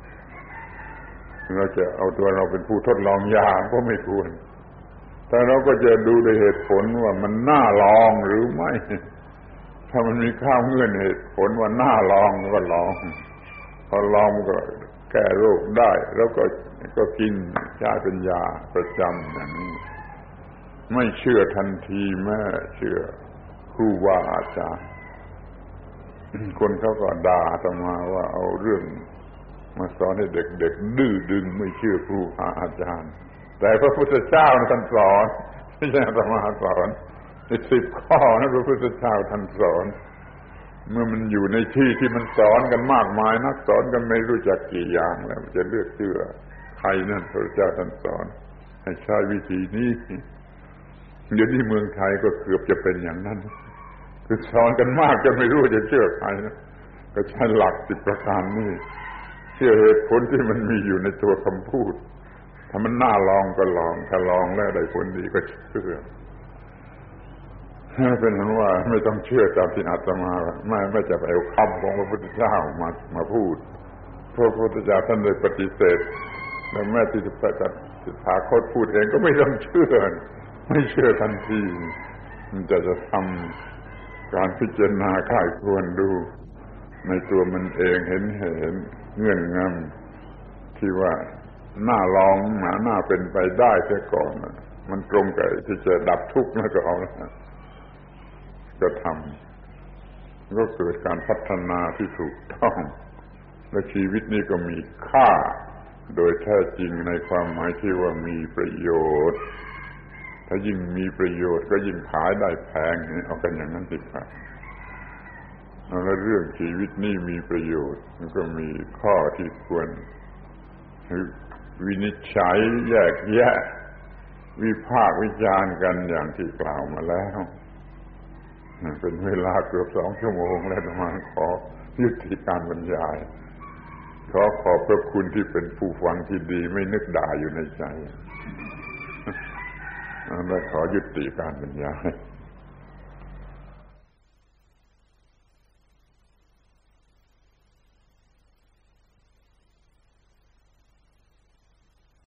Speaker 1: เราจะเอาตัวเราเป็นผู้ทดลองยาก็ไม่ควรแต่เราก็จะดูด้วยเหตุผลว่ามันน่าลองหรือไม่ถ้ามันมีข้าวเงื่อนเหตุผลว่าน่าลองก็ลองพอลองก็แก้โรคได้แล้วก็กินใช้เป็นยาประจำอย่างนี้ไม่เชื่อทันทีแม้เชื่อครูบาอาจารย์คนเขาก็ด่าอาตมาว่าเอาเรื่องมาสอนให้เด็กๆดื้อดึงไม่เชื่อครูบาอาจารย์แต่พระพุทธเจ้าท่านสอนไม่ใช่อาตมาสอน10 ข้อนะพระพุทธเจ้าท่านสอนเมื่อมันอยู่ในที่มันสอนกันมากมายนักสอนกันไม่รู้จักกี่อย่างแล้วจะเลือกเชื่อใครนั่นพระพุทธเจ้าท่านสอนให้ใช้วิธีนี้เดี๋ยวนี้เมืองไทยก็เกือบจะเป็นอย่างนั้นคือสอนกันมากจนไม่รู้จะเชื่อใครนะก็ใช้หลัก10 ประการนี่เชื่อเหตุผลที่มันมีอยู่ในตัวคำพูดถ้ามันน่าลองก็ลองถ้าลองแล้วได้ผลดีก็เชื่อเป็นนั้นว่าไม่ต้องเชื่อตามที่อาตมาไม่จะไปเอาคำของพระพุทธเจ้ามาพูดเพราะพระพุทธเจ้าท่านได้ปฏิเสธและแม้ที่จะถาคตพูดเองก็ไม่ต้องเชื่อไม่เชื่อทันทีมันจะทำการพิจารณาค่ายควรดูในตัวมันเองเห็นเงื่อนงำที่ว่าน่าลองน่าเป็นไปได้เสียก่อนมันตรงกับที่จะดับทุกข์แล้วก็เอาก็ทำก็เกิดการพัฒนาที่ถูกต้องและชีวิตนี้ก็มีค่าโดยแท้จริงในความหมายที่ว่ามีประโยชน์ถ้ายิ่งมีประโยชน์ก็ยิ่งขายได้แพงเอากันอย่างนั้นสิครับแล้วเรื่องชีวิตนี้มีประโยชน์มันก็มีข้อที่ควรวินิจฉัยแยกแยะวิพากษ์วิจารณ์กันอย่างที่กล่าวมาแล้วเป็นเวลาเกือบ2 ชั่วโมงแล้วมาขอยุติการบรรยายขอบพระคุณที่เป็นผู้ฟังที่ดีไม่นึกด่าอยู่ในใจและขอยุติการบรรยาย